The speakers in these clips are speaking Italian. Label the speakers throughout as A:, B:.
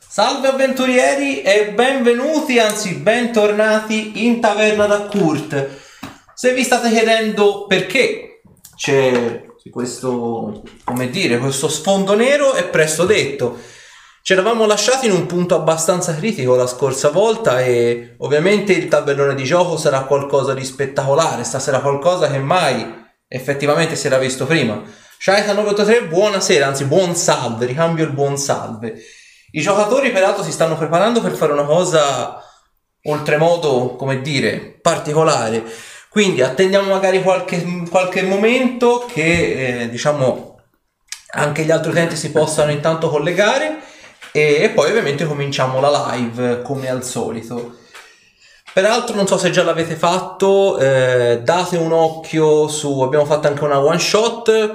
A: Salve avventurieri e benvenuti, anzi bentornati in Taverna da Kurt. Se vi state chiedendo perché c'è questo, questo sfondo nero, è presto detto. Ci eravamo lasciati in un punto abbastanza critico la scorsa volta e ovviamente il tabellone di gioco sarà qualcosa di spettacolare, stasera qualcosa che mai effettivamente si era visto prima. Shaika 983, buonasera, anzi buon salve, ricambio il buon salve. I giocatori peraltro si stanno preparando per fare una cosa oltremodo, particolare. Quindi attendiamo magari qualche momento che anche gli altri utenti si possano intanto collegare e poi ovviamente cominciamo la live come al solito. Peraltro non so se già l'avete fatto, date un occhio su, abbiamo fatto anche una one shot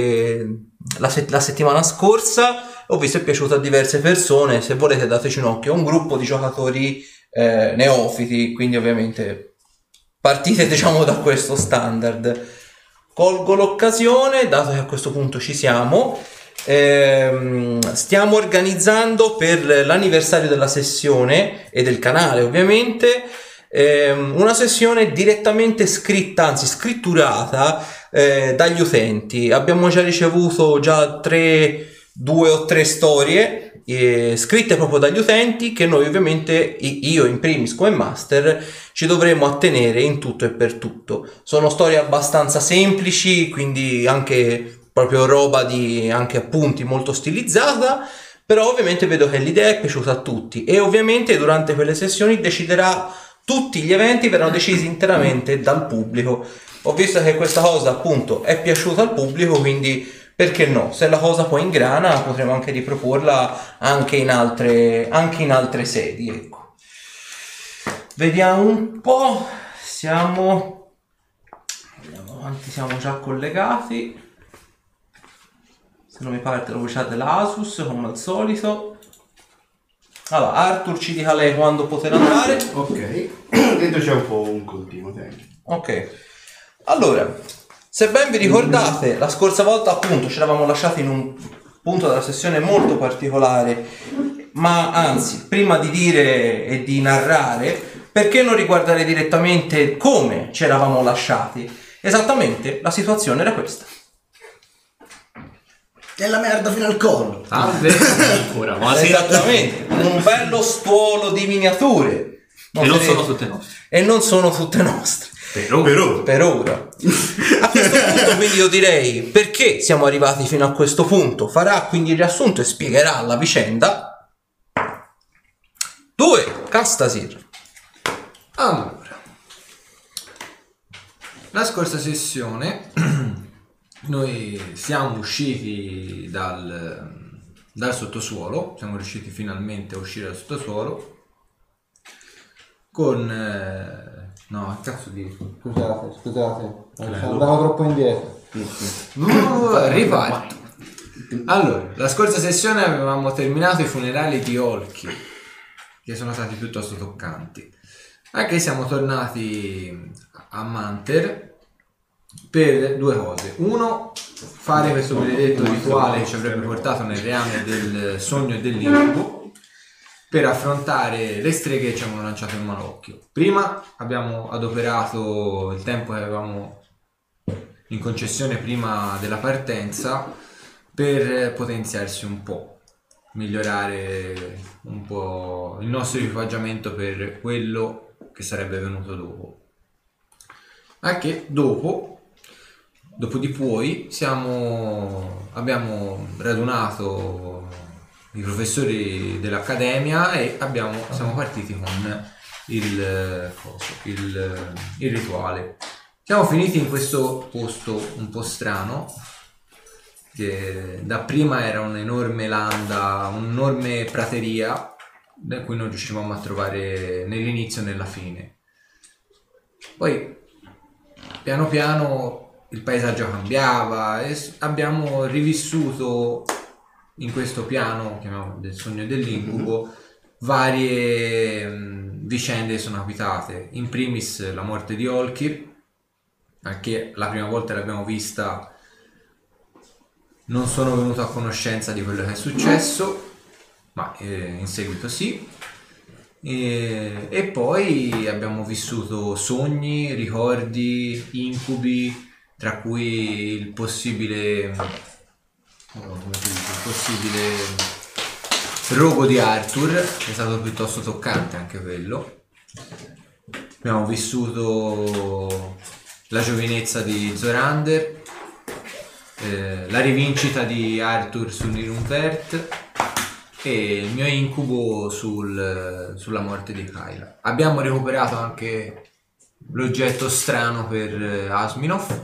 A: la settimana scorsa. Ho visto è piaciuto a diverse persone, se volete dateci un occhio, è un gruppo di giocatori neofiti, quindi ovviamente partite da questo standard. Colgo l'occasione, dato che a questo punto ci siamo, stiamo organizzando per l'anniversario della sessione e del canale ovviamente una sessione direttamente scritta, anzi scritturata dagli utenti. Abbiamo già ricevuto due o tre storie scritte proprio dagli utenti che noi ovviamente, io in primis come master, ci dovremo attenere in tutto e per tutto. Sono storie abbastanza semplici, quindi anche proprio roba di anche appunti molto stilizzata, però ovviamente vedo che l'idea è piaciuta a tutti e ovviamente durante quelle sessioni tutti gli eventi verranno decisi interamente dal pubblico. Ho visto che questa cosa appunto è piaciuta al pubblico, quindi perché no? Se la cosa poi ingrana potremo anche riproporla anche in altre sedi, ecco. Vediamo un po', andiamo avanti, siamo già collegati. Se non mi parte la voce dell'Asus come al solito. Allora, Arthur ci dica lei quando poter andare.
B: Ok, dentro c'è un po' un continuo tempo.
A: Ok, allora, se ben vi ricordate, la scorsa volta appunto ci eravamo lasciati in un punto della sessione molto particolare, ma anzi, prima di dire e di narrare, perché non riguardare direttamente come ci eravamo lasciati? Esattamente, la situazione era questa.
C: È la merda fino al collo.
D: Ancora, ma
A: esattamente, un bello stuolo di miniature.
D: Sono tutte nostre.
A: E non sono tutte nostre. Per ora. A questo punto quindi io direi perché siamo arrivati fino a questo punto. Farà quindi il riassunto e spiegherà la vicenda 2 Castasir.
E: Allora, la scorsa sessione noi siamo usciti dal sottosuolo, siamo riusciti finalmente a uscire dal sottosuolo con no, cazzo di... Scusate, andavo troppo indietro. Riparto. Allora, la scorsa sessione avevamo terminato i funerali di Olki, che sono stati piuttosto toccanti. Anche siamo tornati a Manter per due cose. Uno, fare questo benedetto rituale che ci avrebbe portato nel reame del sogno e dell'incubo, per affrontare le streghe che ci avevano lanciato il malocchio. Prima abbiamo adoperato il tempo che avevamo in concessione prima della partenza per potenziarsi un po', migliorare un po' il nostro equipaggiamento per quello che sarebbe venuto dopo. Anche dopo di poi abbiamo radunato i professori dell'accademia e siamo partiti con il rituale. Siamo finiti in questo posto un po' strano, che dapprima era un'enorme landa, un'enorme prateria da cui non riuscivamo a trovare né l'inizio né la fine. Poi piano piano il paesaggio cambiava e abbiamo rivissuto in questo piano, chiamiamolo del sogno e dell'incubo, varie vicende sono capitate. In primis la morte di Olkir, anche la prima volta l'abbiamo vista non sono venuto a conoscenza di quello che è successo, Ma in seguito sì. E poi abbiamo vissuto sogni, ricordi, incubi, tra cui il possibile rogo di Arthur, che è stato piuttosto toccante anche quello. Abbiamo vissuto la giovinezza di Zorander, la rivincita di Arthur su Nirunpert e il mio incubo sulla morte di Kyla. Abbiamo recuperato anche l'oggetto strano per Asminov.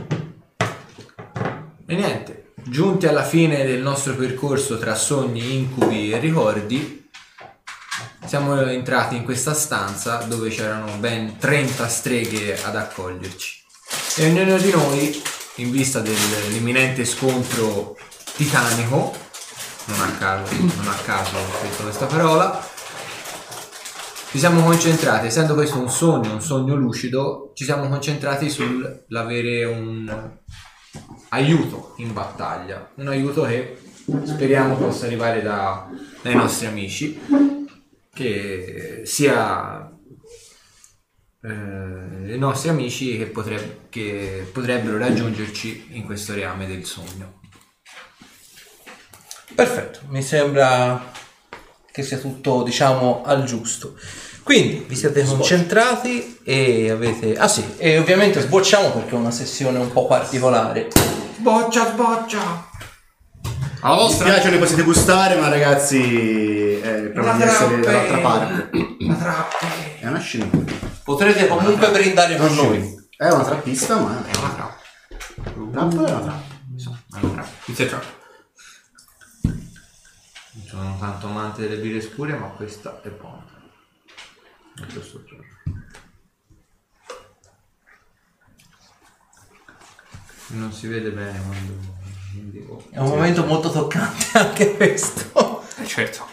E: E niente, giunti alla fine del nostro percorso tra sogni, incubi e ricordi, siamo entrati in questa stanza dove c'erano ben 30 streghe ad accoglierci. E ognuno di noi, in vista dell'imminente scontro titanico, non a caso ho scritto questa parola, ci siamo concentrati, essendo questo un sogno lucido, ci siamo concentrati sull'avere un aiuto in battaglia, un aiuto che speriamo possa arrivare dai nostri amici, che sia i nostri amici che potrebbero raggiungerci in questo reame del sogno.
A: Perfetto, mi sembra che sia tutto, diciamo, al giusto. Quindi vi siete concentrati e avete... Ah sì, e ovviamente sbocciamo perché è una sessione un po' particolare.
E: Sboccia!
D: Alla
B: Mi
D: vostra.
B: spiace, ne potete gustare, ma ragazzi, proviamo di essere dall'altra parte.
E: La trappe!
B: È una scenetta.
A: Potrete comunque brindare con noi.
B: È una trappista, ma
E: È una trappa.
B: trappa è una trappa.
E: È una trappa.
D: Inizia già.
E: Non sono tanto amante delle birre scure, ma questa è buona. Non si vede bene quando dico.
A: È un momento molto toccante anche questo.
D: Certo.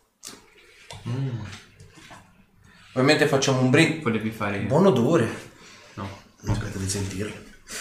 A: Ovviamente facciamo un brindisi.
E: Volevi fare
A: Buon odore.
E: No.
B: Aspetta di sentirlo.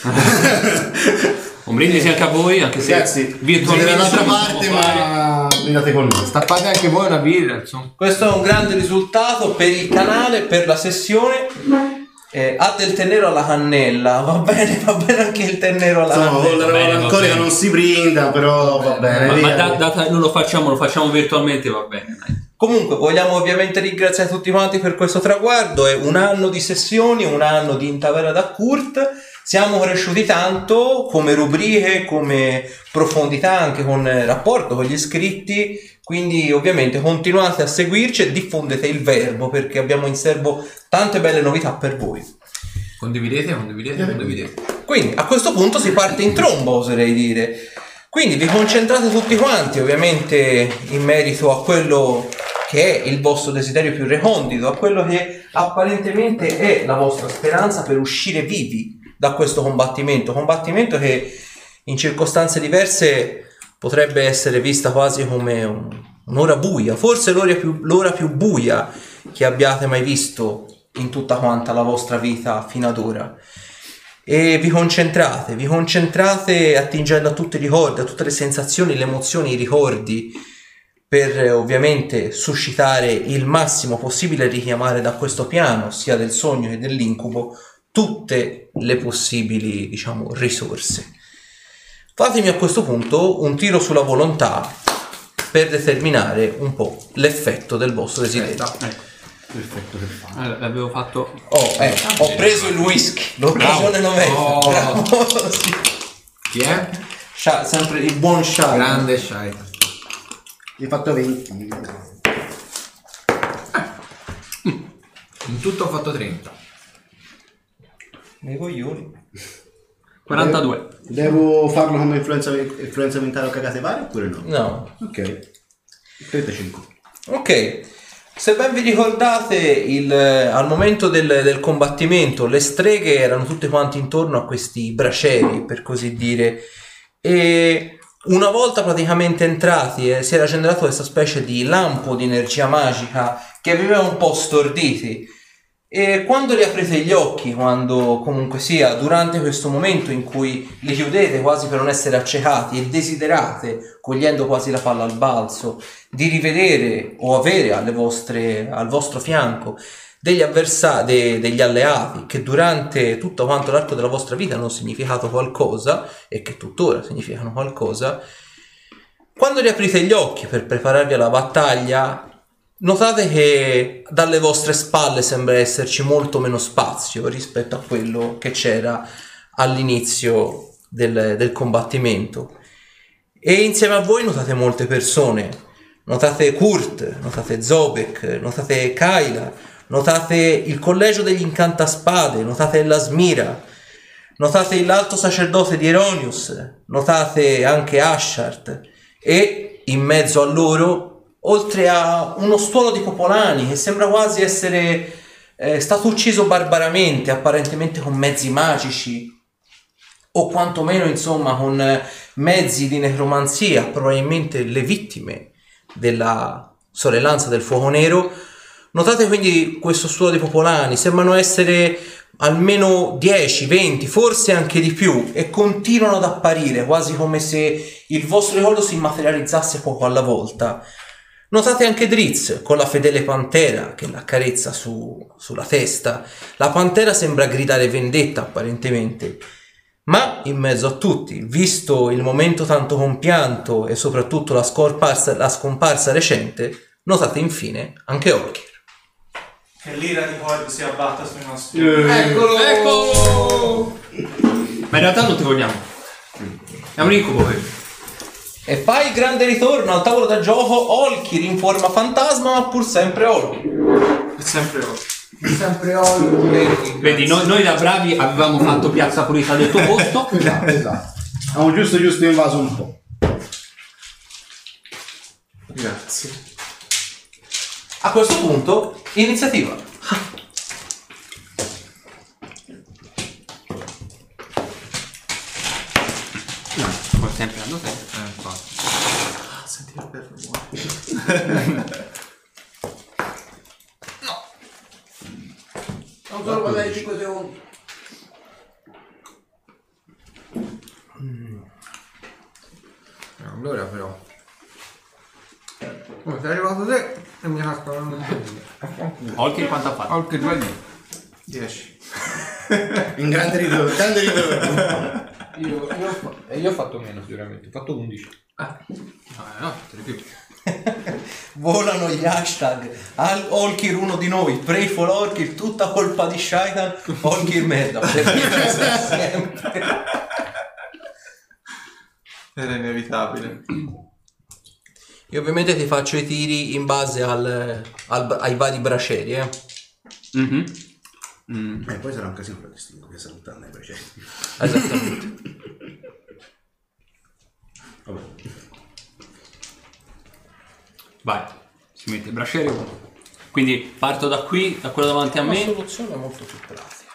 D: Un brindisi anche a voi, anche se
B: Ragazzi,
D: virtualmente
B: dall'altra
D: non si
B: parte,
D: può fare.
B: ma brindate con noi.
E: Stappate anche voi una birra, insomma.
A: Questo è un grande risultato per il canale, per la sessione. Ha del tè nero alla cannella, va bene anche il tè nero alla
B: Insomma,
A: cannella.
B: con l'alcolica non si brinda, però va bene.
D: Ma
B: via.
D: data non lo facciamo virtualmente, va bene. Dai.
A: Comunque vogliamo ovviamente ringraziare tutti quanti per questo traguardo. È un anno di sessioni, un anno di In Taverna da Kurt. Siamo cresciuti tanto come rubriche, come profondità, anche con rapporto con gli iscritti, quindi ovviamente continuate a seguirci e diffondete il verbo perché abbiamo in serbo tante belle novità per voi.
E: Condividete.
A: Quindi a questo punto si parte in tromba, oserei dire. Quindi vi concentrate tutti quanti ovviamente in merito a quello che è il vostro desiderio più recondito, a quello che apparentemente è la vostra speranza per uscire vivi da questo combattimento che in circostanze diverse potrebbe essere vista quasi come un'ora buia, forse l'ora più buia che abbiate mai visto in tutta quanta la vostra vita fino ad ora. E vi concentrate attingendo a tutti i ricordi, a tutte le sensazioni, le emozioni, i ricordi, per ovviamente suscitare il massimo possibile e richiamare da questo piano, sia del sogno che dell'incubo, tutte le possibili, diciamo, risorse. Fatemi a questo punto un tiro sulla volontà per determinare un po' l'effetto del vostro desiderio.
B: Perfetto, che fa.
D: Allora, l'avevo fatto.
A: Ho preso il whisky, l'occasione non è. Bravo. Sì.
E: Chi è?
A: Sempre il buon Shai.
E: Grande Shai.
B: Hai fatto 20.
E: In tutto ho fatto 30.
A: Nei coglioni.
D: 42.
B: Devo farlo come influenza mentale o cagate varie oppure no?
A: No.
B: Ok. 35.
A: Ok. Se ben vi ricordate, al momento del combattimento, le streghe erano tutte quante intorno a questi bracieri, per così dire, e una volta praticamente entrati si era generato questa specie di lampo di energia magica che aveva un po' storditi, E quando riaprite gli occhi, quando comunque sia, durante questo momento in cui li chiudete quasi per non essere accecati e desiderate, cogliendo quasi la palla al balzo, di rivedere o avere al vostro fianco degli alleati che durante tutto quanto l'arco della vostra vita hanno significato qualcosa e che tuttora significano qualcosa, quando riaprite gli occhi per prepararvi alla battaglia, notate che dalle vostre spalle sembra esserci molto meno spazio rispetto a quello che c'era all'inizio del combattimento. E insieme a voi notate molte persone. Notate Kurt, notate Zobek, notate Kayla, notate il collegio degli incantaspade, notate la Smira, notate l'alto sacerdote di Eronius, notate anche Ashart e in mezzo a loro, oltre a uno stuolo di popolani che sembra quasi essere stato ucciso barbaramente, apparentemente con mezzi magici o quantomeno insomma con mezzi di necromanzia, probabilmente le vittime della sorellanza del fuoco nero. Notate quindi questo stuolo di popolani, sembrano essere almeno 10, 20, forse anche di più, e continuano ad apparire quasi come se il vostro ricordo si materializzasse poco alla volta. Notate anche Drizzt con la fedele pantera che l'accarezza sulla testa. La pantera sembra gridare vendetta apparentemente, ma in mezzo a tutti, visto il momento tanto compianto e soprattutto la scomparsa recente, notate infine anche Olkir.
F: Che l'ira di Horde si abbatta sui nostri...
D: Eccolo! Ma in realtà non ti vogliamo. È un incubo questo.
A: E fai il grande ritorno al tavolo da gioco Olkir in forma fantasma, ma pur sempre Olkir.
F: È sempre Horde.
E: Sempre Olkir.
D: Vedi, noi da bravi avevamo fatto piazza pulita del tuo posto.
B: Esatto. Abbiamo giusto invaso un po'.
F: Grazie.
A: A questo punto, iniziativa.
D: Come sempre hanno sempre.
F: Senti il bello rumore.
C: Non solo guardare 5 secondi.
E: Allora però. Oh, sei arrivato te e mi cascano.
D: Olkir quanto ha fatto?
E: Olkir
F: 10.
B: In grande ritorno.
E: Io ho fatto meno sicuramente, ho fatto 11. No, di più.
A: Volano gli hashtag Olkir uno di noi, pray for Olkir, tutta colpa di Shaitan, Olkir merda. Perché sempre.
F: Era inevitabile.
A: Io ovviamente ti faccio i tiri in base ai vari braceri,
B: Poi sarà un casino per destino che salutare i precedenti.
A: Esattamente.
B: Vabbè.
D: Vai, si mette il bracciere 1. Quindi parto da qui, da quello davanti a
A: Una
D: me.
A: soluzione molto più pratica.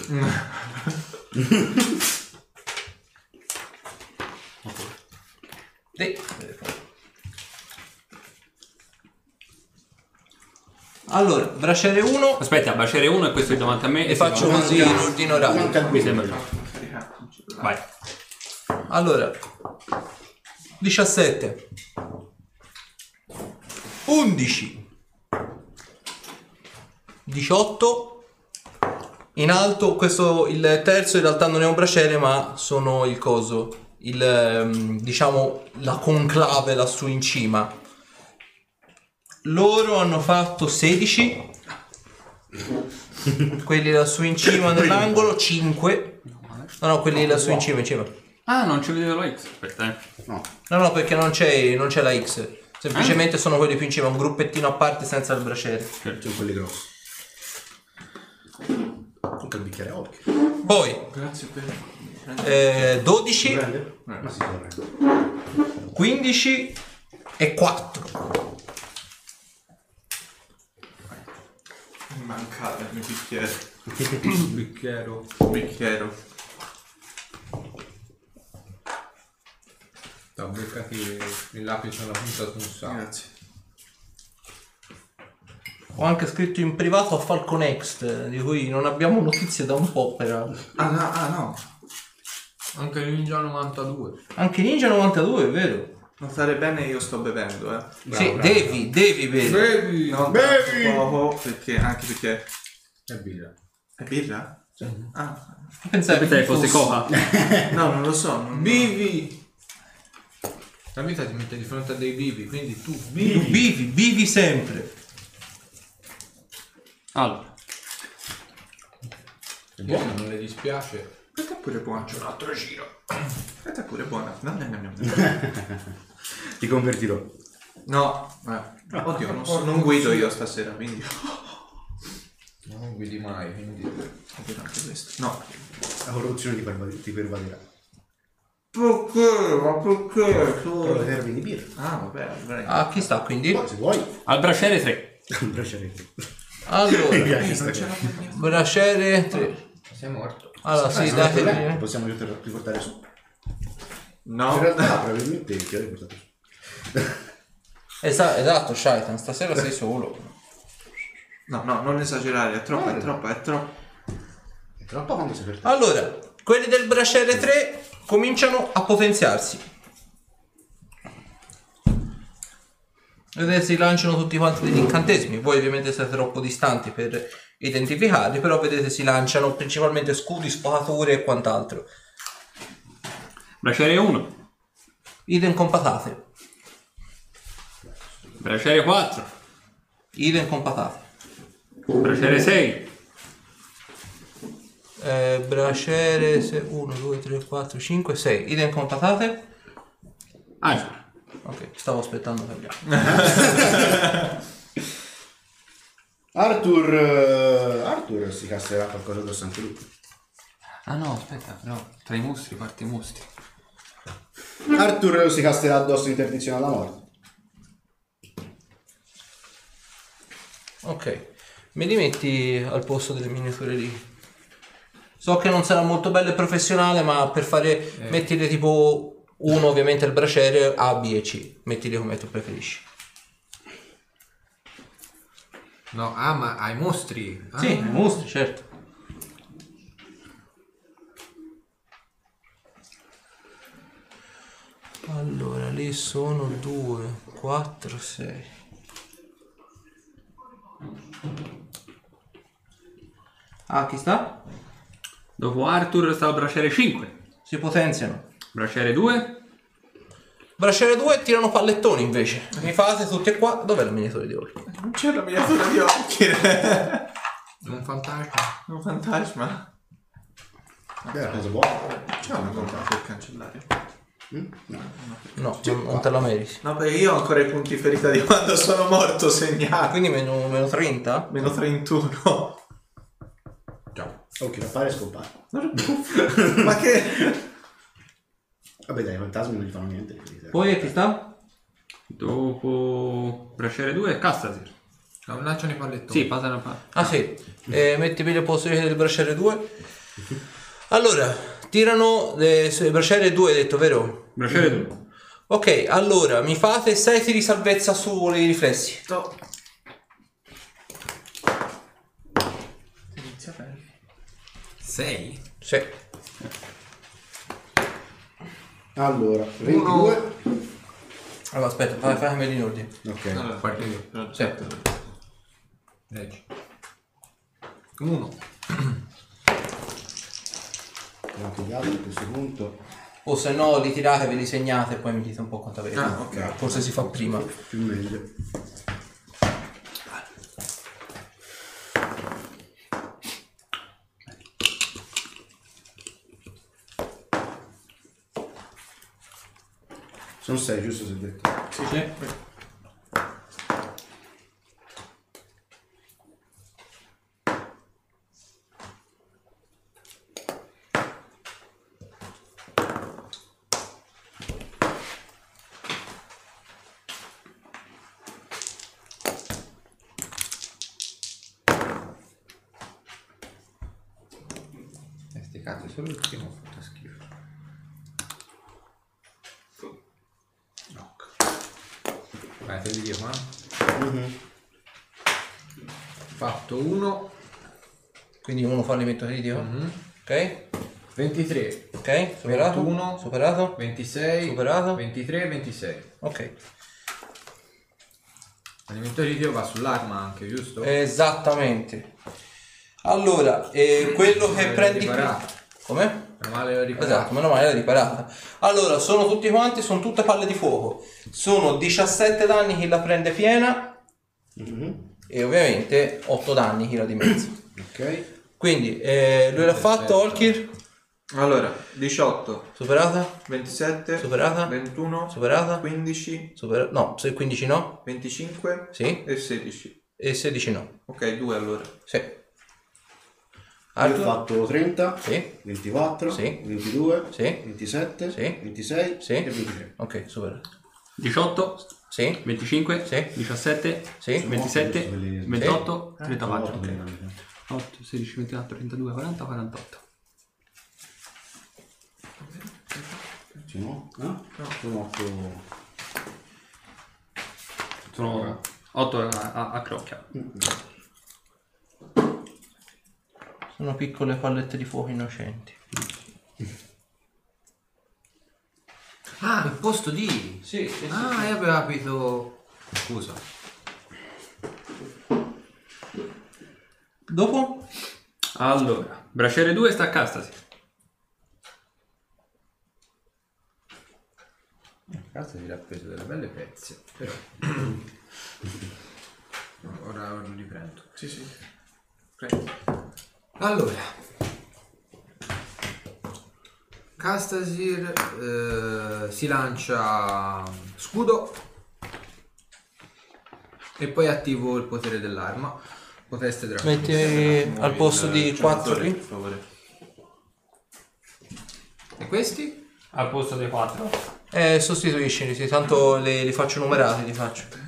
A: Allora, bracciere 1
D: Aspetta, bracciere 1 e questo è davanti a me.
A: e faccio così in ordine orario.
D: Mi sembra giusto. Vai.
A: Allora, 17 11 18 in alto. Questo, il terzo in realtà non è un braciere, ma sono il coso, diciamo la conclave lassù in cima. Loro hanno fatto 16, quelli lassù in cima nell'angolo 5. No, quelli lassù in cima.
D: Ah, non ci vedevo la X. Aspetta,
A: No, perché non c'è la X. Semplicemente sono quelli più in cima, un gruppettino a parte senza il braciere.
B: Sono quelli grossi. Anche il bicchiere occhio.
A: Poi
F: Grazie per...
A: 12,
B: Ma si prende.
A: 15 e 4.
F: Mi mancava il mio bicchiere.
E: Bicchiero. Ho beccati il lapis alla punta su un sacco.
F: Grazie.
A: Ho anche scritto in privato a Falcon Next, di cui non abbiamo notizie da un po' peraltro.
C: Ah no.
E: Anche Ninja 92.
A: Anche Ninja 92, è vero?
C: Notare bene, io sto bevendo,
B: Bravo,
A: Sì,
B: bravo.
A: devi bere.
E: Bevi!
C: Non
B: Bevi!
C: poco, perché anche perché...
E: È birra.
C: È birra? Ah.
A: Pensavo
D: Sapete fosse coca?
C: No, non lo so. Non...
E: Bivi! La vita ti mette di fronte a dei bivi, quindi tu
A: Tu
E: bivi.
A: vivi sempre.
D: Allora,
E: È buono, non le dispiace.
C: Questa è pure buona.
E: Un altro giro.
C: Questa è pure buona. No.
B: Ti convertirò.
C: No. Oddio, non guido io stasera, quindi...
E: Non guidi mai, quindi...
C: Ho detto anche questo. No.
B: La corruzione ti pervaderà.
C: Perché? Ma perché?
B: Però serve di birra.
C: Ah, vabbè.
A: Ah, chi sta quindi?
B: Poi se vuoi,
D: al braciere 3.
B: un braceletto.
A: Allora,
B: Mi piace sta cosa.
A: braciere 3.
E: Sei morto.
A: Allora, sì,
B: Ti
A: dai.
B: possiamo riportare su.
C: No.
B: In realtà probabilmente ti avrei portato su.
A: Esatto, Shaitan, stasera sei solo.
C: No, non esagerare, è troppo.
B: È troppo quando sei per te.
A: Allora, quelli del braciere 3 cominciano a potenziarsi. Vedete, si lanciano tutti quanti degli incantesimi. Voi ovviamente siete troppo distanti per identificarli, però vedete si lanciano principalmente scudi, sfocature e quant'altro.
D: Braciere 1.
A: Idem con patate.
D: Braciere 4.
A: Idem con patate.
D: Braciere 6.
A: Braciere 1, 2, 3, 4, 5, 6. Idem con patate.
D: Agile.
A: Ok, stavo aspettando per gli altri.
B: Arthur si casserà qualcosa addosso anche lui.
D: Ah no, aspetta, però tra i mostri parte i mostri.
B: Arthur si casserà addosso interdizione alla morte.
A: Ok, mi rimetti al posto delle miniature lì. So che non sarà molto bello e professionale, ma per fare mettile tipo uno ovviamente il braciere A, B e C. Mettili come tu preferisci.
E: No, ma ai mostri. Ah.
A: Sì, i mostri, certo. Allora, lì sono 2, 4, 6. Ah, chi sta?
D: Dopo Arthur sta il braciere 5.
A: Si potenziano.
D: Braciere 2.
A: Braciere 2 tirano pallettoni invece. Mi fate tutti e qua. Dov'è la miniatura di Orco?
C: Non c'è la miniatura di occhi.
E: Un fantasma.
C: Un fantasma.
B: Beh, è una cosa buona.
C: C'è una cosa per cancellare.
A: No, non te la meriti.
C: No, perché io ho ancora i punti ferita di quando sono morto segnati.
A: Quindi meno 30?
C: Meno 31.
B: Ok, appare e scompare.
C: Ma che...
B: Vabbè dai, i fantasmi non gli fanno niente.
A: Poi chi sta?
D: Dopo braciere 2 Castasir.
E: Lanciano i pallettoni.
D: Sì, passa una
A: Ah sì, mettimi le posto del braciere 2. Allora, tirano il braciere 2 hai detto, vero?
D: Braciere 2.
A: Ok, allora mi fate 6 tiri di salvezza sui riflessi.
C: Inizia bene.
E: 6.
A: Sì.
B: Allora, 22.
A: Allora aspetta, fammi in ordine.
B: Ok.
C: Allora,
E: Guarda io.
C: però-
A: Sì.
E: Leggi. 1.
B: Anche gli altri a questo punto.
A: O se no li tirate, ve li segnate e poi mi dite un po' quanto avete.
C: Ah, ok.
A: Forse si fa prima.
B: Più meglio. Sono 6, giusto se ho detto.
A: Sì.
E: Sti cazzo, solo il primo ha fatto schifo. Vai, te li dico, Fatto 1.
A: Quindi uno fallimento critico. Ok.
E: 23.
A: Ok, superato.
E: 21.
A: Superato.
E: 26.
A: Superato.
E: 23, 26.
A: Ok.
E: Fallimento critico va sull'arma anche, giusto?
A: Esattamente. Allora, quello che prendi qui.
E: Riparato.
A: Come?
E: Meno male l'ho riparato.
A: Esatto, meno male l'hai riparata. Allora, sono tutti quanti, sono tutte palle di fuoco. Sono 17 danni chi la prende piena. E ovviamente 8 danni chi la dimezza.
B: Ok.
A: Quindi, lui l'ha fatto, Olkir.
C: Allora, 18,
A: Superata.
C: 27,
A: Superata.
C: 21,
A: Superata.
C: 15,
A: No, se 15 no.
C: 25
A: Sì.
C: e 16.
A: E 16 no.
C: Ok, 2 allora.
A: Sì.
B: Io ho fatto 30,
A: Sì.
B: 24,
A: Sì.
B: 22,
A: Sì.
B: 27,
A: Sì.
B: 26
A: Sì.
B: e 23.
A: Ok, superato.
D: 18,
A: Sì.
D: 25,
A: Sì.
D: 17,
A: Sì.
D: 27,
B: Sì.
D: 28, 34.
B: Ok.
D: 8, 16, 24, 32, 40, 48.
B: Sì, no? No? Sono 8.
D: Sono 8 a crocchia.
A: Sono piccole pallette di fuoco innocenti.
E: Ah, il posto di...
A: Sì.
E: io avevo capito... Scusa.
A: Dopo?
D: Allora, braciere 2 sta a Castasi.
E: Cazzo si era preso delle belle pezze. Però... ora lo riprendo.
C: Sì, sì. Prego.
E: Allora, Castasir si lancia scudo e poi attivo il potere dell'arma. Potreste
A: Metti al posto di 4
C: Per
A: qui.
C: favore.
E: E questi?
D: Al posto dei 4.
A: Sostituiscili, sì, tanto li faccio numerati, li faccio.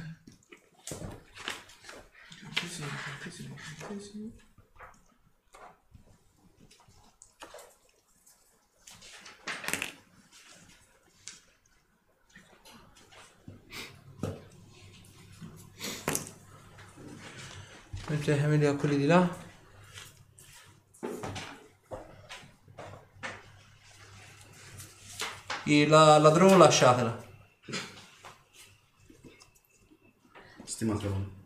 A: Mettete a quelli di là. La draw lasciatela.
B: Stimatore.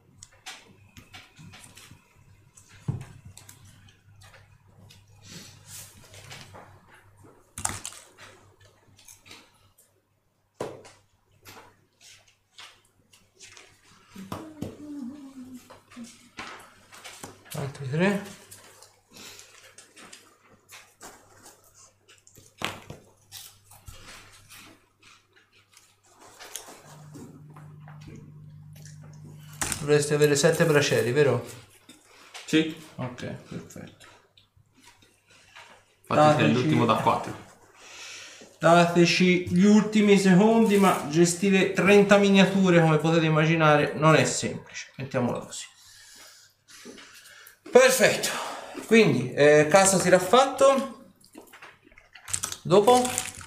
A: Altri 3. Dovreste avere 7 bracieri, vero?
D: Sì.
A: Ok, perfetto.
D: Infatti è
A: Dateci-
D: l'ultimo da 4.
A: Dateci gli ultimi secondi, ma gestire 30 miniature, come potete immaginare, non è semplice. Mettiamola così. Perfetto. Quindi, casa si era fatto. Dopo?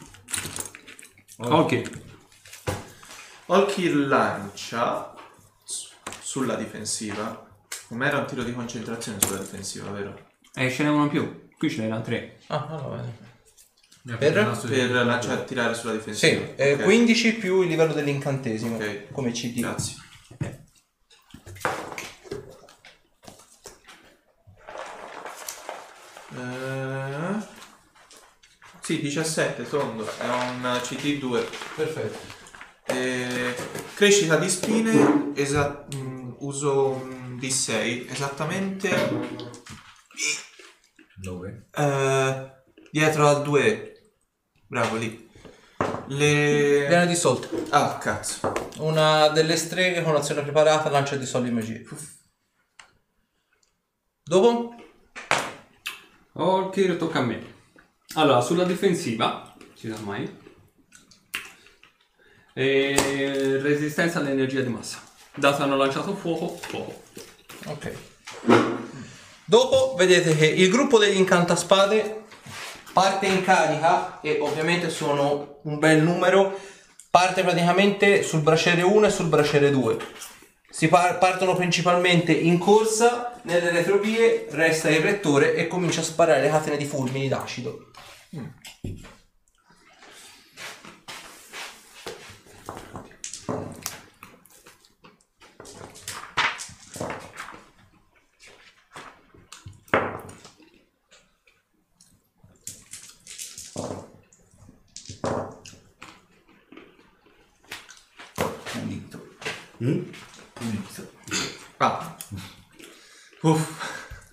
D: Ok.
C: Olkir lancia sulla difensiva. Com'era un tiro di concentrazione sulla difensiva, vero?
D: Ce n'è uno in più. Qui ce n'erano 3.
A: Ah, allora.
C: Per lanciare, tirare sulla difensiva.
A: Sì,
C: Ok.
A: 15 più il livello dell'incantesimo,
C: Ok.
A: come CD.
C: Grazie. Sì, 17 tondo, è un CT2.
A: Perfetto.
C: Crescita di spine, uso un D6, esattamente
E: Dove?
C: dietro al 2. Bravo lì. Le...
A: Viene dissolta.
C: Ah, cazzo.
A: Una delle streghe con azione preparata lancia di soldi magia. Dopo?
D: Ok, tocca a me. Allora, sulla difensiva, ci sa mai. Resistenza all'energia di massa. Dato che hanno lanciato fuoco.
A: Ok. Dopo vedete che il gruppo degli incantaspade parte in carica, e ovviamente sono un bel numero, parte praticamente sul braciere 1 e sul braciere 2. partono principalmente in corsa, nelle retrovie resta il rettore e comincia a sparare le catene di fulmini d'acido. Pulito.
C: Ah. Uff.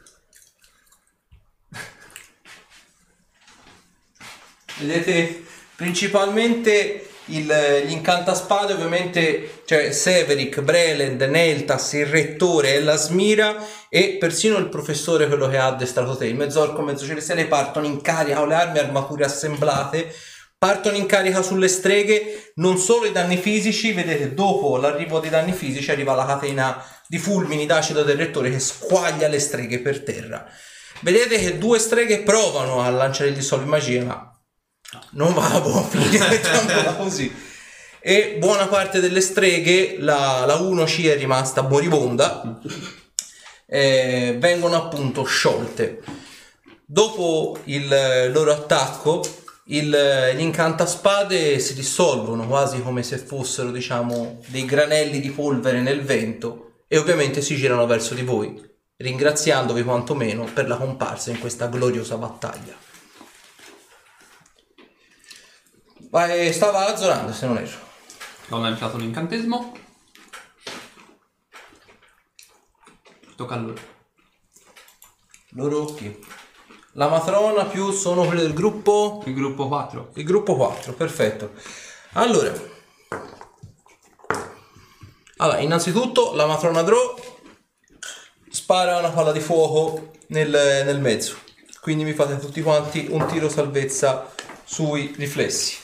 A: Vedete principalmente gli incantaspade, ovviamente, cioè Severick, Brelend, Neltas, il rettore e la Smira e persino il professore, quello che ha addestrato te, il mezzorco mezzo celestiale, partono in carica con le armi e armature assemblate. Partono in carica sulle streghe, non solo i danni fisici, vedete dopo l'arrivo dei danni fisici arriva la catena di fulmini d'acido del rettore che squaglia le streghe per terra. Vedete che 2 streghe provano a lanciare il dissolvi magia, ma non va a buon fine, mettiamola così. E buona parte delle streghe, la 1C è rimasta moribonda, vengono appunto sciolte. Dopo il loro attacco, gli incantaspade si dissolvono quasi come se fossero, diciamo, dei granelli di polvere nel vento e ovviamente si girano verso di voi, ringraziandovi quantomeno per la comparsa in questa gloriosa battaglia. Stava azzorando, se non erro.
D: Ho lanciato un incantesimo. Tocca a loro.
A: Loro chi? La matrona più sono quelle del gruppo?
D: Il gruppo 4.
A: Il gruppo 4, perfetto. Allora, innanzitutto la matrona Drow spara una palla di fuoco nel mezzo. Quindi mi fate tutti quanti un tiro salvezza sui riflessi.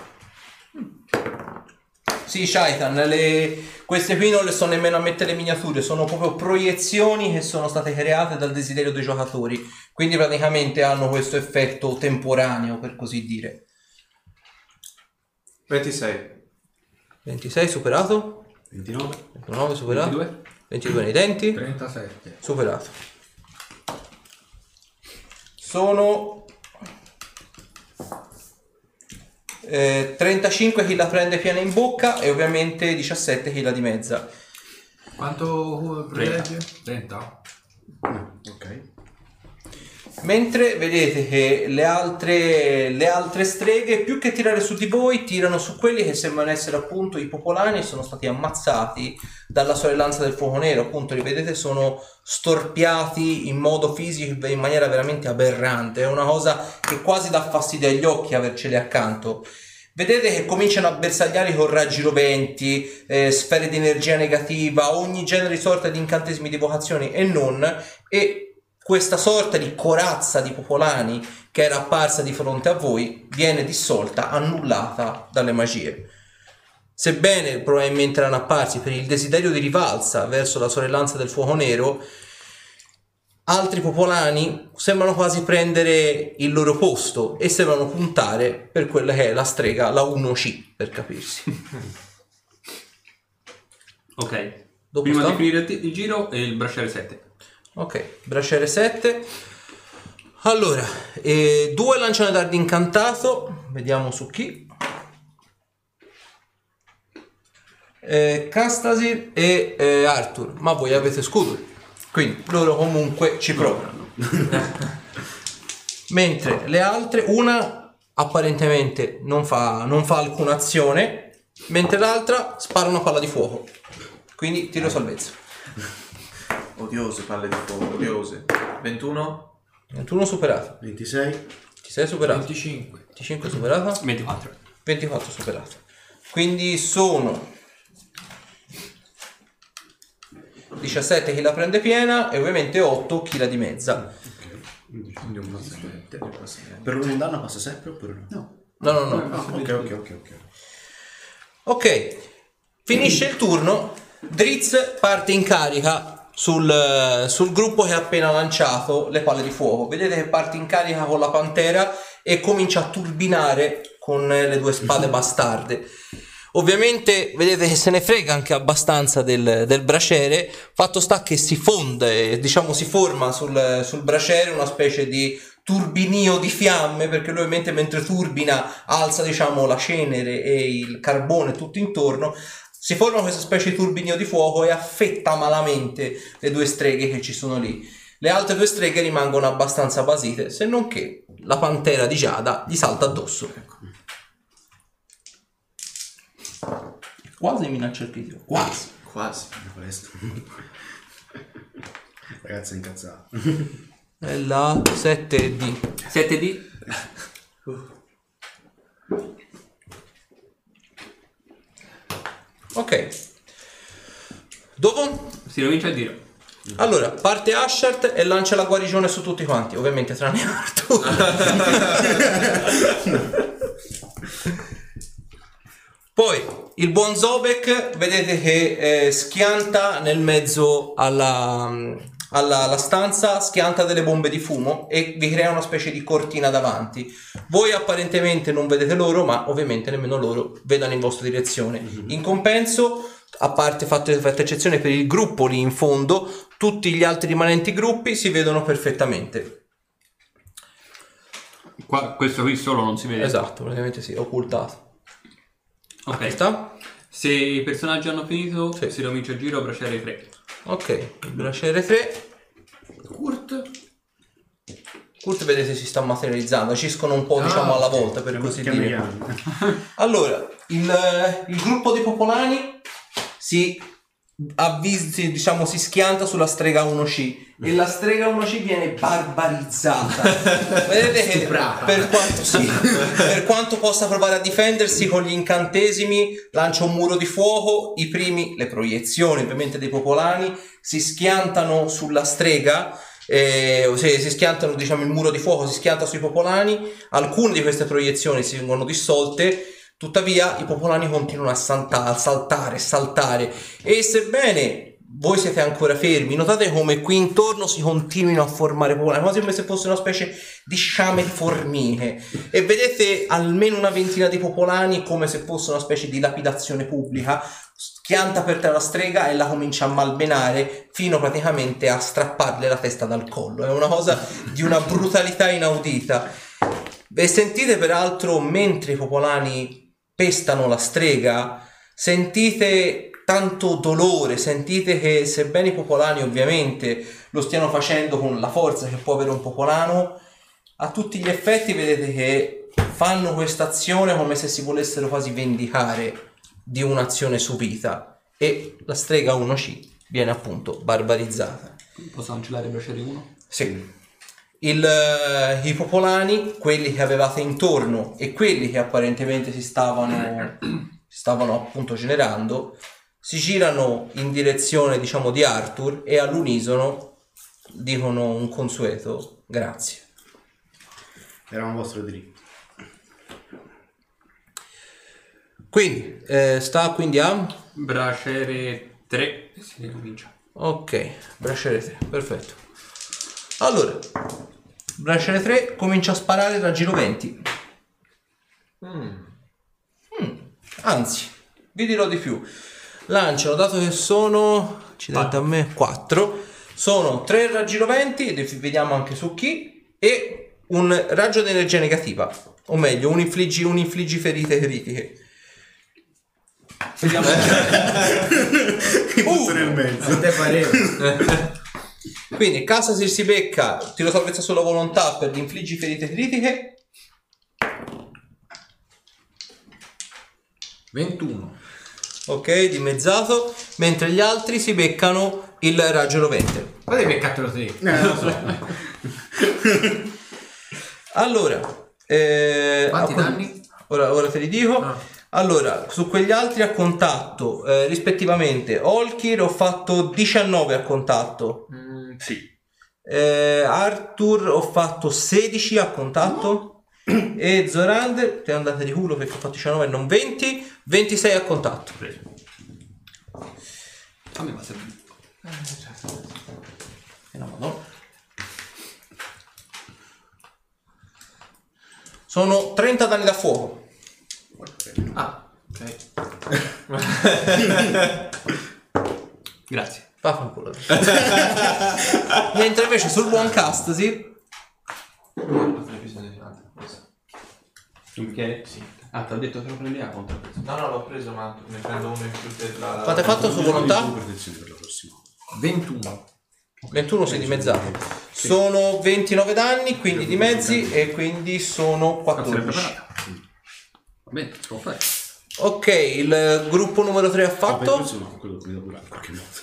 A: Sì, Shaitan, queste qui non le sto nemmeno a mettere miniature, sono proprio proiezioni che sono state create dal desiderio dei giocatori, quindi praticamente hanno questo effetto temporaneo, per così dire.
C: 26.
A: 26 superato, 29 superato, 22 nei denti,
E: 37.
A: superato. Sono 35 chi la prende piena in bocca e ovviamente 17 chi la dimezza.
E: Quanto protegge? 30.
B: Ok.
A: Mentre vedete che le altre streghe, più che tirare su di voi, tirano su quelli che sembrano essere appunto i popolani e sono stati ammazzati dalla sorellanza del fuoco nero. Appunto, li vedete, sono storpiati in modo fisico in maniera veramente aberrante. È una cosa che quasi dà fastidio agli occhi averceli accanto. Vedete che cominciano a bersagliare con raggi roventi, sfere di energia negativa, ogni genere di sorta di incantesimi di evocazioni e non, e questa sorta di corazza di popolani che era apparsa di fronte a voi viene dissolta, annullata dalle magie. Sebbene probabilmente erano apparsi per il desiderio di rivalsa verso la sorellanza del fuoco nero, altri popolani sembrano quasi prendere il loro posto e sembrano puntare per quella che è la strega, la 1C, per capirsi.
D: Ok.
A: Dopo
D: Prima
A: sta?
D: di finire il giro e il bracciere 7.
A: Ok, bracciere 7. Allora, 2 lanciano dardi incantato. Vediamo su chi. Castasir e Arthur. Ma voi avete scudo, quindi loro comunque ci provano. Mentre le altre, una apparentemente non fa alcuna azione, mentre l'altra spara una palla di fuoco. Quindi tiro salvezza.
C: Odiose palle di fuoco, odiose. 21.
A: 21 superato.
B: 26.
A: 26 superato.
E: 25.
A: 25 superato.
D: 24.
A: 24 superato. Quindi sono 17 chi la prende piena e ovviamente 8 chi la dimezza.
B: Quindi un plus 7. Per un danno passa sempre oppure no?
A: No.
B: Ok.
A: Ok, finisce il turno. Drizzt parte in carica sul gruppo che ha appena lanciato le palle di fuoco. Vedete che parte in carica con la pantera e comincia a turbinare con le 2 spade bastarde. Ovviamente vedete che se ne frega anche abbastanza del braciere, fatto sta che si fonde, diciamo si forma sul braciere una specie di turbinio di fiamme, perché lui ovviamente mentre turbina alza diciamo la cenere e il carbone tutto intorno, si forma questa specie di turbinio di fuoco e affetta malamente le 2 streghe che ci sono lì. Le altre 2 streghe rimangono abbastanza basite, se non che la pantera di Giada gli salta addosso. Quasi minaccia il critico, quasi.
C: Quasi.
B: Questo. Ragazzi incazzato.
A: È la 7D.
D: 7D?
A: Ok. Dopo?
D: Si comincia a dire.
A: Allora, parte Ashart e lancia la guarigione su tutti quanti, ovviamente tranne Arthur. Poi il buon Zobek vedete che schianta nel mezzo alla stanza, schianta delle bombe di fumo e vi crea una specie di cortina davanti. Voi apparentemente non vedete loro, ma ovviamente nemmeno loro vedono in vostra direzione. In compenso, a parte fatta eccezione per il gruppo lì in fondo, tutti gli altri rimanenti gruppi si vedono perfettamente.
D: Qua, questo qui solo non si vede.
A: Esatto, praticamente sì, occultato.
D: Ok.
A: Sta?
D: Se i personaggi hanno finito,
A: Sì.
D: si comincia il giro a braciare 3.
A: Ok, il braciere 3.
D: Kurt.
A: Vedete si sta materializzando, agiscono un po' diciamo alla volta per così dire.
B: Chiamiamo.
A: Allora, il gruppo dei popolani si schianta sulla strega 1C e la strega 1C viene barbarizzata. Vedete che per quanto possa provare a difendersi con gli incantesimi, lancia un muro di fuoco. I primi, le proiezioni ovviamente dei popolani, si schiantano sulla strega. Si schiantano, diciamo, il muro di fuoco si schianta sui popolani. Alcune di queste proiezioni si vengono dissolte. Tuttavia i popolani continuano a saltare e sebbene voi siete ancora fermi, notate come qui intorno si continuino a formare popolani, quasi come se fosse una specie di sciame di formiche, e vedete almeno una ventina di popolani come se fosse una specie di lapidazione pubblica. Schianta per terra la strega e la comincia a malmenare fino praticamente a strapparle la testa dal collo. È una cosa di una brutalità inaudita. E sentite peraltro, mentre i popolani pestano la strega, sentite tanto dolore, sentite che sebbene i popolani ovviamente lo stiano facendo con la forza che può avere un popolano, a tutti gli effetti vedete che fanno questa azione come se si volessero quasi vendicare di un'azione subita, e la strega 1C viene appunto barbarizzata.
D: Posso cancellare il braciere 1?
A: Sì. I popolani, quelli che avevate intorno e quelli che apparentemente si stavano appunto generando, si girano in direzione diciamo di Arthur e all'unisono dicono un consueto grazie.
B: Era un vostro diritto.
A: Quindi sta quindi a
D: Braciere 3. Si comincia.
A: ok, braciere 3, perfetto. Allora braciere 3 comincia a sparare da giro 20. Anzi, vi dirò di più. Lanciano, dato che sono, accidenti a me, 4, sono 3 raggiro 20, vediamo anche su chi, e un raggio di energia negativa, o meglio un infliggi ferite critiche. Vediamo.
B: Tutto nel mezzo.
E: Te pareva.
A: Quindi Cassasir si becca tiro salvezza sulla volontà per gli infliggi ferite critiche.
E: 21.
A: Ok, dimezzato, mentre gli altri si beccano il raggio rovente.
E: Guarda che beccatelo te.
B: Lo so.
A: Allora,
E: Quanti danni?
A: Ora te li dico.
E: Ah.
A: Allora, su quegli altri a contatto, rispettivamente, Olkir ho fatto 19 a contatto.
C: Sì.
A: Arthur ho fatto 16 a contatto. E Zorander, te andate di culo perché ho fatto 19 e non 20. 26 a contatto.
D: A me va sempre.
A: No. Sono 30 danni da fuoco.
D: Grazie.
A: Vaffanculo. Mentre invece sul buon cast, sì.
D: Un bicchiere? Sì. Ah, ti ho detto che lo prendi a conto.
C: No, l'ho preso, ma ne prendo uno in più della...
A: Quanto hai fatto su volontà?
B: Protezione per la prossima.
E: 21.
A: 21 sei dimezzato. Sono 29 danni, quindi dimezzi, e quindi sono 14.
D: Va bene, si può fare.
A: Ok, il gruppo numero 3 ha fatto.
B: Quello che mi devo durare qualche modo.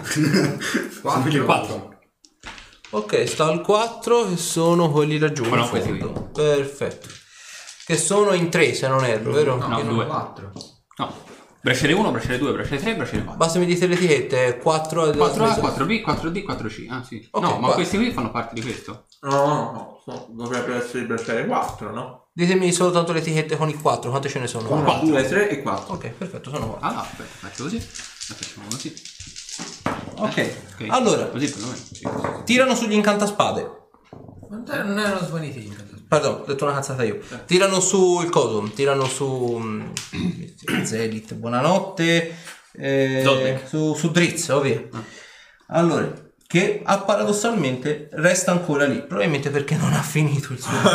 D: 4.
A: Ok, sta al 4 che sono quelli raggiunti.
D: Quello questi qui.
A: Perfetto. Che sono in 3 se non erro, vero?
D: No, 2.
E: 4.
D: No. Bracciere 1, bracciere 2, bracciere 3, bracciere 4.
A: Basta mi dite le etichette, 4
D: 4A, 4B, 4D, 4C. Ah sì.
A: Ok,
D: no, ma
A: 4.
D: questi qui fanno parte di questo.
C: No, dovrebbe essere il bracciere 4, no?
A: Ditemi soltanto le etichette con i 4, quante ce ne sono?
C: 1, 2, 3 e 4.
A: Ok, perfetto, sono 4.
D: Ah, aspetta, faccio così. La facciamo così.
A: Ok,
D: Ok.
A: allora,
D: Così perlomeno. Sì.
A: tirano sugli incantaspade.
E: Non erano svaniti.
A: Pardon, ho detto una cazzata io. Tirano su il coso, tirano su Zelit, buonanotte.
D: Zodbeck.
A: Su Drizz, ovvio. Allora, che paradossalmente resta ancora lì, probabilmente perché non ha finito il suo.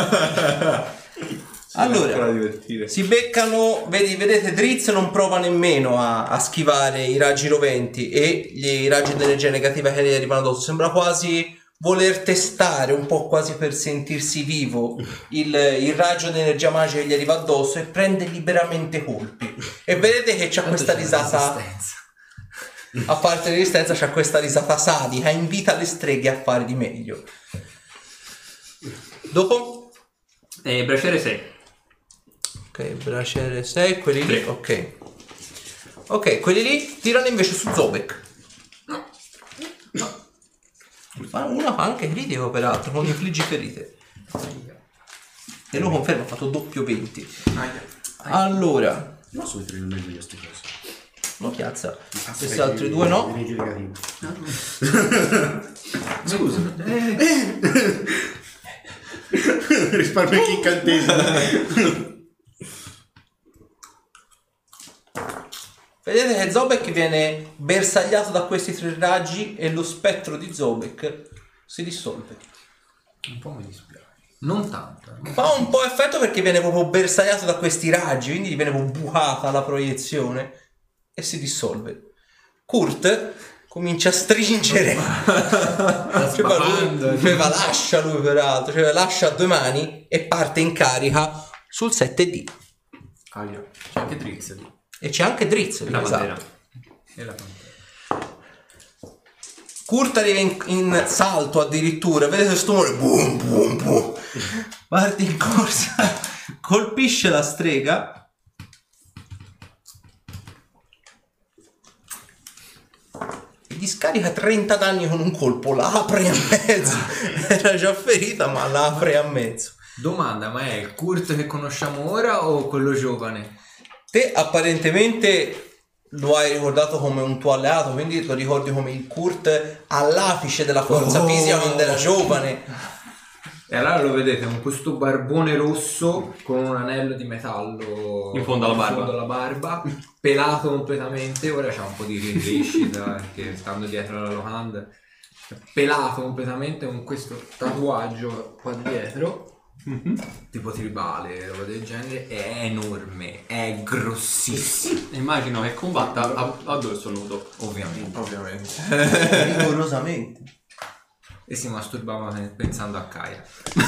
A: Allora, si beccano, vedete Drizz non prova nemmeno a schivare i raggi roventi e i raggi di energia negativa che gli arrivano addosso, sembra quasi voler testare un po', quasi per sentirsi vivo, il raggio di energia magica che gli arriva addosso, e prende liberamente colpi. E vedete che c'ha questa risata, a parte la resistenza, c'ha questa risata sadica, invita le streghe a fare di meglio. Dopo?
D: Bracciere 6.
A: Ok, bracciere 6, quelli lì,
D: Sì.
A: ok. Ok, quelli lì tirano invece su Zobek. Una fa anche critico peraltro, non infliggi ferite. E lo conferma, ha fatto doppio 20. Allora,
B: Non so mettere meglio io sti cose.
A: no piazza. Questi altri due no.
B: Scusa. Risparmio chi incantesimo.
A: Vedete che Zobek viene bersagliato da questi 3 raggi e lo spettro di Zobek si dissolve.
E: Un po' mi dispiace. Non tanto.
A: Fa un po' effetto perché viene proprio bersagliato da questi raggi, quindi gli viene proprio bucata la proiezione e si dissolve. Kurt comincia a stringere. Cioè, lascia lui peraltro, cioè lascia a 2 mani e parte in carica sul 7D.
C: Aia.
E: C'è anche Drizz lì.
A: E c'è anche Drizz,
D: La bandera.
A: esatto.
E: E la pantera.
A: Kurt arriva in salto addirittura, vedete questo rumore, boom boom boom, parte in corsa, colpisce la strega e gli scarica 30 danni con un colpo, la apre a mezzo. Era già ferita ma la apre a mezzo.
E: Domanda, ma è il Kurt che conosciamo ora o quello giovane?
A: Te apparentemente lo hai ricordato come un tuo alleato, quindi lo ricordi come il Kurt all'apice della forza fisica quando era giovane.
E: E allora lo vedete con questo barbone rosso con un anello di metallo
D: In fondo alla barba.
E: fondo alla barba, pelato completamente. Ora c'ha un po' di rinascita perché stando dietro alla locanda, pelato completamente con questo tatuaggio qua dietro. Tipo tribale, roba del genere. È enorme, è grossissimo.
D: Immagino che combatta a dorso nudo.
E: Ovviamente.
A: Rigorosamente.
E: E si masturbava pensando a Kaira.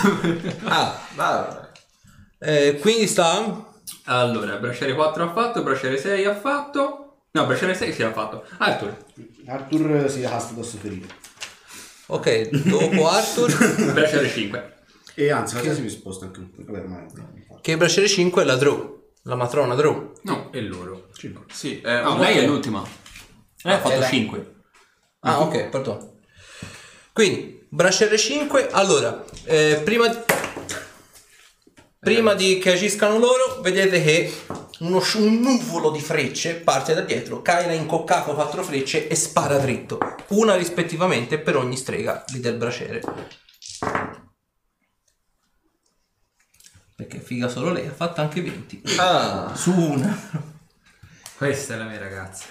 A: Quindi sta.
D: Allora, bracciere 4 ha fatto, bracciere 6 ha fatto. No, bracciere 6 sì ha fatto.
B: Arthur si casta addosso ferito.
A: Ok, dopo Arthur.
D: Bracciere 5.
B: E anzi, adesso mi sposta anche un po'. Vabbè, ormai
A: Che il bracciere 5 è la Drew, la matrona Drew.
D: No,
E: E loro.
C: Sì,
D: no, lei è l'ultima. Lei ha fatto
A: lei.
D: 5.
A: Ah, ok, perdono. Quindi, bracciere 5. Allora, prima di che agiscano loro, vedete che un nuvolo di frecce parte da dietro. Kaira ha incoccato 4 frecce e spara dritto, una rispettivamente per ogni strega lì del braciere. Perché figa solo lei, ha fatto anche 20 su una.
E: Questa è la mia ragazza.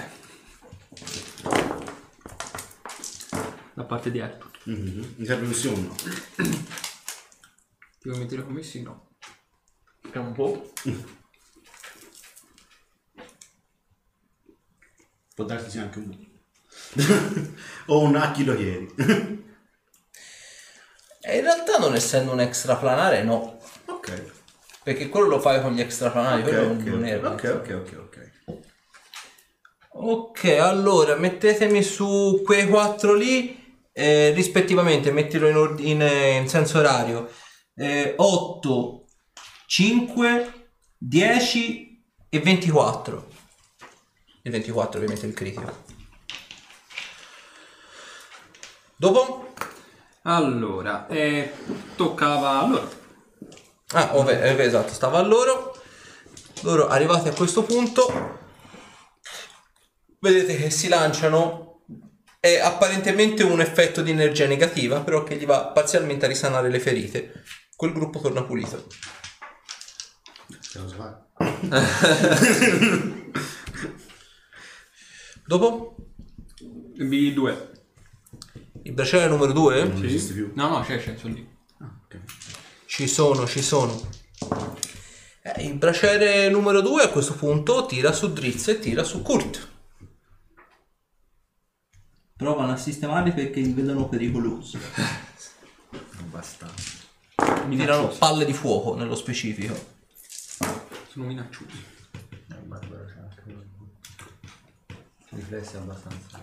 D: Da parte di Apple.
B: Mi serve un sì o un no.
D: Ti vuoi mettere come sì? No.
A: Vediamo un po'.
B: Può darsi sia anche un no. O un Achilo ieri.
A: E in realtà non essendo un extraplanare no.
B: Ok.
A: Perché quello lo fai con gli extraplanari, quello non è.
B: Ok.
A: Ok, allora mettetemi su quei 4 lì, rispettivamente, mettilo in senso orario. 8, 5, 10 e 24. E 24 ovviamente il critico. Dopo?
D: Allora, toccava a loro.
A: Ah, esatto, stava a loro. Loro arrivati a questo punto, vedete che si lanciano. È apparentemente un effetto di energia negativa, però che gli va parzialmente a risanare le ferite. Quel gruppo torna pulito.
B: Ce lo so fare.
A: Dopo?
D: B2.
A: Il braciere numero 2?
B: Non esiste più.
D: No, c'è, sono lì.
B: Ok.
A: Ci sono. Il braciere numero 2 a questo punto tira su Drizzt e tira su Kurt.
G: Provano a sistemarli perché li vedono pericolosi.
E: Abbastanza.
A: Mi tirano palle di fuoco nello specifico.
D: Sono minacciosi.
E: Barbaro c'è anche un riflessi abbastanza.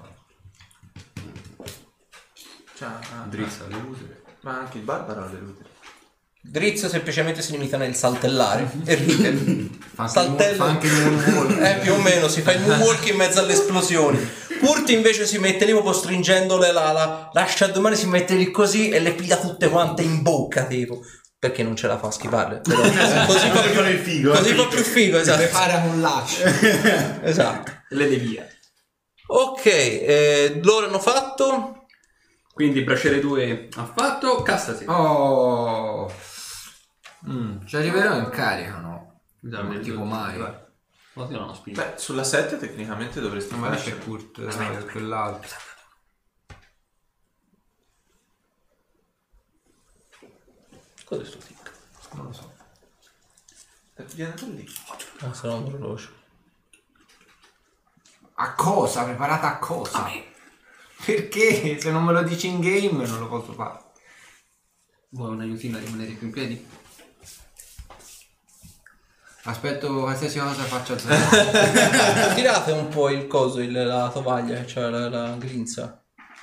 E: Drizzt le use.
C: Ma anche il barbaro ha le rute.
A: Drizzt semplicemente si limita nel saltellare e ride.
E: Fa anche il moonwalk.
A: Più o meno si fa il moonwalk in mezzo alle esplosioni. Kurt invece si mette lì proprio stringendole lascia a due mani, si mette lì così e le piglia tutte quante in bocca tipo. Perché non ce la fa a schivarle. Però così fa più
B: il figo.
A: Così fa più figo, esatto.
E: Prepara un lascio.
A: Esatto.
D: Le devia.
A: Ok, loro hanno fatto.
D: Quindi braciere 2 ha fatto, castasi.
E: Oh. Ci arriverò in carica, no? Non dico mai.
D: Ma io non ho spinto.
C: Beh, sulla 7 tecnicamente dovresti
E: Ma lì
C: fare.
E: c'è Kurt, quell'altro.
A: Cos'è sto tic?
E: Non lo so.
C: Viene da lì.
A: Ah, sarà un orologio.
E: A cosa? Preparata a cosa? Perché? Se non me lo dici in game non lo posso fare.
D: Vuoi un aiutino a rimanere più in piedi?
E: Aspetto qualsiasi cosa faccia alzare.
A: Tirate un po' il coso, la tovaglia, cioè la grinza.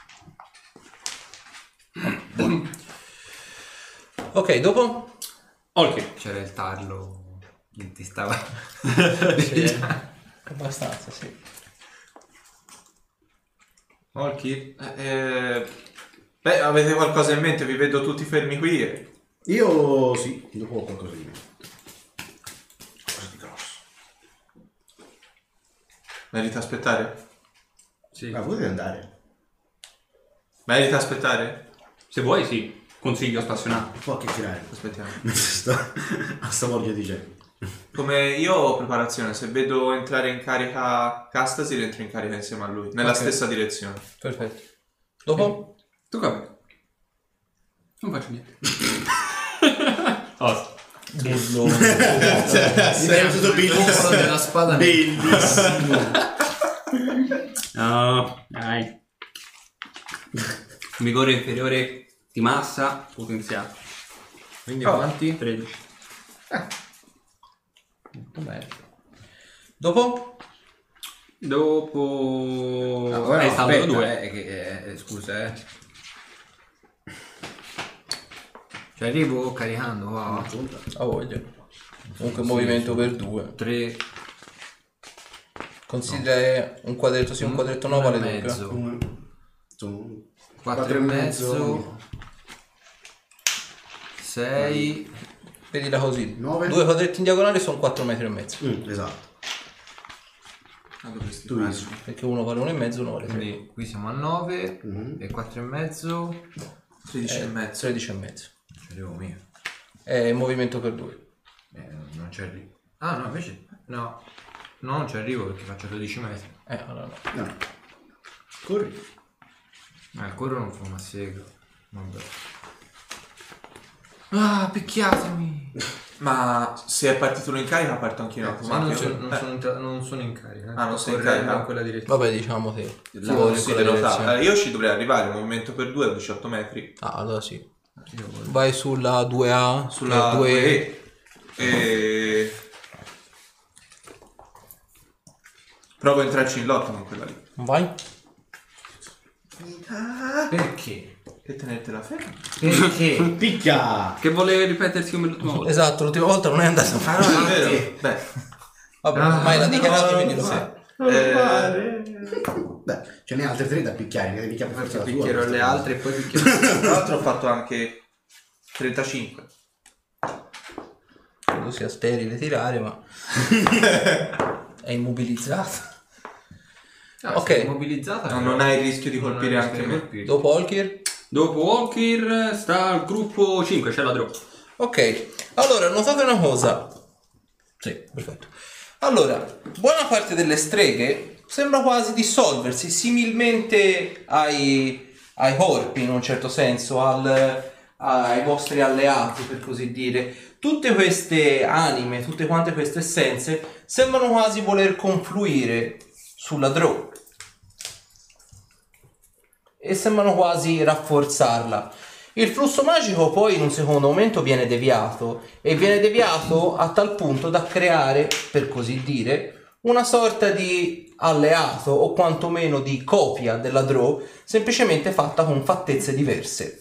A: Ok, dopo?
D: Ok.
E: C'era il tarlo che ti stava.
A: Sì, abbastanza, sì.
E: Olki?
C: Beh, avete qualcosa in mente? Vi vedo tutti fermi qui.
B: Io sì, dopo ho qualcosa di me. Cosa di grosso.
C: Merita aspettare?
E: Sì.
B: Ma potete andare?
C: Merita aspettare?
D: Se vuoi sì. Consiglio stazionato.
B: Può chiacchierare.
C: Aspettiamo.
B: A sta voglia di gente.
C: Come io ho preparazione, se vedo entrare in carica Castasi, rientro in carica insieme a lui, nella
A: Ok.
C: stessa direzione.
A: Perfetto. Dopo?
D: Tocca a me. Non faccio niente. Basta.
B: Sei stato bellissimo.
E: della spada.
B: Bellissimo.
D: No, dai. Vigore inferiore di massa potenziato.
E: Quindi avanti.
D: 13.
A: Dopo?
D: Dopo...
E: No,
D: è stato
E: aspetta,
D: 2.
E: Scusa, Ci arrivo caricando, va.
A: A voglia. Comunque movimento per 2.
E: 3
A: Considera un quadretto sì, un quadretto no, vale
E: mezzo.
A: doppio.
E: 4 e mezzo. 6.
A: Vedila così.
B: 9.
A: 2 quadretti in diagonale sono 4 metri e mezzo.
B: Esatto.
C: Dovresti
B: Tu
C: fare.
B: dici.
A: Perché uno vale 1 e mezzo, uno vale 3.
E: Quindi qui siamo a 9
B: Mhm.
E: e 4 e mezzo.
C: 13 e mezzo.
A: 13 e mezzo.
E: Ci arrivo mio.
A: È movimento per 2.
E: Non ci arrivo. Ah no, invece no. No, non ci arrivo perché faccio 12 metri.
A: Allora no.
B: No. Corri.
E: Ancora non fa una sega. Vabbè. Ah, picchiatemi!
C: Ma se è partito uno in carica, parto anche in automatico.
E: Non sono in carica.
C: Ah, non sei in
E: Correre
C: carica?
E: in quella direzione.
A: Vabbè, diciamo che
C: Sì, io ci dovrei arrivare, un movimento per 2 a 18 metri.
A: allora sì. Vai sulla 2A,
C: Sulla 2E. E... provo a entrarci in lotta con quella lì.
A: Vai.
E: Perché?
C: E tenertela ferma.
E: Perché?
B: Picchia!
D: Che voleva ripetersi come l'ultima volta.
A: Esatto, l'ultima volta non è andato.
C: Ah, no, è vero. Beh,
A: Vabbè, ormai l'ha dichiarato, quindi lo sai.
B: Beh, ce n'è altre 3 da picchiare, che devi picchiare per forza la tua.
E: Picchierò le altre e poi picchierò.
C: tra l'altro ho fatto anche 35.
A: Credo sia sterile tirare, ma è immobilizzato. Ok.
E: Immobilizzata.
C: Non hai il rischio di colpire anche me.
A: Dopo Olkir.
D: Dopo Walker sta al gruppo 5, c'è la draw.
A: Ok, allora notate una cosa. Sì, perfetto. Allora, buona parte delle streghe sembra quasi dissolversi, similmente ai corpi in un certo senso, ai vostri alleati, per così dire. Tutte queste anime, tutte quante queste essenze sembrano quasi voler confluire sulla draw e sembrano quasi rafforzarla. Il flusso magico poi in un secondo momento viene deviato, e viene deviato a tal punto da creare, per così dire, una sorta di alleato o quantomeno di copia della draw, semplicemente fatta con fattezze diverse.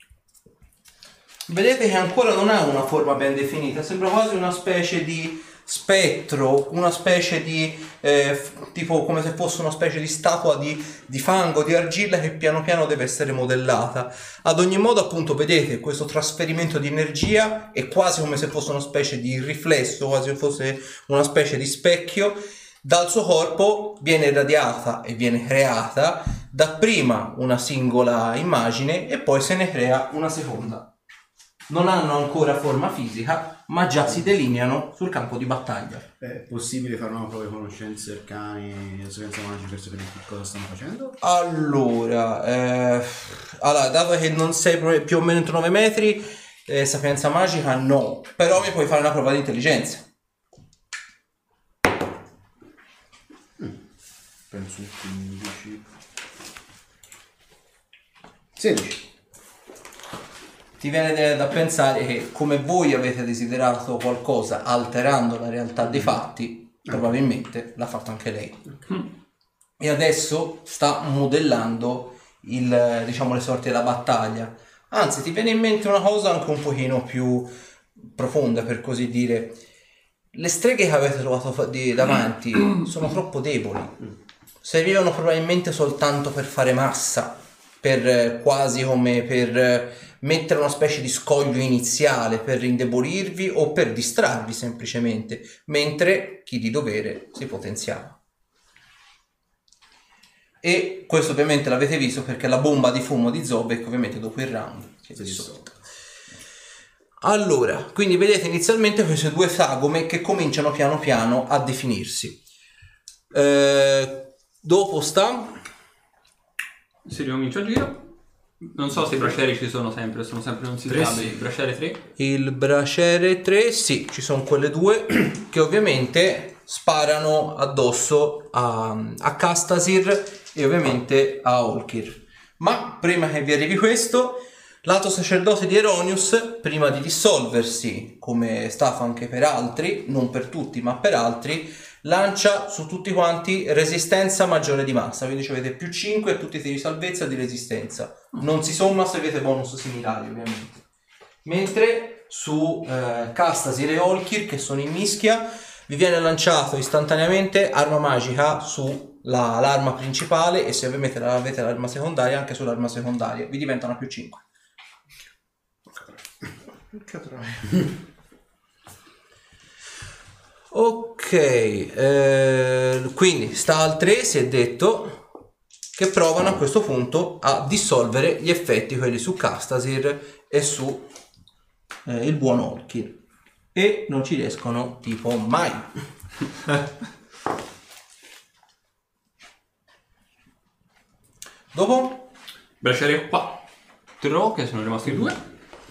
A: Vedete che ancora non ha una forma ben definita, sembra quasi una specie di spettro, una specie di tipo come se fosse una specie di statua di fango, di argilla che piano piano deve essere modellata. Ad ogni modo, appunto, vedete questo trasferimento di energia è quasi come se fosse una specie di riflesso, quasi se fosse una specie di specchio. Dal suo corpo viene irradiata e viene creata dapprima una singola immagine e poi se ne crea una seconda. Non hanno ancora forma fisica, ma già si delineano sul campo di battaglia.
B: È possibile fare una prova di conoscenze arcani, esperienza magica per sapere che cosa stanno facendo?
A: Allora, dato che non sei più o meno entro 9 metri, sapienza magica no, però mi puoi fare una prova di intelligenza.
B: Penso 15. 16.
A: Ti viene da pensare che come voi avete desiderato qualcosa alterando la realtà dei fatti, probabilmente l'ha fatto anche lei. E adesso sta modellando le sorti della battaglia. Anzi, ti viene in mente una cosa anche un pochino più profonda, per così dire. Le streghe che avete trovato davanti sono troppo deboli. Servivano probabilmente soltanto per fare massa, per quasi come per mettere una specie di scoglio iniziale, per indebolirvi o per distrarvi semplicemente, mentre chi di dovere si potenziava. E questo ovviamente l'avete visto perché la bomba di fumo di Zobek ovviamente dopo il round si è dissolta. Allora, quindi vedete inizialmente queste due sagome che cominciano piano piano a definirsi. Dopo sta...
D: Si ricomincia il giro. Non so se i bracieri ci sono sempre non si sa. Il braciere 3.
A: Il braciere 3, sì, ci sono quelle due che ovviamente sparano addosso a Castasir e ovviamente a Olkir. Ma prima che vi arrivi questo, l'alto sacerdote di Eronius, prima di dissolversi, come è stato anche per altri, non per tutti ma per altri, lancia su tutti quanti resistenza maggiore di massa, quindi avete più 5 a tutti i tiri di salvezza di resistenza, non si somma se avete bonus similari ovviamente. Mentre su Castasir e Olkir, che sono in mischia, vi viene lanciato istantaneamente arma magica sull'arma principale e se ovviamente avete l'arma secondaria anche sull'arma secondaria, vi diventano più 5. Ok, quindi sta al 3, si è detto, che provano a questo punto a dissolvere gli effetti, quelli su Castasir e su il buon Olkir, e non ci riescono tipo mai. Dopo?
D: Braciere 4, che sono rimasti 2.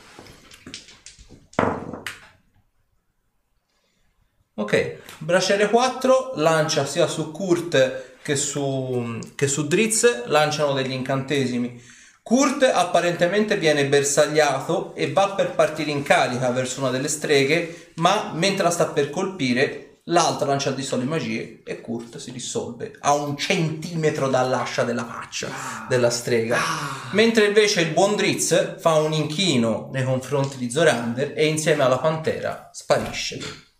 A: Ok, braciere 4 lancia sia su Kurt che su Drizzt, lanciano degli incantesimi. Kurt apparentemente viene bersagliato e va per partire in carica verso una delle streghe, ma mentre la sta per colpire, l'altra lancia il distolo di magie e Kurt si dissolve a 1 centimetro dall'ascia della faccia della strega. Mentre invece il buon Drizzt fa un inchino nei confronti di Zorander e insieme alla pantera sparisce.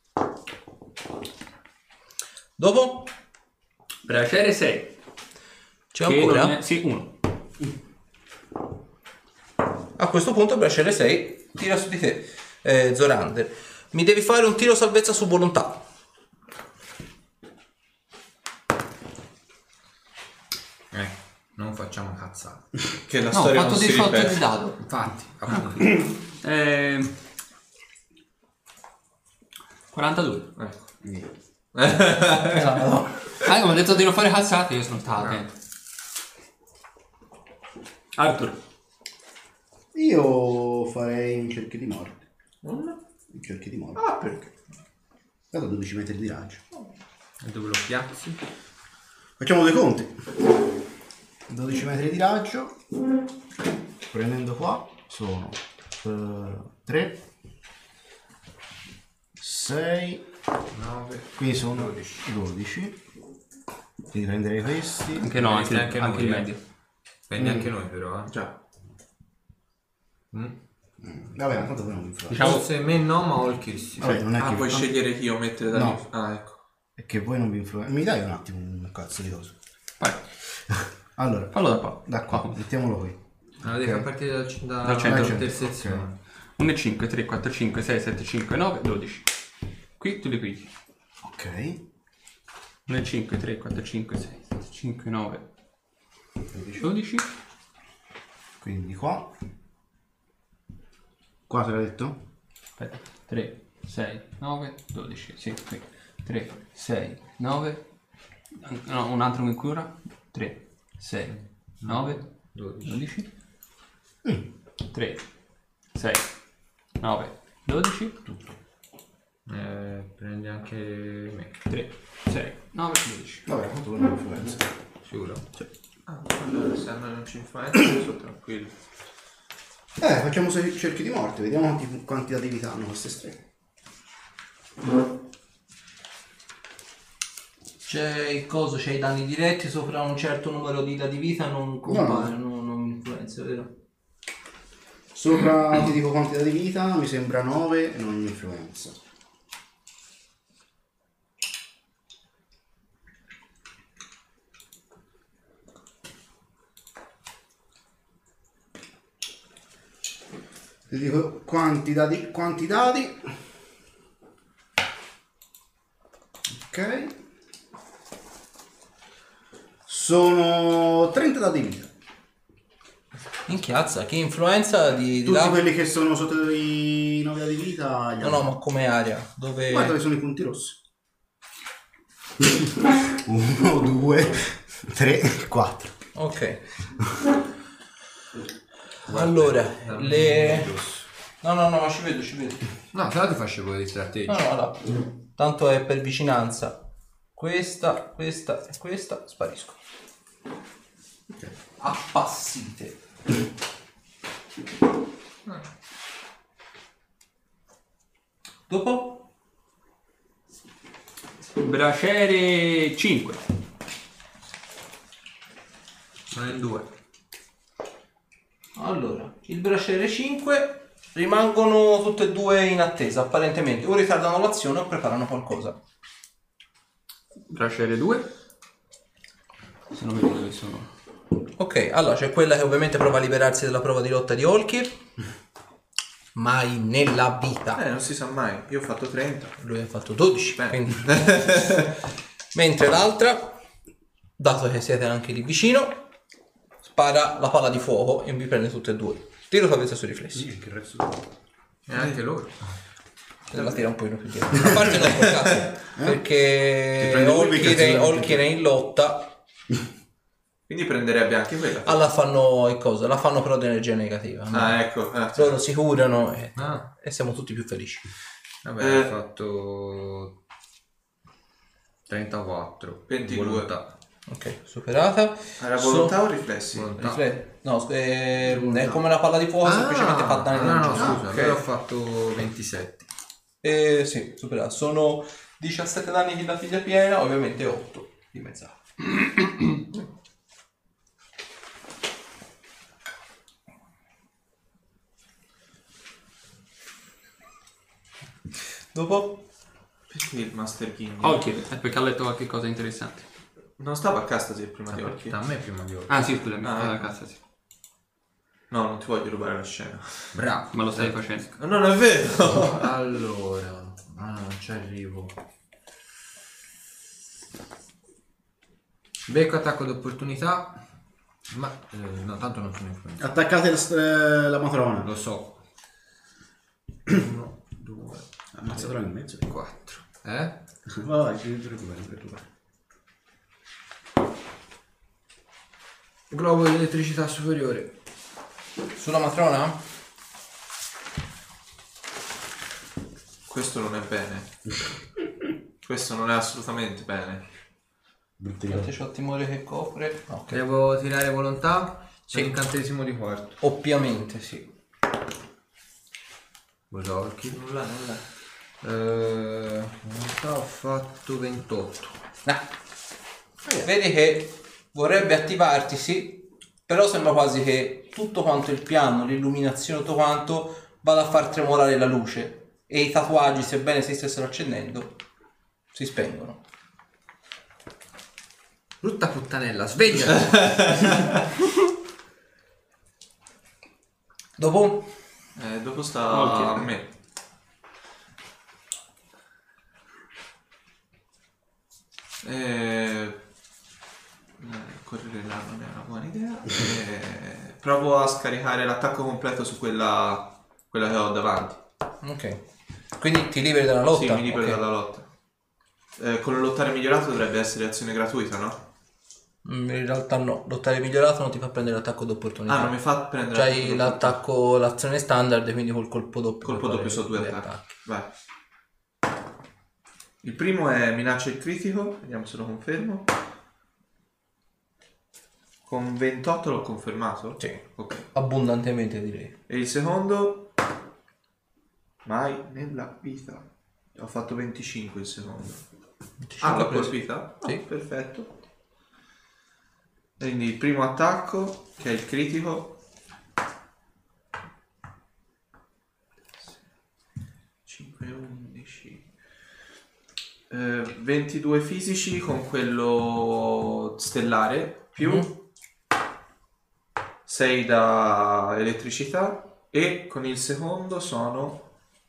A: Dopo?
D: Braciere 6.
A: C'è ancora?
D: Sì, 1.
A: A questo punto braciere 6 tira su di te, Zorander. Mi devi fare un tiro salvezza su volontà.
E: Non facciamo cazzate.
C: Che la
D: No, ho
C: storia
D: fatto
C: non si
D: 18
C: ripete.
D: di dado.
E: Infatti, appunto.
D: 42.
A: No.
D: Come ho detto di non fare cazzate, io sono stato attento. Arthur.
B: Io farei un cerchio di morte.
C: Un?
B: Un cerchio di morte.
C: Ah, perché?
B: Dato 12 metri di raggio.
E: E dove lo piazzi?
B: Facciamo due conti. 12 metri di raggio. Prendendo qua sono 3, 6,
E: 9.
B: qui sono 12. Quindi prenderei questi.
D: Anche no, anche
E: Anche
D: il
E: noi,
D: medio.
E: Prendi anche noi però,
C: Già.
B: Va bene, tanto voi non mi fate.
D: Diciamo,
E: Forse me no, ma Olkir sì.
B: Vabbè, non è che
C: Puoi scegliere chi io mettere da
B: No.
C: lì. Ah, ecco.
B: è che voi non vi influenzate. Mi dai un attimo un cazzo di cosa?
D: vai,
B: Allora,
D: fallo da qua.
B: da qua, mettiamolo qui.
E: Allora devi far partire dal
D: Dal centro.
E: intersezione.
D: 1 e 5, 3, 4, 5, 6, 7, 5, 9, 12. Qui tu li pigli.
B: Ok.
D: 1 e 5, 3, 4, 5, 6, 7, 5, 9, 12.
B: Quindi qua. Qua te l'ha detto?
D: Aspetta, 3, 6, 9, 12. Sì, qui. 3, 6, 9. No, un altro in cura. 3, 6, 9, 12. 3, 6, 9, 12. Tutto.
E: Prendi anche me.
D: 3, 6, 9, 12.
B: Vabbè, tanto voi non mi influenza.
E: Sicuro?
C: Ah, allora se a noi non ci influenza, io sono tranquillo.
B: Facciamo 6 cerchi di morte, vediamo quanti da vita hanno queste streghe.
A: C'è il coso, c'è i danni diretti sopra un certo numero di dadi vita, non compare, non influenza, vero?
B: Sopra ti dico quantità di vita, mi sembra 9 e non mi influenza. Ti dico quanti dadi. Ok. Sono 30 dadi di vita.
A: Minchiazza, che influenza di
B: Tutti
A: là?
B: quelli che sono sotto i 9 dadi di vita.
A: No, ma come area? Dove...
B: Guarda dove sono i punti rossi. 1, 2, 3, 4.
A: Ok. Allora, le... No, ma ci vedo.
E: No, se no ti faccio quello di strategia.
A: No, allora. Tanto è per vicinanza. Questa e questa spariscono. Appassite. Dopo?
D: Braciere 5.
E: Sono in 2.
A: Allora, il braciere 5 rimangono tutte e due in attesa, apparentemente. O ritardano l'azione o preparano qualcosa.
D: Braciere 2. Se non vedo dove sono.
A: Ok, allora c'è quella che ovviamente prova a liberarsi dalla prova di lotta di Olkir. Mai nella vita.
C: Non si sa mai. Io ho fatto 30.
A: Lui ha fatto 12.
C: Beh.
A: Quindi... Mentre l'altra, dato che siete anche lì vicino, spara la palla di fuoco e vi prende tutte e due. Tiro salvezza sui riflessi.
B: Che resto.
E: E anche loro.
A: La tira un po' più dietro. A parte non col caso, perché
B: Ti prende lui,
A: Olkir
B: cazzo,
A: è in lotta
C: Quindi prenderebbe anche quella.
A: La fanno e cosa? La fanno però di energia negativa. No?
C: Ah, ecco.
A: Loro si curano
E: Ah,
A: e siamo tutti più felici.
E: vabbè, ho fatto 34.
C: 22.
E: Volontà.
A: Ok, superata.
C: Era volontà o riflessi?
E: Volontà.
A: No, è come una palla di fuoco, semplicemente fa danni
E: no,
A: energetici.
E: scusa,
C: ok.
E: allora ho fatto 27.
A: Sì, superato. Sono 17 danni di la figlia piena, ovviamente 8 di mezz'ala. Dopo?
C: Perché il Master King?
D: Olkir, è perché ha letto qualche cosa interessante.
C: Non stava a Castasir prima di
E: Aspetta,
C: occhi?
E: a me prima di ora.
D: Ah sì, scusami,
C: Ah,
D: la
C: ecco.
D: cassa sì.
C: No, non ti voglio rubare la scena.
E: Bravo.
D: Ma lo stai facendo.
C: Non è vero!
E: Allora, non ci arrivo. Becco attacco d'opportunità. Ma no, tanto non sono influenzato.
B: Attaccate la matrona.
E: Lo so. 1, 2,
B: Ammazzatela nel mezzo.
E: 4. Eh?
B: Vai, recupera.
E: Globo di elettricità superiore.
A: Sulla matrona?
C: Questo non è bene. Questo non è assolutamente bene.
A: Aspetta, c'ho timore che copre. Ok.
E: Devo tirare volontà?
A: Sì.
E: Incantesimo di quarto.
A: Ovviamente sì.
E: Bosorchi.
C: Nulla.
E: Volontà ho fatto 28.
A: Vedi che vorrebbe attivarti, sì, però sembra quasi che tutto quanto il piano, l'illuminazione, tutto quanto vada a far tremolare la luce e i tatuaggi, sebbene si stessero accendendo, si spengono.
E: Brutta puttanella, svegliati!
A: Dopo?
C: Dopo sta
D: Ok.
C: a me. Correre là non è una buona idea. Provo a scaricare l'attacco completo su quella che ho davanti.
A: Ok. Quindi ti liberi dalla lotta?
C: Sì, mi libero
A: Ok.
C: dalla lotta. Con il lottare migliorato dovrebbe essere azione gratuita, no?
A: In realtà no, lottare migliorato non ti fa prendere l'attacco d'opportunità.
C: Ah, non mi fa prendere
A: C'hai l'attacco, l'azione standard, quindi col colpo doppio.
C: Colpo
A: puoi
C: doppio
A: fare
C: su 2
A: due
C: attacchi. Vai. Il primo è minaccia il critico, vediamo se lo confermo. Con 28 l'ho confermato?
A: Sì,
C: Ok.
A: abbondantemente direi.
C: E il secondo? Mai nella vita. Ho fatto 25 il secondo.
A: 25
C: l'ho
A: preso.
C: colpita?
A: Sì.
C: Perfetto. Quindi il primo attacco, che è il critico. 5, 11. 22 fisici con quello stellare più 6 da elettricità e con il secondo sono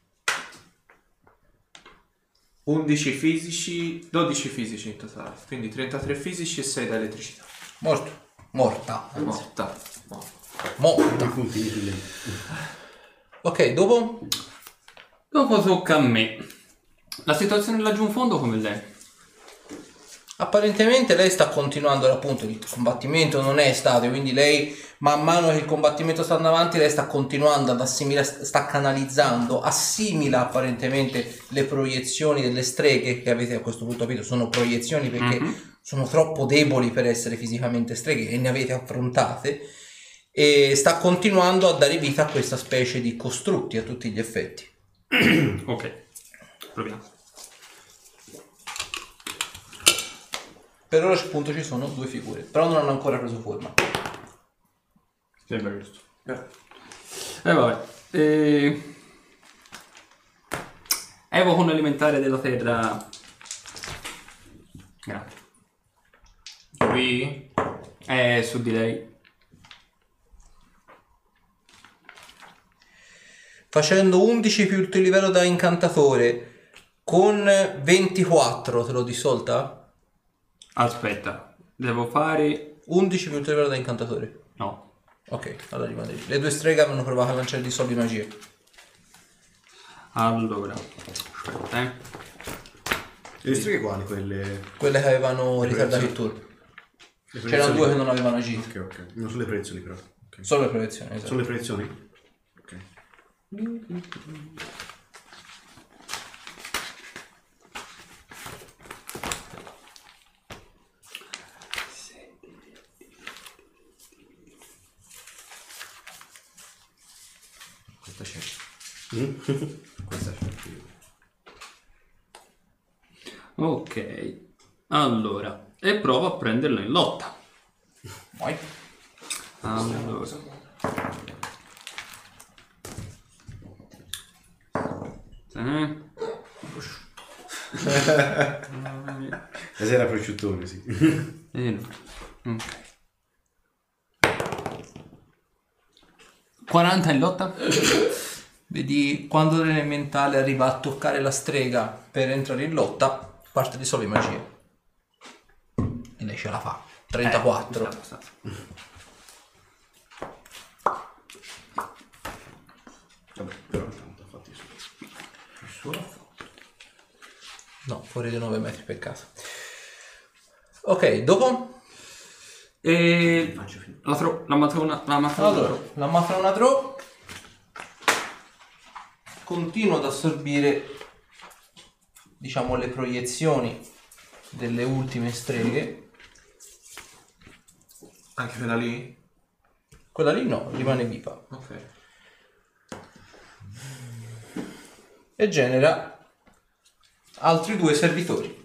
C: 11 fisici, 12 fisici in totale, quindi 33 fisici e 6 da elettricità.
A: Morto. Morta.
C: Morta.
A: Morta.
B: Puntini su lei.
A: Ok, dopo?
D: Dopo tocca a me. La situazione laggiù in fondo come l'è?
A: Apparentemente lei sta continuando, appunto, il combattimento non è stato, quindi lei man mano che il combattimento sta andando avanti, lei sta continuando ad assimilare, sta canalizzando, assimila apparentemente le proiezioni delle streghe che avete a questo punto capito, sono proiezioni perché sono troppo deboli per essere fisicamente streghe e ne avete affrontate, e sta continuando a dare vita a questa specie di costrutti a tutti gli effetti.
D: Ok, proviamo.
A: Per ora appunto ci sono 2 figure, però non hanno ancora preso forma.
D: Sembra giusto. Vabbè. Evoco un alimentare della terra. Grazie.
E: Qui?
D: Su di lei.
A: Facendo 11 più il tuo livello da incantatore con 24 te lo dissolta?
D: Aspetta, devo fare...
A: 11 più il tuo livello da incantatore.
D: No.
A: Ok, allora rimane lì. Le 2 streghe hanno provato a lanciare dissolvi magie.
D: Allora, aspetta,
B: Le streghe quali? Quelle...
A: Quelle che avevano ritardato il turno. C'erano due che non avevano agito.
B: Ok. Non sono le proiezioni però. Okay.
A: Solo le proiezioni, esatto.
B: Sono le proiezioni? Ok.
E: Questa c'è. Questa c'è.
D: Ok. Allora. E provo a prenderlo in lotta.
A: Vai.
D: Allora.
B: Era prosciuttone, sì.
D: Ok. 40 in lotta?
A: Vedi, quando l'elementale arriva a toccare la strega per entrare in lotta, parte di solo di magia. E lei ce la fa. 34.
B: Vabbè, però intanto ha fatto su.
A: No, fuori di 9 metri, peccato. Ok, dopo?
D: E la matrona.
A: Allora, la matrona draw continua ad assorbire, diciamo, le proiezioni delle ultime streghe.
C: Anche quella lì?
A: Quella lì no, rimane viva.
C: Ok.
A: E genera altri 2 servitori.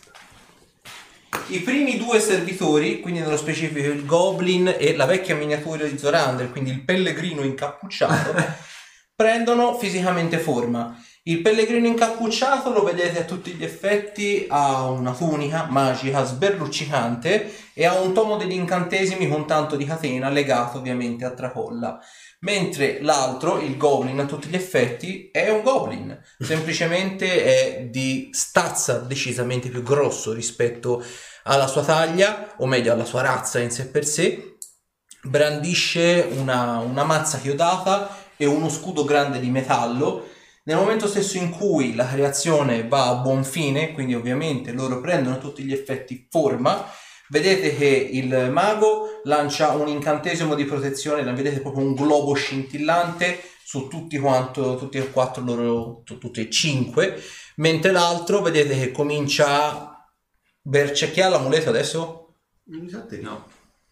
A: I primi 2 servitori, quindi nello specifico il Goblin e la vecchia miniatura di Zorander, quindi il pellegrino incappucciato, prendono fisicamente forma. Il pellegrino incappucciato lo vedete a tutti gli effetti, ha una tunica magica sberluccicante e ha un tomo degli incantesimi con tanto di catena legato ovviamente a tracolla. Mentre l'altro, il Goblin, a tutti gli effetti è un Goblin, semplicemente è di stazza decisamente più grosso rispetto alla sua taglia, o meglio alla sua razza in sé per sé. Brandisce una mazza chiodata e uno scudo grande di metallo. Nel momento stesso in cui la creazione va a buon fine, quindi ovviamente loro prendono a tutti gli effetti forma, vedete che il mago lancia un incantesimo di protezione, vedete proprio un globo scintillante su tutti e 4 loro, tutti e 5, mentre l'altro vedete che comincia a bercecchiare l'amuleto adesso.
D: No.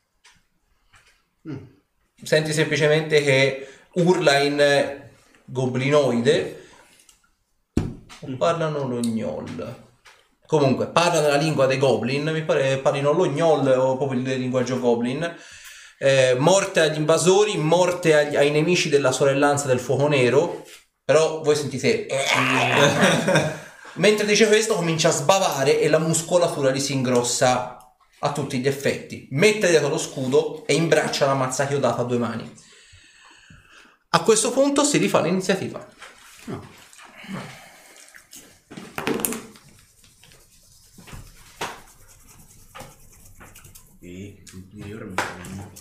A: Senti semplicemente che urla in goblinoide o parlano lo gnoll. Comunque parla nella lingua dei goblin, mi pare parlino lo gnoll o proprio il linguaggio goblin. Morte agli invasori, morte ai nemici della sorellanza del fuoco nero. Però voi sentite mentre dice questo comincia a sbavare e la muscolatura gli si ingrossa a tutti gli effetti. Mette dietro lo scudo e imbraccia la mazza chiodata a 2 mani. A questo punto si rifà l'iniziativa.
B: No. E quindi ora mi fanno.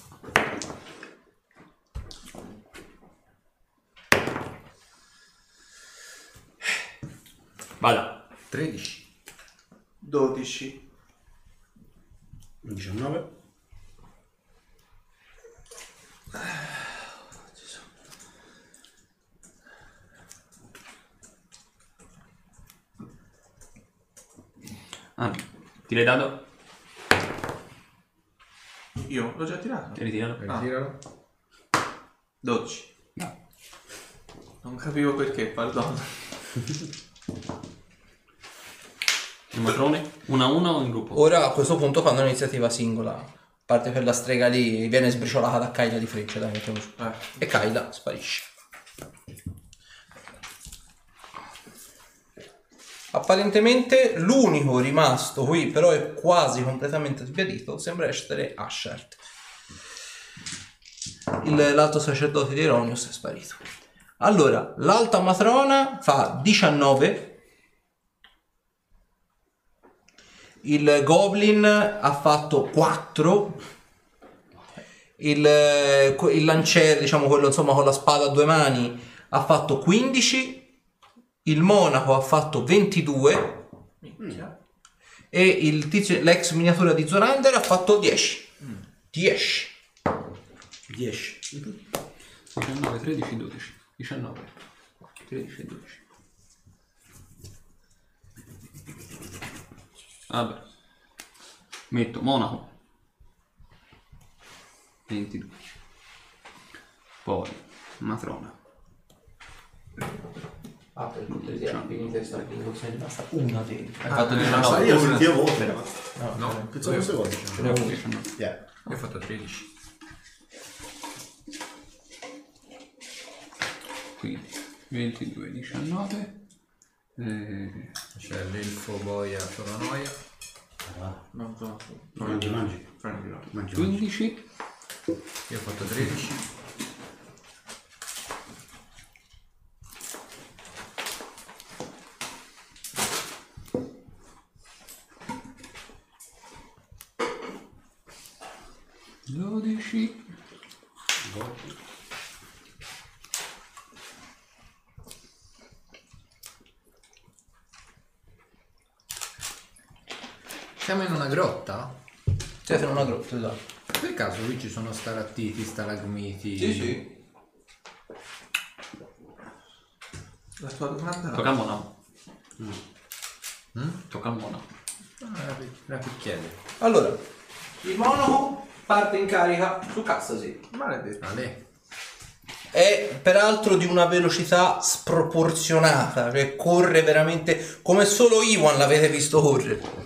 D: Vada.
E: 13.
C: 12.
B: 19.
D: Tira il dado.
C: Io l'ho già tirato.
D: Ritiralo.
E: Ritiralo.
C: 12.
D: No.
C: Non capivo perché, perdono.
D: I matrone? 1 a 1 o in gruppo?
A: Ora a questo punto fanno un'iniziativa singola. A parte per la strega lì, viene sbriciolata da Kyla di freccia, dai, mettiamo su. E Kyla sparisce. Apparentemente l'unico rimasto qui, però è quasi completamente sbiadito, sembra essere Ashart. L'alto sacerdote di Eronius è sparito. Allora, l'alta matrona fa 19. Il Goblin ha fatto 4. Il lanciere, diciamo quello insomma con la spada a 2 mani, ha fatto 15. Il monaco ha fatto 22. E il tizio, l'ex miniatura di Zorander ha fatto 10. 10.
B: 10.
D: 19, 13, 12. 19, 13 e 12. Vabbè. Metto Monaco. 22. Poi Matrona.
A: Ah, per cortesia, finite sta bingo, sei rimasta una dentro. Hai
B: Ah,
A: fatto
B: sai,
A: 19.
B: io sentivo voce.
E: No,
B: Pensavo fosse voce.
D: 19.
B: Yeah.
E: io ho fatto 13.
D: Quindi 22, 19.
E: C'è l'elfo boia Solonoia.
B: Mangi. Mangi.
D: 15.
E: Io ho fatto 13. Siamo in una grotta?
A: Siete in una grotta, esatto.
E: Per caso qui ci sono stalattiti, stalagmiti?
A: Sì.
C: La tua domanda
D: Tocca al Monaco. Tocca al Monaco.
E: Era per chiedere.
A: Allora, il monaco parte in carica su Cassasi.
C: maledetto.
E: Ale.
A: È peraltro di una velocità sproporzionata, cioè corre veramente come solo Iwan l'avete visto correre.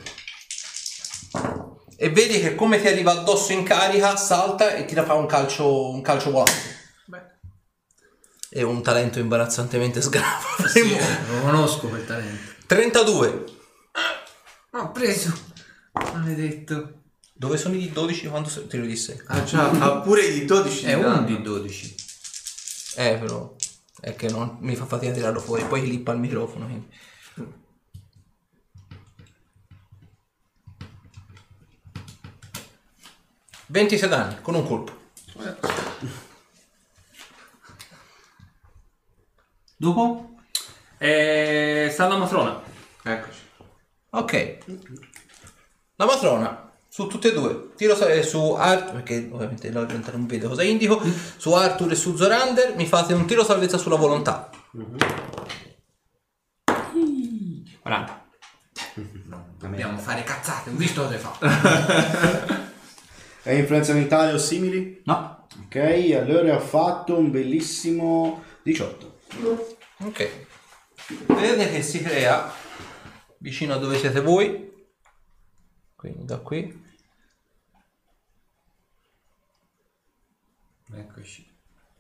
A: E vedi che come ti arriva addosso in carica, salta e ti fa un calcio volante.
C: Beh.
A: È un talento imbarazzantemente sgravo.
E: Sì, lo conosco quel talento.
A: 32.
E: Ho preso. Maledetto.
A: Dove sono i 12 quando te lo disse?
C: Ha pure i 12
E: È
C: di
E: un
C: danno.
E: di 12.
A: Però è che non mi fa fatica a tirarlo fuori, poi clippa il microfono. Quindi. «26 danni con un colpo».
D: Dopo? Sta la matrona.
C: Eccoci.
A: Ok. La matrona su tutte e due. Tiro su Arthur, perché ovviamente la gente non vede cosa indico. Su Arthur e su Zorander mi fate un tiro salvezza sulla volontà.
D: 40.
E: Dobbiamo fare cazzate, ho visto cosa fa.
B: È influenza mentale o simili?
D: No.
B: Ok, allora ho fatto un bellissimo 18.
A: Ok. Vedete che si crea vicino a dove siete voi. Quindi da qui.
E: Eccoci.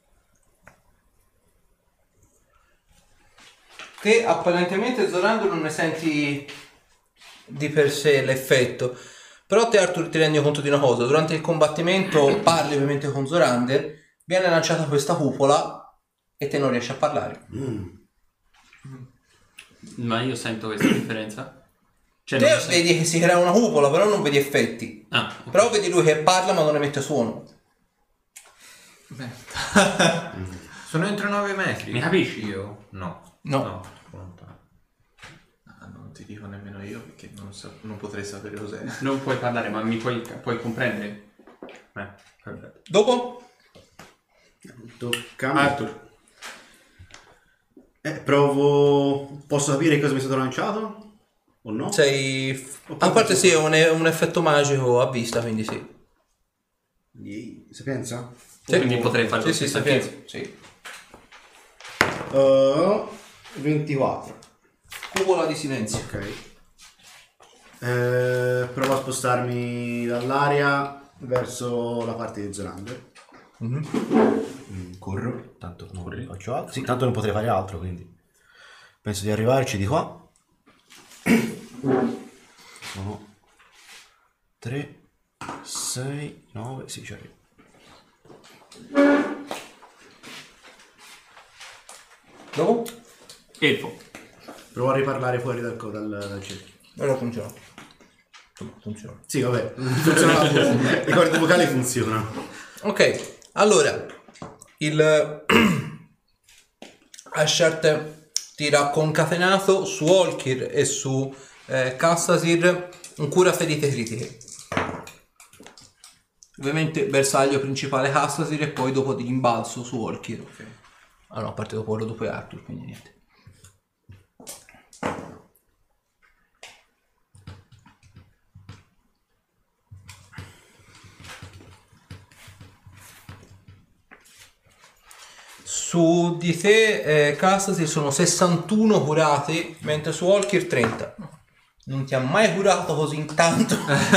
A: Te apparentemente Zorander non ne senti di per sé l'effetto. Però te Arthur ti rendi conto di una cosa. Durante il combattimento parli ovviamente con Zorander. Viene lanciata questa cupola e te non riesci a parlare.
D: Ma io sento questa differenza. Cioè,
A: Te
D: non sento.
A: vedi che si crea una cupola, però non vedi effetti.
D: Ah, ok.
A: Però vedi lui che parla ma non emette suono.
E: Sono entro 9 metri.
D: Mi capisci?
E: Io? No.
A: No.
E: Lontano.
C: Ah, non ti dico nemmeno io perché non potrei sapere cos'è.
D: Non puoi parlare, ma mi puoi comprendere? Perfetto.
A: Dopo?
B: Tocca a me. Arthur. Provo... Posso capire cosa mi è stato lanciato? O no?
A: Sei... A parte sì, è un effetto magico a vista, quindi sì.
B: Sapienza?
A: Sì.
D: Quindi potrei fare lo
A: Sì,
D: stesso
A: sapienza.
D: anch'io.
A: Sì.
B: 24.
A: Cupola di silenzio.
B: Ok. Provo a spostarmi dall'area verso la parte di Zorander. Corro, tanto non faccio altro. Sì, tanto non potrei fare altro, quindi penso di arrivarci di qua. Sono 3, 6, 9, sì, ci arrivo.
A: Dopo?
D: Elfo.
B: Provo a riparlare fuori dal cerchio.
A: Ora funziona. Funziona.
B: Sì, vabbè, funziona la voce. I cordi vocali funzionano.
A: Ok, allora il Ashart tira concatenato su Olkir e su Kassasir un cura ferite critiche. Ovviamente bersaglio principale Castasir e poi dopo di rimbalzo su Olkir.
C: Ok.
A: Ah no, a parte dopo quello dopo è Arthur, quindi niente. Su di te, Castasir, sono 61 curati, mentre su Olkir 30. Non ti ha mai curato così in tanto.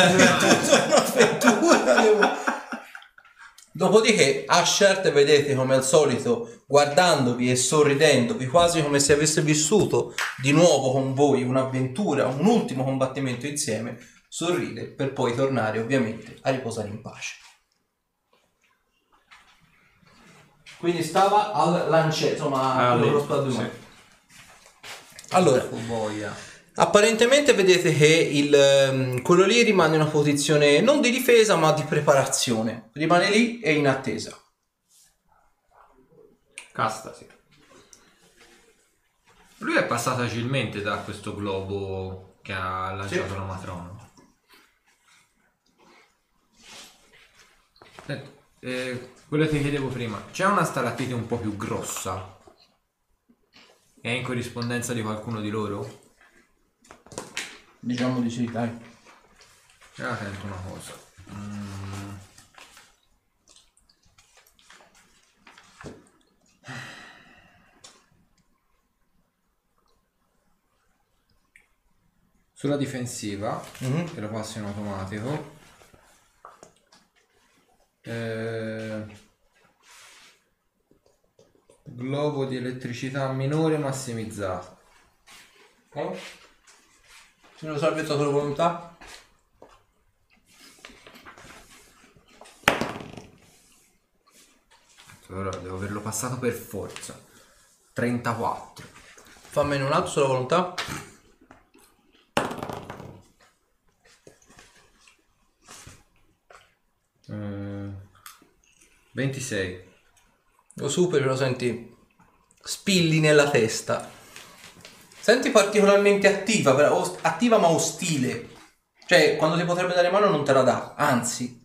A: Dopodiché Ashert, vedete come al solito, guardandovi e sorridendovi, quasi come se avesse vissuto di nuovo con voi un'avventura, un ultimo combattimento insieme, sorride per poi tornare ovviamente a riposare in pace. Quindi stava al lancetto, insomma, quello dello
C: sì.
A: Allora, apparentemente vedete che quello lì rimane in una posizione non di difesa ma di preparazione. Rimane lì e in attesa.
D: Castasi.
E: Lui è passato agilmente da questo globo che ha lanciato
A: Sì.
E: la matrona. Quello che chiedevo prima, c'è una stalattite un po' più grossa? È in corrispondenza di qualcuno di loro?
A: Diciamo di sì, dai.
E: Sento una cosa. Sulla difensiva, che lo passo in automatico. Globo di elettricità minore massimizzato.
A: Se lo salvi sotto la volontà.
E: Allora devo averlo passato per forza. 34.
A: Fammi un altro sulla volontà.
E: Eh, 26.
A: Lo superi, lo senti spilli nella testa. Senti particolarmente attiva, attiva ma ostile. Cioè, quando ti potrebbe dare mano non te la dà, anzi.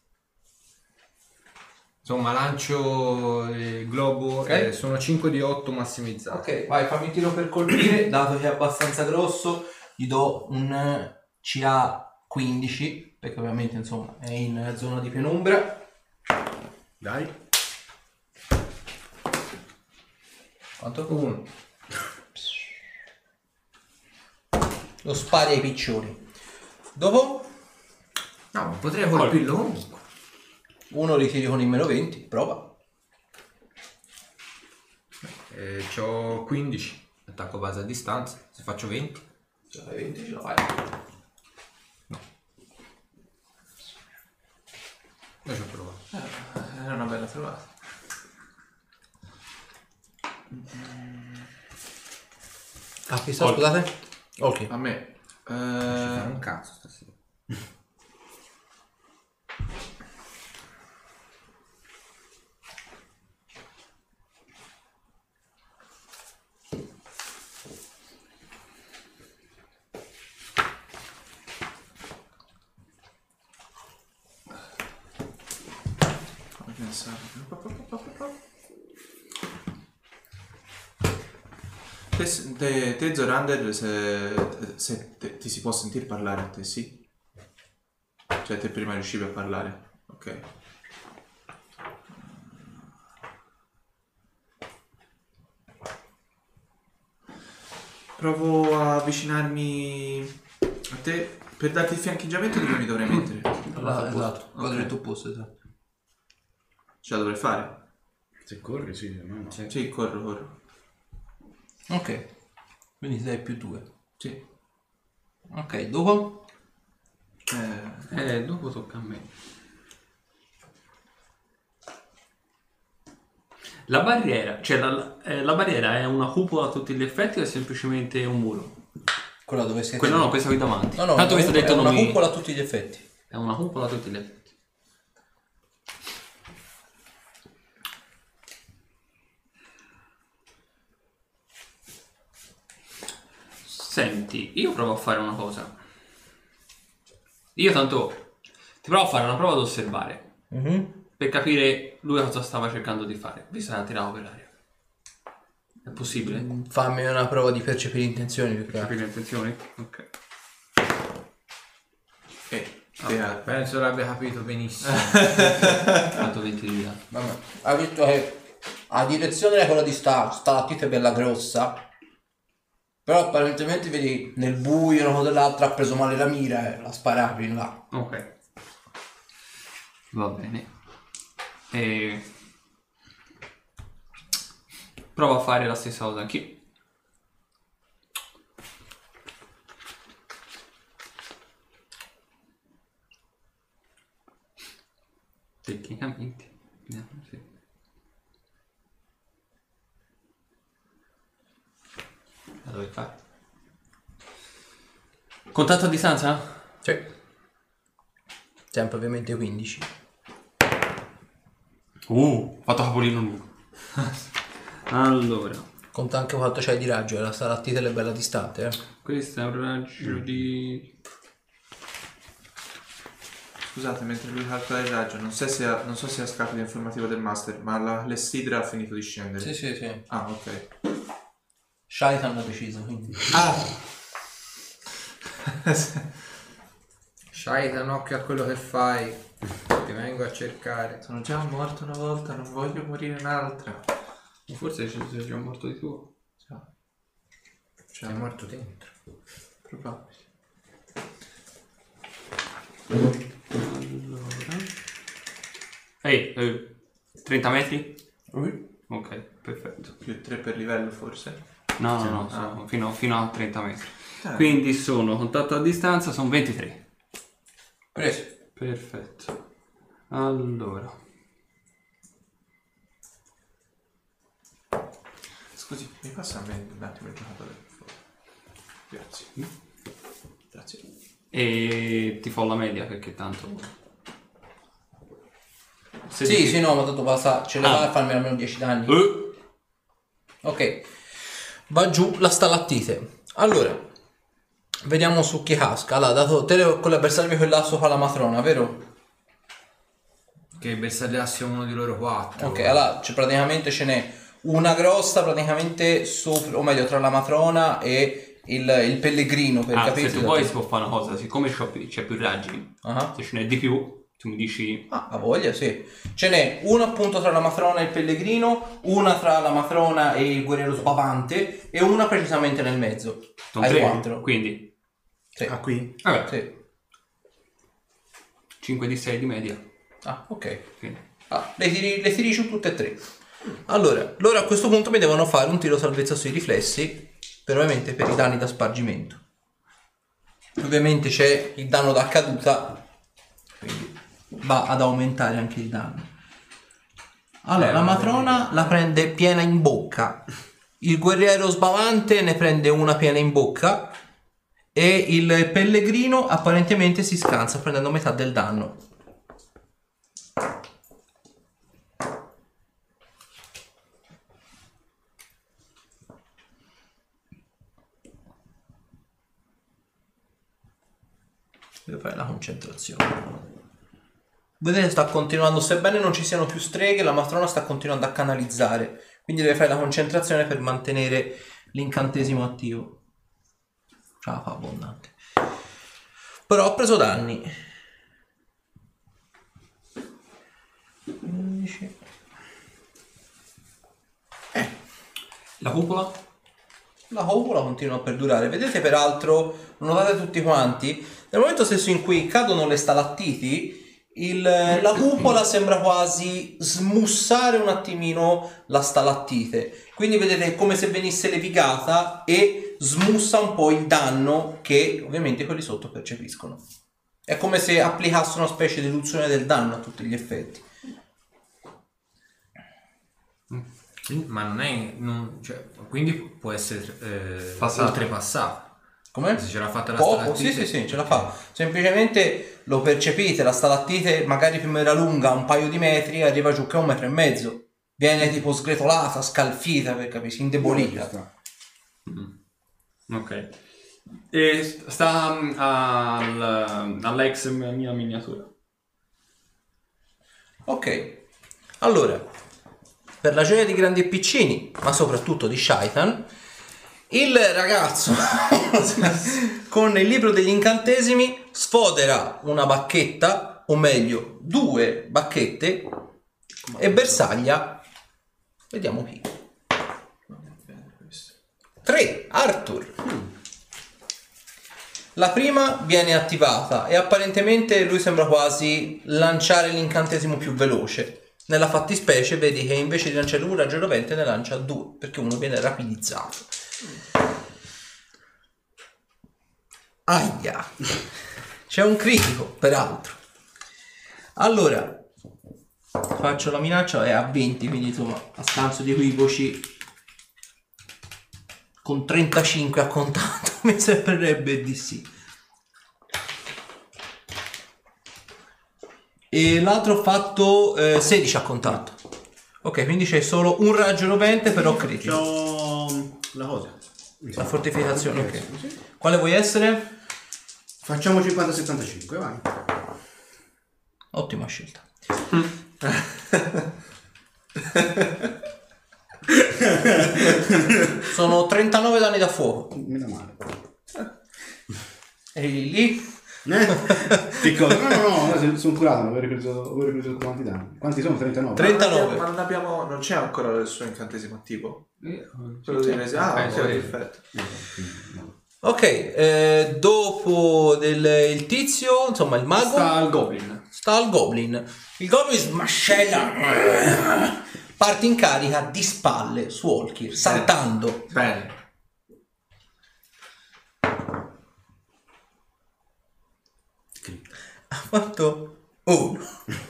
E: Insomma, lancio il globo.
A: Ok.
E: Sono 5 di 8 massimizzato.
A: Ok, vai, fammi un tiro per colpire, dato che è abbastanza grosso, gli do un CA 15, perché ovviamente insomma è in zona di penombra.
B: Dai.
A: Quanto? 1. Lo spari ai piccioni. Dopo
E: No, ma potrei colpirlo comunque.
A: uno li tiri con il meno 20, prova.
E: C'ho 15. Attacco base a distanza. Se faccio 20.
A: Se fai 20 ce la fai.
E: Io ci ho provato.
C: Era una bella trovata.
A: Ah, chi sta, scusate? Ok.
C: A me.
E: Ci fa un cazzo stasera.
C: Fammi pensare. Te Zorander, se ti si può sentire parlare a te, sì? Cioè te prima riuscivi a parlare? Ok. Provo a avvicinarmi a te per darti il fiancheggiamento dove mi dovrei mettere.
A: Esatto, vado
C: Ok.
A: nel tuo posto, esatto.
C: Ce la dovrei fare?
B: Se corri, sì, se no no.
C: Sì, corro.
A: Ok. Quindi sei più 2.
C: Sì.
A: Ok, dopo?
D: Dopo tocca a me. La barriera, cioè la barriera è una cupola a tutti gli effetti o è semplicemente un muro?
A: Quella dove siete?
D: Quella no, questa qui davanti.
A: No,
D: Tanto questo detto
A: è
D: non
A: una
D: mi...
A: cupola a tutti gli effetti.
D: È una cupola a tutti gli effetti. Senti, io provo a fare una cosa. Io tanto ti provo a fare una prova ad osservare. per capire lui cosa stava cercando di fare. Bisogna tirare per l'aria. È possibile?
A: Fammi una prova di percepire intenzioni. Perché...
D: Capire le intenzioni? Ok.
E: Penso l'abbia capito benissimo.
D: Fatto 20 di vita.
A: Vabbè. Hai visto che la direzione è quella di stalattite bella grossa. Però apparentemente vedi nel buio uno dell'altro ha preso male la mira e la sparavi in là.
D: Ok. Va bene. E... prova a fare la stessa cosa anch'io. Tecnicamente. Sì. La dove fare? Contatto a distanza?
A: Sì. Sempre ovviamente 15.
D: Fatto capolino lungo. Allora,
A: Conta anche quanto c'hai di raggio, la stalattite è bella distante,
D: questo è un raggio di...
C: Scusate, mentre lui calcola il raggio, non so se ha scatto l'informativo del master, ma l'Essidra ha finito di scendere.
A: Sì.
C: Ah, ok.
A: Shaitan ha deciso, quindi.
E: Shaitan, occhio a quello che fai. Ti vengo a cercare.
C: Sono già morto una volta, non voglio morire un'altra.
D: Forse sei già morto di tuo.
E: Sei morto dentro.
C: Probabile.
D: Allora... Ehi, 30 metri? Ok, perfetto.
C: Più 3 per livello forse?
D: No, sono fino a 30 metri. Quindi sono contatto a distanza, sono 23.
A: Preso.
D: Perfetto. Allora...
C: Scusi, mi passa a me un attimo il giocatore, per favore. Grazie. Grazie.
D: E ti fo la media perché tanto...
A: Sì, no, ma tanto basta, ce le va a farmi almeno 10 danni. Ok. Va giù la stalattite. Allora, vediamo su chi casca. Allora, dato te con l'avversario quella sopra la matrona, vero?
E: Che bersagliasse uno di loro 4.
A: Ok, allora praticamente ce n'è una grossa praticamente sopra, o meglio tra la matrona e il pellegrino, per capire.
D: Se tu vuoi si può fare una cosa, siccome c'è più raggi, se ce n'è di più, tu mi dici...
A: Ah, voglia, sì. Ce n'è una appunto tra la matrona e il pellegrino, una tra la matrona e il guerriero sbavante e una precisamente nel mezzo.
D: Sono
A: Hai
D: 3,
A: 4.
D: quindi...
A: Sì.
B: Ah, qui?
D: Vabbè,
A: Sì.
D: 5 di 6 di media.
A: Ah, ok.
D: Quindi.
A: Le tiri giù tutte e tre. Allora, loro a questo punto mi devono fare un tiro salvezza sui riflessi, ovviamente per i danni da spargimento. Ovviamente c'è il danno da caduta, quindi va ad aumentare anche il danno. Allora, la matrona la prende piena in bocca, il guerriero sbavante ne prende una piena in bocca e il pellegrino apparentemente si scansa prendendo metà del danno. Devo fare la concentrazione. Vedete, sta continuando, sebbene non ci siano più streghe, la matrona sta continuando a canalizzare, quindi deve fare la concentrazione per mantenere l'incantesimo attivo. Ce la fa abbondante. Però ho preso danni. 15.
D: La cupola?
A: La cupola continua a perdurare. Vedete, peraltro, lo notate tutti quanti, nel momento stesso in cui cadono le stalattiti, la cupola sembra quasi smussare un attimino la stalattite. Quindi vedete come se venisse levigata e smussa un po' il danno che ovviamente quelli sotto percepiscono. È come se applicasse una specie di riduzione del danno a tutti gli effetti.
E: Ma non è... cioè, quindi può essere
D: Passata.
E: oltrepassata.
A: Come?
E: Se ce l'ha fatta la
A: Poco,
E: stalattite.
A: sì, ce la fa. Semplicemente lo percepite, la stalattite magari prima era lunga un paio di metri, arriva giù che 1,5 metri. Viene tipo sgretolata, scalfita, per capire, indebolita.
D: Ok. E sta all'ex mia miniatura.
A: Ok. Allora, per la gioia di grandi e piccini, ma soprattutto di Shaitan, il ragazzo con il libro degli incantesimi sfodera una bacchetta, o meglio, 2 bacchette, e bersaglia. Vediamo chi. 3, Arthur. La prima viene attivata e apparentemente lui sembra quasi lanciare l'incantesimo più veloce. Nella fattispecie vedi che invece di lanciare un raggio rovente ne lancia 2, perché uno viene rapidizzato. Aia. C'è un critico, peraltro. Allora, faccio la minaccia, è a 20, quindi insomma, a scanso di equivoci, con 35 a contatto mi sembrerebbe di sì. E l'altro ho fatto 16 a contatto. Ok, quindi c'è solo un raggio rovente, però critico.
B: C'ho la cosa.
A: La fortificazione, ok. Quale vuoi essere?
B: Facciamo 50-75, vai.
A: Ottima scelta. Sono 39 danni da fuoco.
B: Meno male.
A: E lì?
B: Che cosa? No, sono curato, avevo ripreso quanti danni. Quanti sono? 39?
A: 39.
C: Ma non abbiamo. Non c'è ancora il suo incantesimo attivo? Quello di resi. Ah, ok, perfetto.
A: Ok, dopo il tizio, insomma il mago
D: Sta al goblin.
A: sta al goblin. Il goblin smascella, parte in carica di spalle su Olkir, saltando.
E: Bene.
A: Ha fatto 1.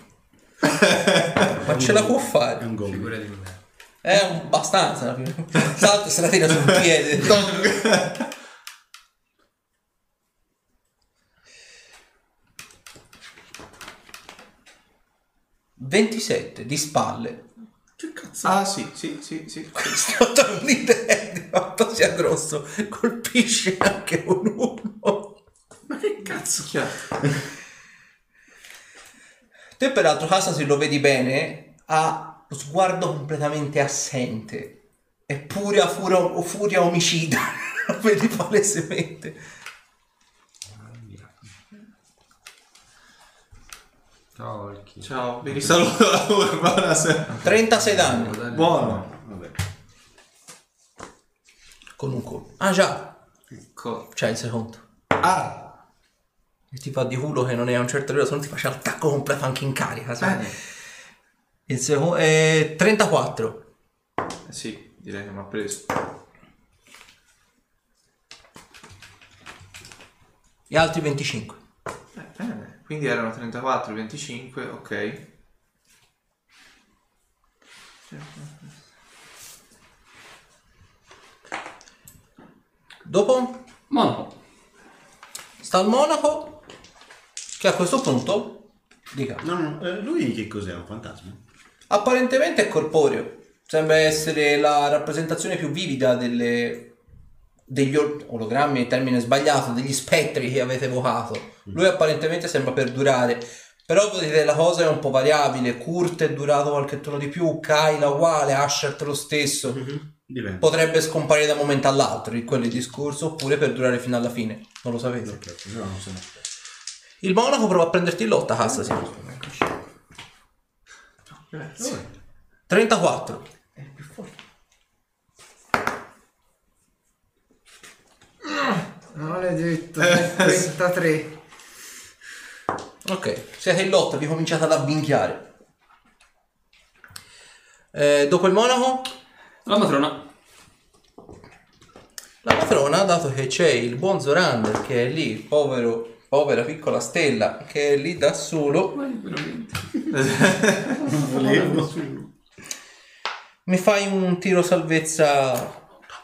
A: Ma ce la può
B: È
A: fare.
B: un goblin.
E: Figura di me.
A: È abbastanza. Salta e se la tira sul piede. 27 di spalle.
C: Che cazzo? Ah, sì.
A: Questo non ho idea di quanto sia grosso. Colpisce anche un 1.
C: Ma che cazzo?
A: Te peraltro casa, se lo vedi bene, ha lo sguardo completamente assente. È pure a furia omicida. Lo vedi palesemente.
E: Ciao, Olki.
C: Ciao, vi risaluto la curva. Buonasera.
A: 36 danni.
C: Buono.
B: Vabbè.
A: Con un colpo. Ah già,
C: Ecco.
A: c'è il secondo.
C: Ah.
A: Il ti fa di culo che non è a un certo livello, se non ti faccia l'attacco completo anche in carica, sai?
C: Bene.
A: Il secondo è 34.
C: Sì, direi che mi ha preso.
A: E altri 25.
C: Bene. Quindi erano 34, 25, ok.
A: Dopo
D: Monaco.
A: sta il monaco, che a questo punto dica.
B: No, lui che cos'è? Un fantasma?
A: Apparentemente è corporeo. Sembra essere la rappresentazione più vivida degli ologrammi, termine sbagliato, degli spettri che avete evocato. Lui apparentemente sembra perdurare, però vedete la cosa è un po' variabile. Kurt è durato qualche turno di più, Kyla uguale, Ashert lo stesso.
B: Dipende.
A: Potrebbe scomparire da un momento all'altro, in quello il discorso, oppure perdurare fino alla fine. Non lo sapete.
B: Ok, no, non so.
A: Il monaco prova a prenderti in lotta, cassa, sì.
C: Grazie.
A: 34.
E: Non l'hai detto. 33.
A: Ok, siete in lotta, vi cominciate ad avvinchiare. Dopo il monaco,
D: La matrona.
A: la matrona, dato che c'è il buon Zorander che è lì, povera piccola stella, che è lì da solo, mi fai un tiro salvezza.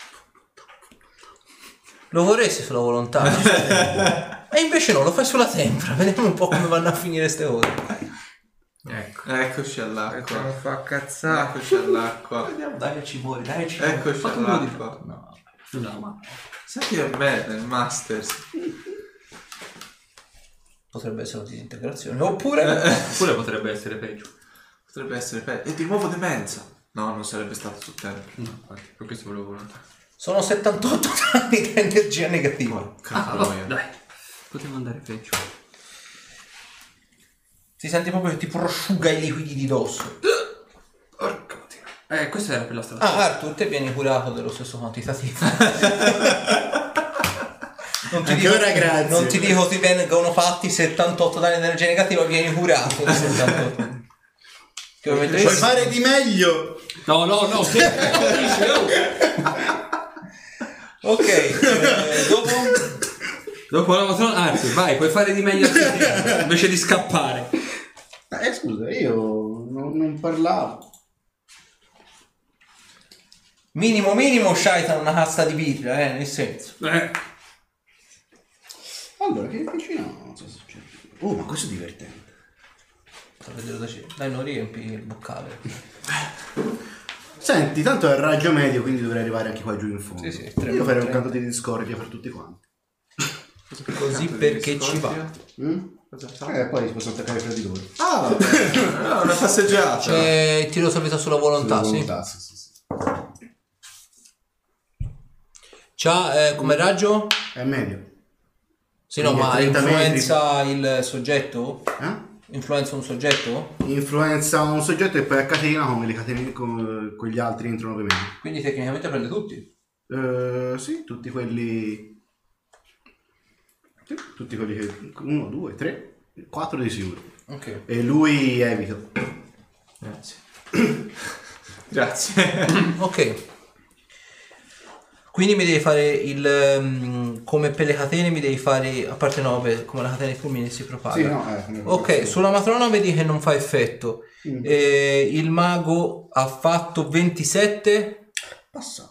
A: Lo vorresti sulla volontà? E invece no, lo fai sulla tempra. Vediamo un po' come vanno a finire ste cose.
E: Ecco.
C: Eccoci
E: Non
C: all'acqua.
E: fa cazzare.
C: Eccoci all'acqua.
A: Dai che ci muori, dai che ci muori.
C: Eccoci all'acqua.
A: No.
D: No, ma
C: Sai che è bello il Masters?
A: Potrebbe essere una disintegrazione. Oppure
D: pure potrebbe essere peggio.
C: Potrebbe essere e di nuovo demenza. No, non sarebbe stato sul tempo.
D: No, infatti, per questo volevo volontà.
A: Sono 78 danni di energia negativa.
D: Dai, potevo andare peggio.
A: Si sente proprio che ti prosciuga i liquidi di dosso.
C: Porca puttana.
D: Questa era per la strada.
A: Ah, Arthur, te vieni curato dello stesso quantitativo. Non ti
B: Anche
A: dico,
B: ora grazie.
A: Non ti dico ti vengono fatti 78 danni di energia negativa, vieni curato di 78. Che ovviamente
B: Puoi fare di meglio.
D: No, che
A: Ok, dopo
D: dopo la matrona, anzi, vai, puoi fare di meglio invece di scappare.
B: Scusa, io non parlavo.
A: minimo Shaitan una cassa di birra, nel senso.
B: Allora, che vicino? Non so se c'è. Oh, ma questo è divertente.
A: Sto a vedere da c'è. Dai, non riempi il boccale.
B: Senti, tanto è il raggio medio, quindi dovrei arrivare anche qua giù in fondo.
A: Sì,
B: Io farei un canto di discordia per tutti quanti.
A: Così perché ci va.
B: Poi si possono attaccare fra di loro.
C: Ah, no, una passeggiata.
A: C'è il tiro solito sulla volontà, sì.
B: Sì.
A: C'ha come raggio?
B: È medio.
A: Sì, no,
B: Quindi
A: ma
B: 30
A: influenza il soggetto?
B: Eh?
A: Influenza un soggetto?
B: Influenza un soggetto e poi a catena come le catene con gli altri entro 9 metri.
A: Quindi tecnicamente prende tutti.
B: Sì, tutti quelli. Sì, tutti quelli che. 1, 2, 3, 4 di sicuro.
A: Ok.
B: E lui evito.
C: Grazie.
A: Ok. Quindi mi devi fare il come per le catene mi devi fare, a parte no, come la catena di fulmine si propaga.
B: Sì, no,
A: ok, sulla matrona vedi che non fa effetto. Il mago ha fatto 27.
B: Passato.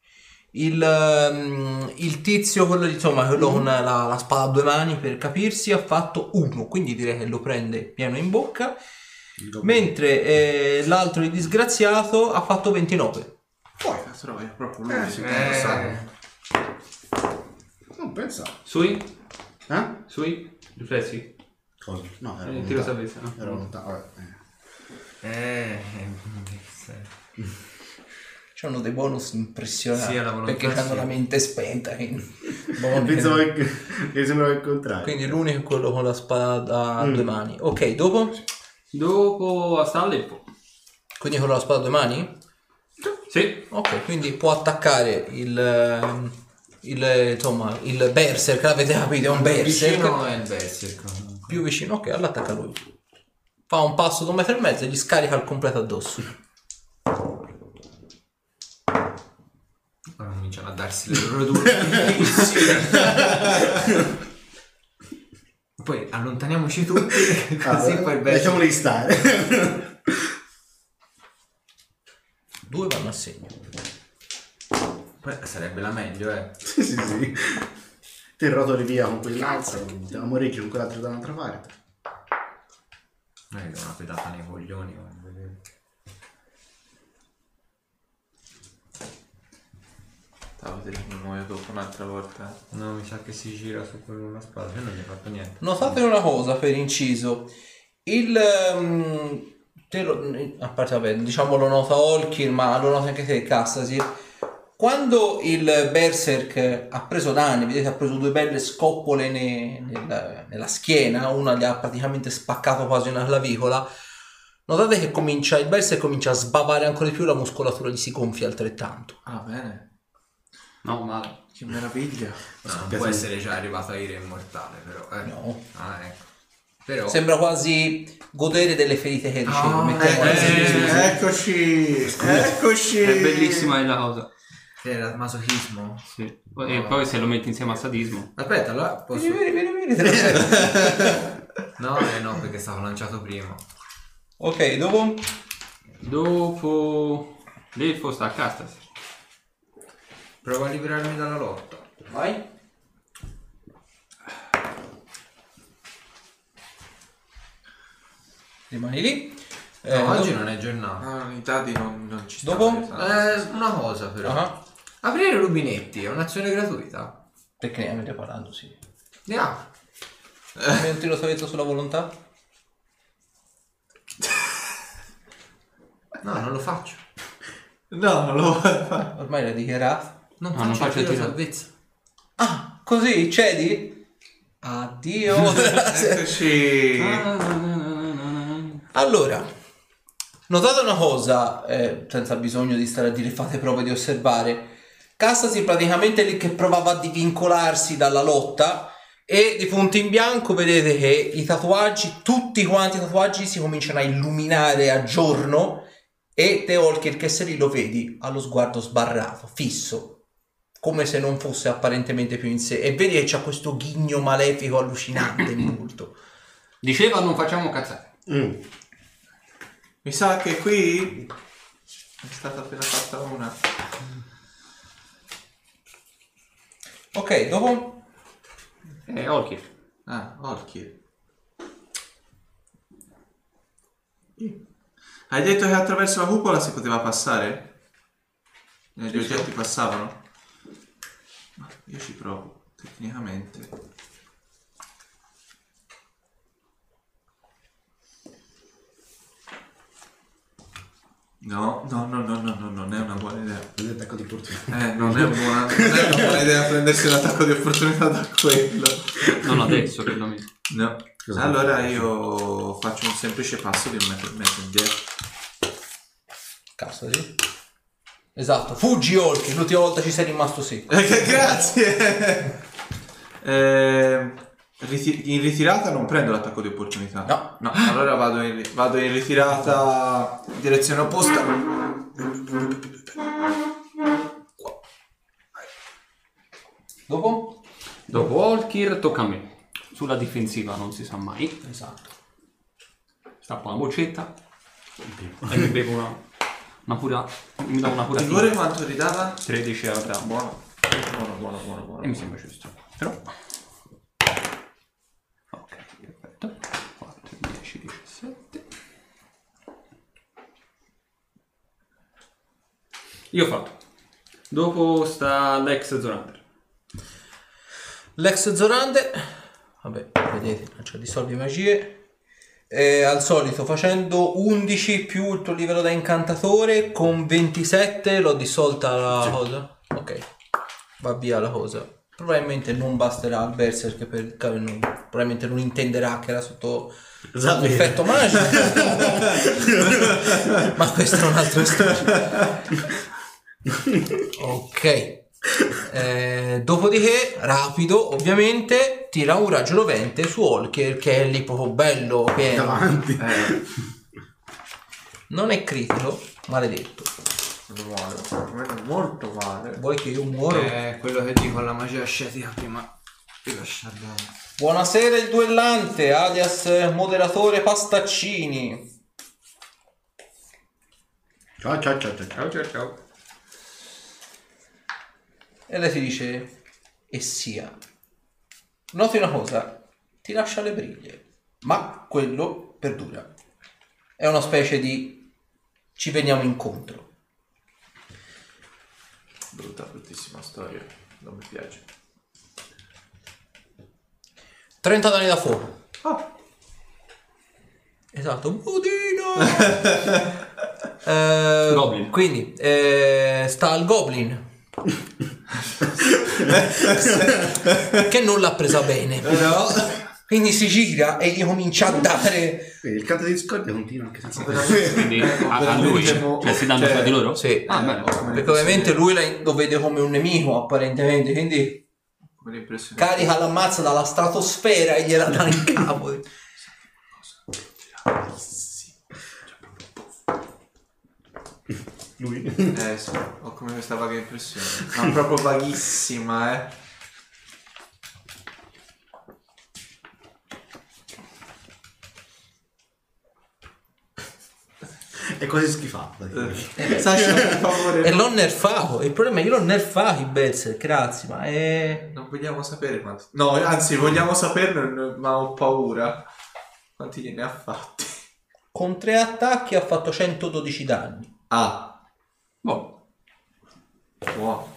A: Il tizio, quello insomma, quello con la spada a due mani per capirsi, ha fatto 1, quindi direi che lo prende pieno in bocca. Mentre l'altro, il disgraziato, ha fatto 29.
B: Poi.
C: Troia, proprio lui.
B: Non pensavo.
D: Sui?
B: Eh?
D: Sui? Riflessi?
B: Cosa? No, era
D: Il tiro
B: lontano.
D: salvezza, no?
B: Era lontano.
A: C'hanno dei bonus impressionanti
E: Sì, alla volontà,
A: perché hanno
E: sì.
A: la mente spenta. Quindi,
B: Pensavo che sembrava il contrario.
A: quindi l'unico è quello con la spada a due mani. Ok, dopo?
D: Dopo sta Aleppo.
A: Quindi quello con la spada a due mani?
D: Sì.
A: Ok, quindi può attaccare il berserk, l'avete capito, è un berserk.
E: Vicino è il berserk.
A: Più vicino, ok, allora attacca lui. Fa un passo da 1,5 metri e gli scarica il completo addosso.
E: Ora cominciano a darsi le loro due. Poi allontaniamoci tutti, così poi il berserk.
B: Lasciamoli stare.
A: 2 vanno a segno.
E: Sarebbe la meglio,
B: sì. Te rotoli via con quell'altro, te la moreggi con quell'altro dall'altra parte.
E: Non è che una pedata nei coglioni. Voglio vedere.
C: Stavo vedendo come muoio dopo un'altra volta.
E: No, mi sa che si gira su quello una spada, io non gli ho fatto niente.
A: Notate una cosa per inciso. A parte vabbè, diciamo lo nota Olkir, ma lo nota anche te, Cassasi. Quando il berserk ha preso danni, vedete ha preso 2 belle scoppole nella schiena, una gli ha praticamente spaccato quasi una clavicola. Notate che il berserk comincia a sbavare ancora di più, la muscolatura gli si gonfia altrettanto.
C: Ah, bene.
D: No, male.
C: Che meraviglia.
E: No, non può essere già arrivato a ira immortale, però.
A: No.
E: Ah, ecco. Però.
A: Sembra quasi godere delle ferite che riceve.
C: Eccoci.
D: È bellissima la cosa.
E: Era masochismo.
D: Sì. E poi se lo metti insieme al sadismo.
E: Aspetta, allora posso.
A: Vieni, te lo sento.
E: No, perché stavo lanciato prima.
A: Ok, dopo?
D: Dopo l'elfo sta a Castas.
E: Provo a liberarmi dalla lotta.
A: Vai. Rimani lì.
E: No, oggi non è giornata.
C: Ah, i dadi non ci stanno.
A: Dopo?
E: Una cosa però.
A: Ah,
E: Aprire rubinetti è un'azione gratuita.
A: tecnicamente parlando, sì.
E: Ne ha.
A: Fammi un tiro salvezza sulla volontà.
E: No, non lo faccio.
C: No, non lo vuoi fare.
A: Ormai l'hai dichiarato.
E: Non
D: non
E: faccio il
D: faccio
E: tiro
D: il tiro.
E: salvezza.
A: Ah, così, cedi? Addio.
C: Eccoci.
A: Allora, notate una cosa, senza bisogno di stare a dire fate prove di osservare. Castasi praticamente lì che provava a divincolarsi dalla lotta e di punto in bianco vedete che i tatuaggi, tutti quanti i tatuaggi si cominciano a illuminare a giorno e te Olkir che sei lì lo vedi allo sguardo sbarrato, fisso, come se non fosse apparentemente più in sé e vedi che c'ha questo ghigno malefico allucinante in volto.
D: Diceva non facciamo cazzate.
C: Mi sa che qui è stata appena fatta una.
A: Ok, dopo?
D: Olkir.
C: Ah, Olkir. Hai detto che attraverso la cupola si poteva passare? Gli oggetti passavano? Ma io ci provo, tecnicamente. No, non è una buona idea.
B: Prendi attacco di opportunità.
C: Non è una buona idea prendersi un attacco di opportunità da quello.
D: Non adesso, credo me.
C: No.
B: Cosa
C: Allora io faccio un semplice passo di 1,5 metri indietro.
A: Cazzo, sì. Esatto, fuggi Olkir, l'ultima volta ci sei rimasto secco.
C: Grazie. In ritirata non prendo l'attacco di opportunità.
A: No.
C: Allora vado in ritirata in direzione opposta.
A: Dopo?
D: Dopo Olkir tocca a me. Sulla difensiva non si sa mai.
A: Esatto.
D: Stappo una boccetta e mi bevo una pura. Mi dà una pura.
C: Vigore quanto ridava?
D: 13 a grammo.
C: Buono.
D: E mi sembra giusto. Però. Ok, perfetto. 4, 10, 17. Io ho fatto. Dopo sta l'ex Zorander.
A: L'ex Zorander, vabbè, vedete, non c'è dissolvi magie. Al solito facendo 11 più il tuo livello da incantatore, con 27 l'ho dissolta la cosa. Ok, va via la cosa. Probabilmente non basterà al berserk probabilmente non intenderà che era sotto un effetto magico. Ma questo è un altro storia. Ok. Dopodiché, rapido, ovviamente, tira un raggio rovente su Olkir che è lì proprio bello pieno.
B: Davanti.
A: Non è critico, maledetto.
C: Muore molto male.
A: Vuoi che io muoro?
E: Quello che dico alla magia ascetica prima di lasciarla.
A: Buonasera il duellante, alias moderatore Pastaccini.
B: Ciao.
A: E lei ti dice: e sia. Noti una cosa, ti lascia le briglie, ma quello perdura. È una specie di ci veniamo incontro.
C: Bruttissima storia, non mi piace.
A: 30 danni da fuoco.
C: Oh.
A: Esatto, budino.
D: Goblin.
A: Quindi sta al goblin che non l'ha presa bene.
C: No.
A: Quindi si gira e gli comincia a dare.
B: Il canto di discordia continua anche senza
D: Quindi a lui. Cioè si danno fra di loro?
A: Sì,
D: Ah, bello.
A: perché ovviamente lui lo vede come un nemico apparentemente, quindi
C: Come l'impressione.
A: carica l'ammazza dalla stratosfera e gliela dà in capo.
B: lui.
C: Sì, ho come questa vaga impressione. Ma proprio vaghissima,
B: È quasi schifato.
C: Sasha, per favore.
A: E l'ho nerfato. Il problema è che io l'ho nerfato i Berserk, grazie, ma è.
C: Non vogliamo sapere quanti. No, anzi, vogliamo saperne, ma ho paura. Quanti gliene ha fatti?
A: Con 3 attacchi ha fatto 112 danni.
C: Ah,
D: Boh.
C: buono.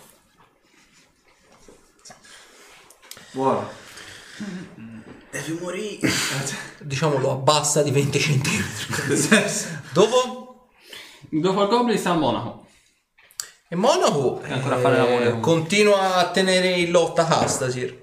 C: Buono.
B: Devi morire.
A: Diciamo lo abbassa di 20 centimetri. Dopo?
D: Dopo il goblin sta il monaco.
A: E Monaco
D: ancora a fare lavoro.
A: continua a tenere in lotta Castasir.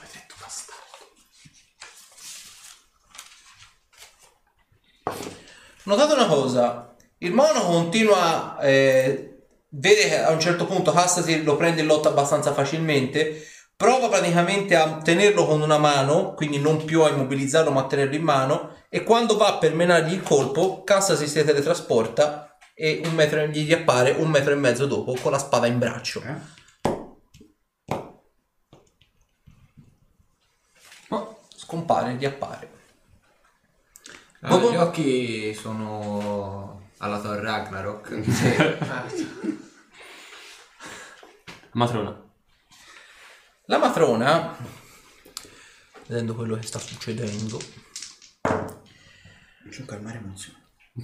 A: Notate una cosa, il monaco continua, vede che a un certo punto Castasir lo prende in lotta abbastanza facilmente, prova praticamente a tenerlo con una mano, quindi non più a immobilizzarlo ma a tenerlo in mano, e quando va per menargli il colpo, Castasir si teletrasporta e gli riappare 1,5 metri dopo con la spada in braccio. Scompare, riappare.
E: Gli occhi sono alla Thor Ragnarok.
D: Matrona.
A: La matrona, vedendo quello che sta succedendo,
B: C'è un calmare emozione.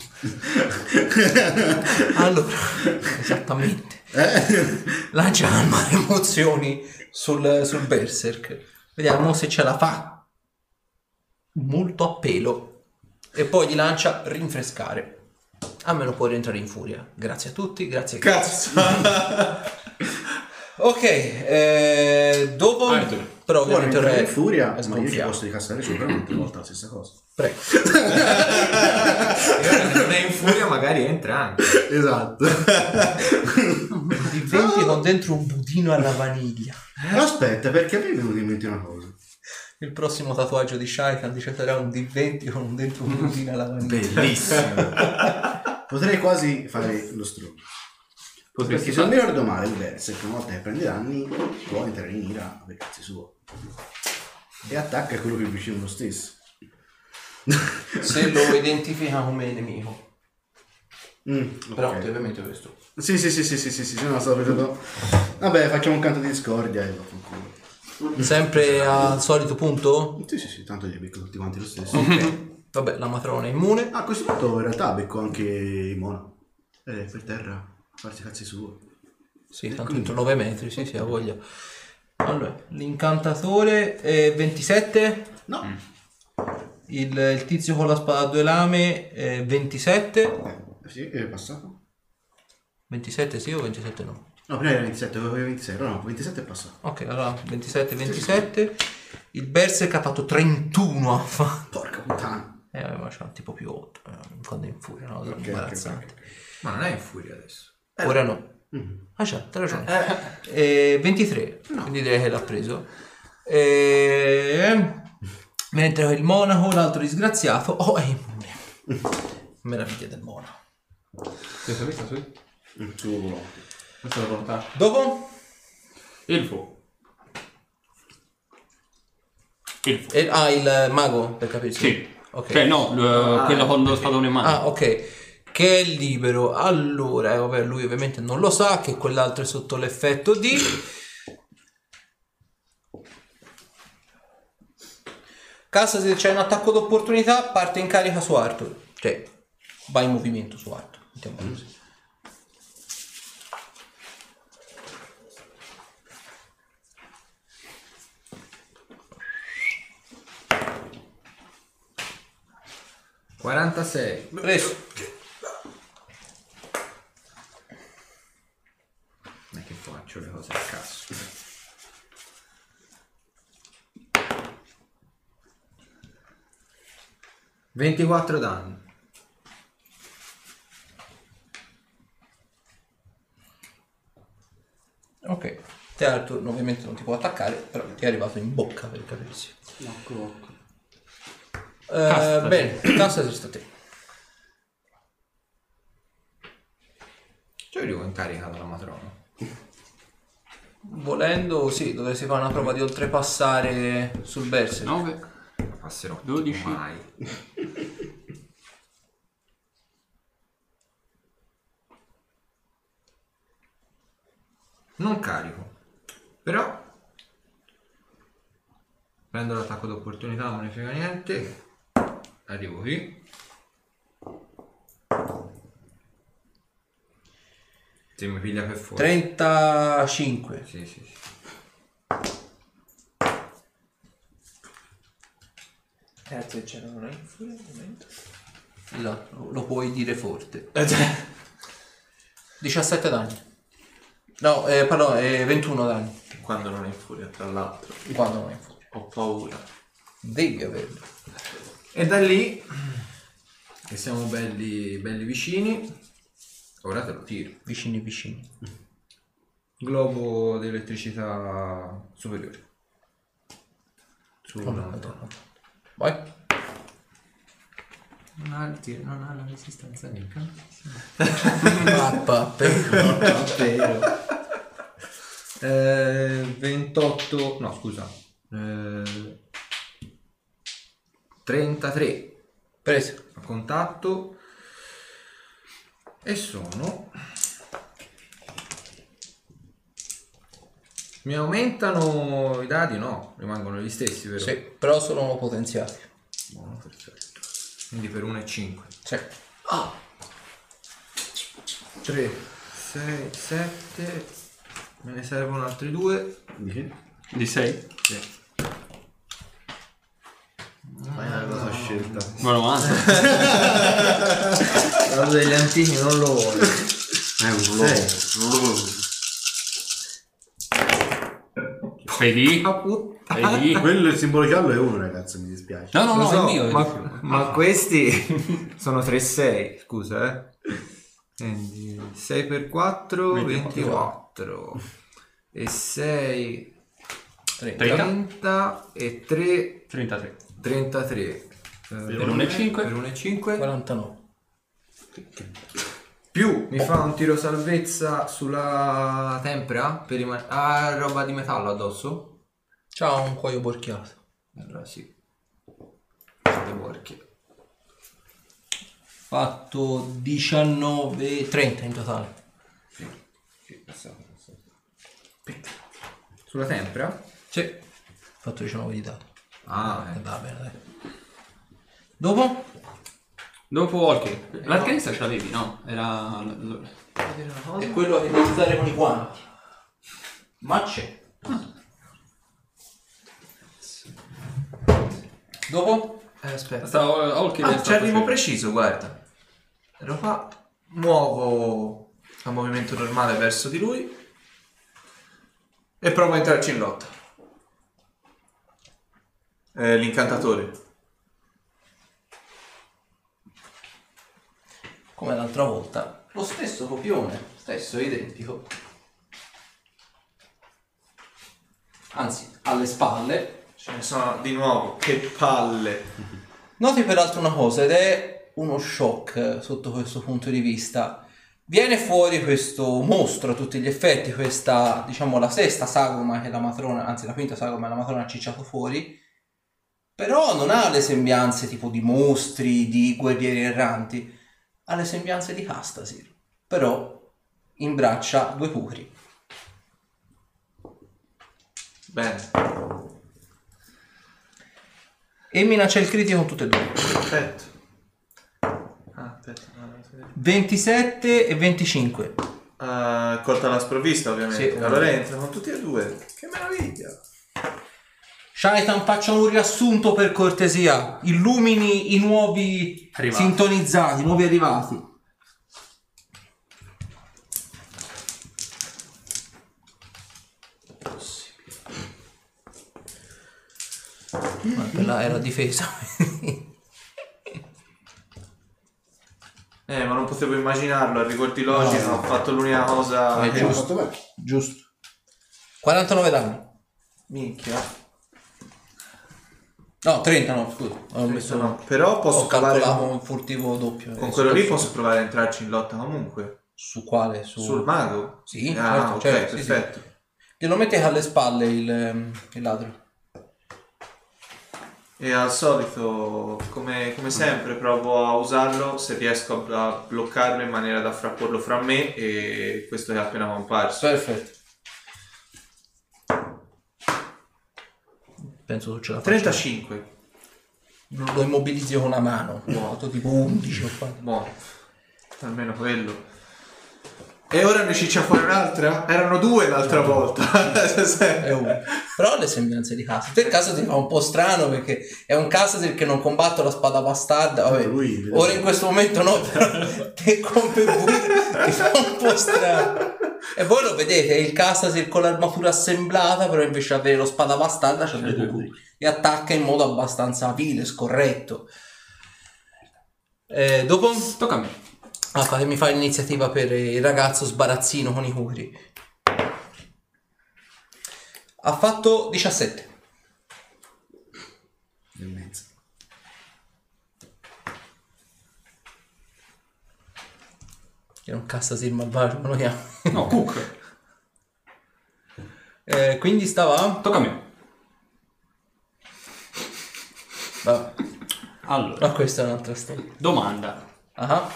A: allora, esattamente, lancia calmare emozioni sul berserk. Vediamo se ce la fa. Molto a pelo. E poi gli lancia rinfrescare. A me lo può rientrare in furia. Grazie a tutti, grazie.
C: Cazzo.
A: Ok, dopo però ovviamente il re
B: in furia,
A: è
B: ma io ci
A: sgonfiato.
B: posso ricassare sopra un'altra volta la stessa cosa.
A: Prego.
E: Non è in furia, magari entra anche.
B: Esatto.
A: Diventi con dentro un budino alla vaniglia.
B: Aspetta, perché mi è venuto in mente una cosa.
A: Il prossimo tatuaggio di Shaitan dice sarà un D20 con dentro un budino alla vaniglia.
E: Bellissimo.
B: Potrei quasi fare lo stronzo. Perché se non mi ricordo male, il Berserk una volta che prende danni può entrare in ira per cazzi suo. E attacca quello che è vicino lo stesso.
A: Se lo identifica come nemico. Però
B: ok.
A: ovviamente questo.
B: Sì, no, stavo pensando. Vabbè, facciamo un canto di discordia e vaffanculo.
A: Sempre al solito punto?
B: Sì, tanto li becco tutti quanti lo stesso.
A: Ok. Vabbè, la matrona è immune.
B: A questo punto in realtà becco anche i mono. Per terra, a farsi cazzi suoi.
A: Sì, tanto entro 9 metri, sì, ha voglia. Allora, l'incantatore è 27.
B: No.
A: Il tizio con la spada a 2 lame è 27.
B: Sì, è passato.
A: 27 sì o 27 no?
B: No, prima era 27, avevo 26, no, 27 è passato.
A: Ok, allora 27. Il Berserk ha fatto 31 ha fatto.
B: Porca puttana.
A: Ma c'è un tipo più 8. Quando è in furia, no?
B: Ok,
A: Imbarazzante.
E: Ma non è in furia adesso.
A: Ora no. Ah già, t'hai ragione. 23, quindi direi che l'ha preso. Mentre il monaco, l'altro disgraziato, è immune. Meraviglia del monaco.
B: Suo volante.
C: Questa è la volontà.
A: Dopo?
D: Il fu.
A: Il mago, per capirsi.
D: Sì.
A: Ok.
D: Cioè no, quello con lo spadone in mano.
A: Ah, ok. Che è libero. Allora, vabbè, lui ovviamente non lo sa che quell'altro è sotto l'effetto di... Cassa, se c'è un attacco d'opportunità, parte in carica su Arthur. Cioè, va in movimento su Arthur. Mettiamola così. Preso.
E: Non è che faccio le cose a caso. $24 danni.
A: Ok. Te Arthur ovviamente non ti può attaccare, però ti è arrivato in bocca per capirsi. Bene, cassa esiste a te.
E: Cioè arrivo in carica dalla matrona.
A: Volendo, sì, dovresti fare una prova di oltrepassare sul Berserk.
D: 9.
E: Passerò
D: 12.
E: mai. Non carico. Però prendo l'attacco d'opportunità, non ne frega niente. Arrivo qui. Se mi piglia per forza.
A: 35.
E: Sì.
A: Grazie, c'era non è in furia al momento. Esatto, lo puoi dire forte. 17 danni. No, pardon, 21 danni.
C: Quando non è in furia, tra l'altro.
A: Quando non è in furia.
C: Ho paura.
A: Devi averlo.
E: E da lì, che siamo belli vicini, ora te lo tiro.
A: Vicini.
E: Globo di elettricità superiore.
A: Vai.
E: Non ha la resistenza mica.
A: Mappa.
E: 28, no scusa, 33
A: Preso.
E: a contatto e sono... Mi aumentano i dadi? No, rimangono gli stessi, vero?
A: Sì, però sono potenziati.
E: Buono, perfetto. Quindi per 1 e 5.
A: Sì.
E: 3, 6, 7, me ne servono altri 2.
D: Di 6?
E: Sì.
B: Ma è una cosa scelta.
D: Buono, avanti.
E: Quello degli antichi non lo voglio.
B: È un flow.
D: Fai lì? Fai lì?
B: Quello il simbolo giallo è uno, ragazzi, mi dispiace.
D: No,
E: Lo so,
D: è mio.
E: ma questi sono 3-6, scusa, Quindi 6 per 4, 24. E 6, 30 e 3,
D: 33.
E: 33.
D: Per 1 e 5?
E: Per 1 e 5.
A: 49.
E: Più mi fa un tiro salvezza sulla tempra per roba di metallo addosso?
A: C'ha un cuoio borchiato.
E: Allora sì. Siete porchi.
A: Fatto 19, 30 in totale.
E: Sulla tempra?
A: Sì. Fatto 19 di dato.
E: Ah,
A: Va bene, dai. Dopo?
D: Dopo Walker. L'arcanista ce l'avevi, no? Era...
A: È quello che devi usare con i guanti. Ma c'è. Dopo?
E: Aspetta.
D: Stava Walker.
E: Ci arrivo preciso, guarda. Lo fa. Muovo a movimento normale verso di lui. E provo a entrarci in lotta. L'incantatore.
A: Come l'altra volta. Lo stesso copione. Stesso, identico. Anzi, alle spalle.
E: Ce ne sono di nuovo. Che palle.
A: Noti peraltro una cosa, ed è uno shock sotto questo punto di vista. Viene fuori questo mostro a tutti gli effetti, questa, diciamo, la sesta sagoma che la matrona, anzi la quinta sagoma che la matrona ha cicciato fuori, però non ha le sembianze tipo di mostri, di guerrieri erranti, ha le sembianze di Castasir, però imbraccia 2 pucri.
E: Bene.
A: E minaccia il critico con tutte e 2.
E: Perfetto. Aspetta.
A: 27 e 25.
E: Colta la sprovvista, ovviamente.
A: Sì,
E: allora entra con tutti e 2. Che meraviglia.
A: Shaitan, faccia un riassunto per cortesia. Illumini i nuovi
D: Arrivati.
A: sintonizzati, i nuovi arrivati. Ma quella era difesa.
E: Ma non potevo immaginarlo, a rigor di logica ho fatto l'unica cosa
A: È
E: che...
B: L'ho fatto bene.
A: Giusto. 49 danni.
E: Minchia.
A: No, 30 no, scusa. Ho messo
E: No, però posso
A: Ho
E: provare
A: calcolato un furtivo doppio.
E: con quello lì posso provare a entrarci in lotta comunque.
A: Su quale?
E: Sul mago?
A: Sì,
E: ah, ok,
A: certo, sì,
E: perfetto.
A: Glielo mettete alle spalle il ladro.
E: E al solito, come sempre, provo a usarlo se riesco a bloccarlo in maniera da frapporlo fra me e questo che è appena comparso.
A: Perfetto. Penso tu ce la faccia.
E: 35.
A: Lo immobilizzi con una mano. Fatto tipo 11 o quanto.
E: Buono. Almeno quello. E ora ne ciccia fuori un'altra? Erano 2 l'altra volta.
A: È uno. Però ha le sembianze di Castasir. Il caso ti fa un po' strano perché è un Castasir che non combatte la spada bastarda. Vabbè,
B: Lui,
A: ora in questo momento no, che compie che fa un po' strano. E voi lo vedete, il Castasir con l'armatura assemblata, però invece di avere lo spada bastarda c'ha due cucuri e attacca in modo abbastanza vile, scorretto. Dopo
D: Tocca a me.
A: fatemi fare l'iniziativa per il ragazzo sbarazzino con i cucuri. Ha fatto 17
B: Nel mezzo.
A: che non Castasir malvagio, ma lo chiamo.
D: No, Cook.
A: Quindi stava.
D: Tocca a me.
A: Vabbè.
D: Allora,
A: Ma questa è un'altra storia.
D: domanda.
A: Ah.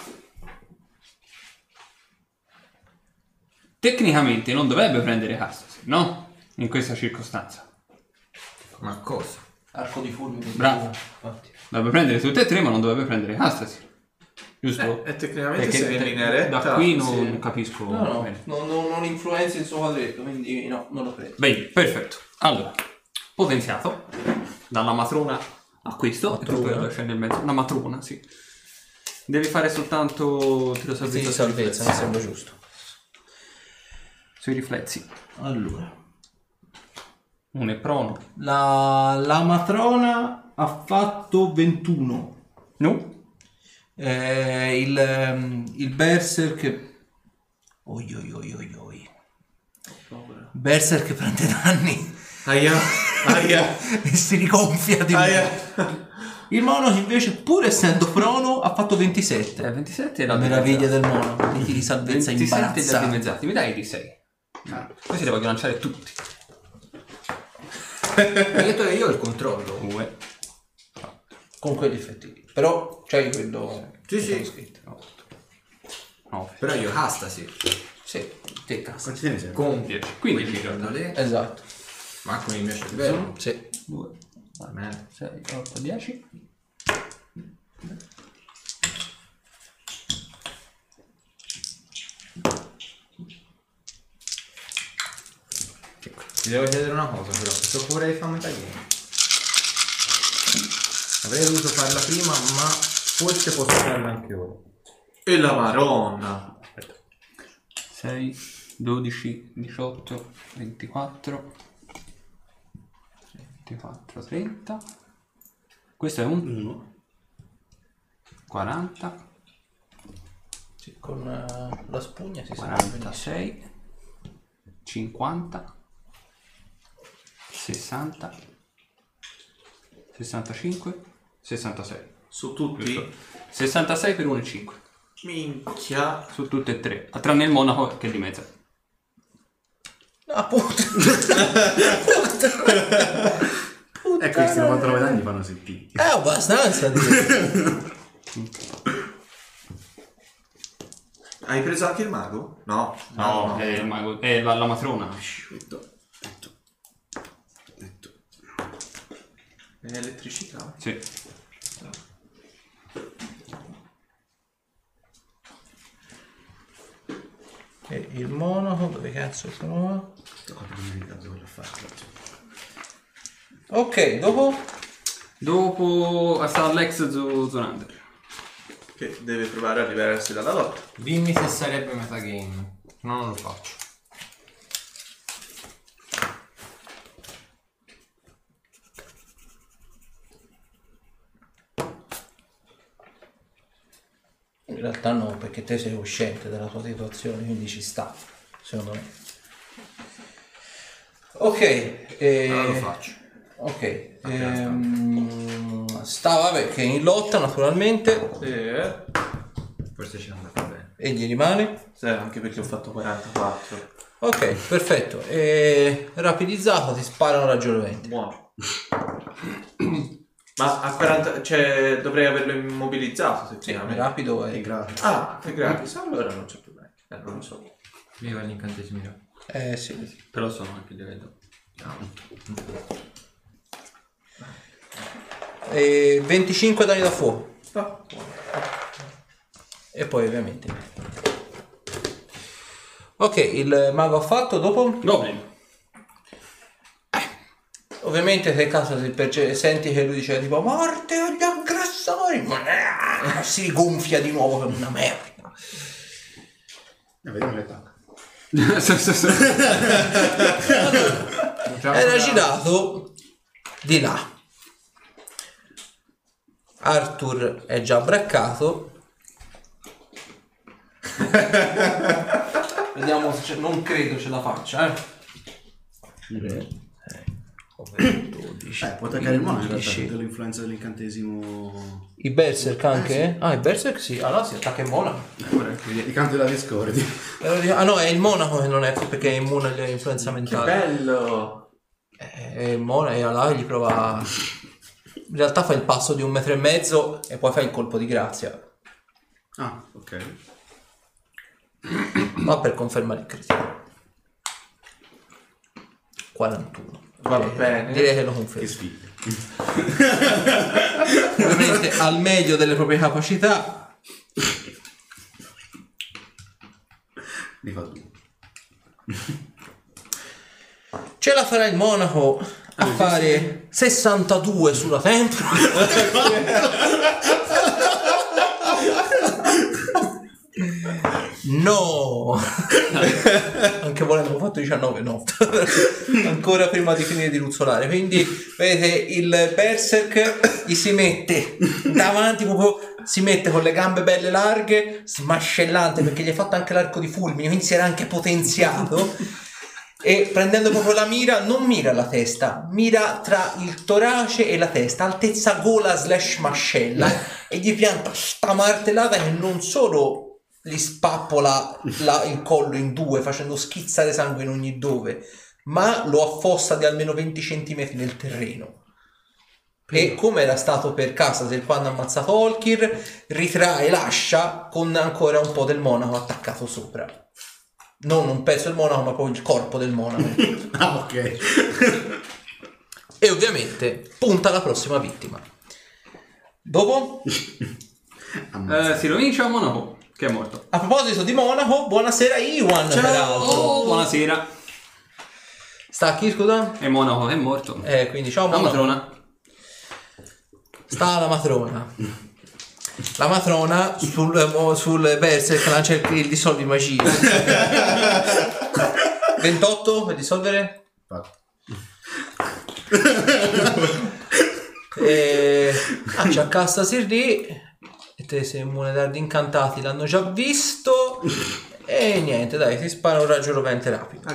D: Tecnicamente non dovrebbe prendere Castasir, no? In questa circostanza.
E: Ma cosa?
A: Arco di fulmine.
D: Bravo.
A: Infatti.
D: Dovrebbe prendere tutte e tre, ma non dovrebbe prendere Castasir. Giusto?
E: E tecnicamente
D: Perché
E: sei in linea retta.
D: da qui non capisco.
A: No,
D: bene.
A: non influenzi il suo quadretto, quindi no, non lo prendo.
D: Bene, perfetto. Allora, potenziato dalla matrona a questo.
A: Matrona?
D: E poi scende in mezzo. Una matrona, sì. Devi fare soltanto tiro salvezza.
A: Sì, salvezza, mi sembra giusto.
D: Sui riflessi.
A: Allora.
D: Uno è prono.
A: La matrona ha fatto 21.
D: No?
A: Il berserk. Oi. Berserk prende danni
E: Aia.
A: e si rigonfia di nuovo. Il mono invece, pur essendo prono, ha fatto 27.
D: 27 è
A: La meraviglia del mono, quindi di salvezza
D: 27 da
A: imbarazzante.
D: dimezzati. Mi dai di 6. Questi li voglio lanciare tutti.
E: Hai detto che io ho il controllo.
D: 2.
A: Con quelli effettivi. Però c'hai quello.
E: Sì,
A: che
E: sì.
A: c'è scritto.
D: 9.
E: Però io Castasir.
A: Sì, che cazzo.
B: Quanti te ne sei?
E: Con
D: 10. 15.
E: quello lì.
A: Esatto.
E: Ma con il mio cervello.
A: Sì.
D: 2,
E: Bene.
D: 6, 8, 10.
E: Ti devo chiedere una cosa però, questo cuore di fame game. Avrei dovuto farla prima, ma forse posso farla anche ora. E la maronna!
D: 6, 12, 18, 24, 24, 30. Questo è un
B: 1.
D: 40,
A: Sì, con la spugna si sa.
D: 46, 50, 60, 65, 66.
E: Su tutti?
D: 66 per 1,5
E: Minchia.
D: su tutte e tre, tranne il Monaco che è di mezzo.
A: Appunto.
B: E questi 99 anni fanno 6
A: È abbastanza, direi.
E: Hai preso anche il mago? No.
D: No, è il mago, è la matrona.
B: Netto.
E: È elettricità.
D: Sì.
A: E il monaco, dove cazzo sono? Ok, dopo?
D: Dopo sta l'ex Zonander.
E: Che deve provare a liberarsi dalla lotta. Dimmi se sarebbe metagame. No, non lo faccio.
A: In realtà no, perché te sei cosciente della tua situazione, quindi ci sta, secondo me. Ok,
E: Non lo faccio.
A: ok. Stava perché in lotta naturalmente
E: Forse ci è andata bene.
A: e gli rimane.
E: Sì, anche perché ho fatto 44.
A: Ok, perfetto. E rapidizzato, ti sparano ragionamenti.
E: Buono. Ma a 40, cioè dovrei averlo immobilizzato
A: Sì,
E: effettivamente.
A: rapido
B: È
A: e...
B: grave.
E: Ah, è gratis, allora non c'è problema. Non lo so.
G: Viva gli incantesimi.
A: sì.
D: Però sono anche livello.
A: E 25 danni da fuoco.
E: Ah,
A: E poi ovviamente. Ok, il mago ha fatto dopo?
D: Goblin.
A: Ovviamente se caso senti che lui dice tipo morte agli aggressori, si rigonfia di nuovo come una merda.
B: vediamo che attacca.
A: Era girato di là. Arthur è già braccato. Vediamo se non credo ce la faccia, 12.
B: Può attaccare il monaco in realtà dell'influenza dell'incantesimo.
A: I berserk anche? I berserk sì. Allora si attacca il monaco.
B: I canti della discordia.
A: Ah no, è il monaco che non è perché è immune all'influenza mentale.
C: Bello!
A: Il monaco e allora gli prova. In realtà fa il passo di 1,5 metri e poi fa il colpo di grazia.
B: Ah, ok.
A: Ma per confermare il critico. 41.
C: Va bene.
A: Direi che lo
B: Che
A: confermo.
B: sfiga.
A: Ovviamente al meglio delle proprie capacità.
B: Ne fa 2.
A: Ce la farà il monaco a fare 62 sulla tempra. No. Anche volendo ho fatto 19, no. Ancora prima di finire di ruzzolare. Quindi vedete il berserk gli si mette davanti, proprio si mette con le gambe belle larghe, smascellante, perché gli hai fatto anche l'arco di fulmine, quindi si era anche potenziato. E prendendo proprio la mira, non mira la testa, mira tra il torace e la testa, altezza gola / mascella, e gli pianta sta martellata che non solo gli spappola il collo in due facendo schizzare sangue in ogni dove, ma lo affossa di almeno 20 centimetri nel terreno. E come era stato per Casasir quando ha ammazzato Olkir, ritrae, lascia con ancora un po' del monaco attaccato sopra. Non un pezzo del monaco, ma proprio il corpo del monaco.
B: Ah, ok.
A: E ovviamente punta alla prossima vittima. Dopo?
D: Si ricomincia a Monaco, che è morto.
A: A proposito di monaco, buonasera Iwan, peraltro.
D: Oh, buonasera.
A: Sta chi, scusa?
D: E Monaco è morto.
A: Quindi ciao
D: La
A: monaco.
D: matrona.
A: Sta la matrona. La matrona sul berserk lancia il dissolvi magia. 28 per dissolvere. C'è Castasir lì. E te sei immune ai dardi incantati, l'hanno già visto. E niente, dai, ti spara un raggio rovente rapido.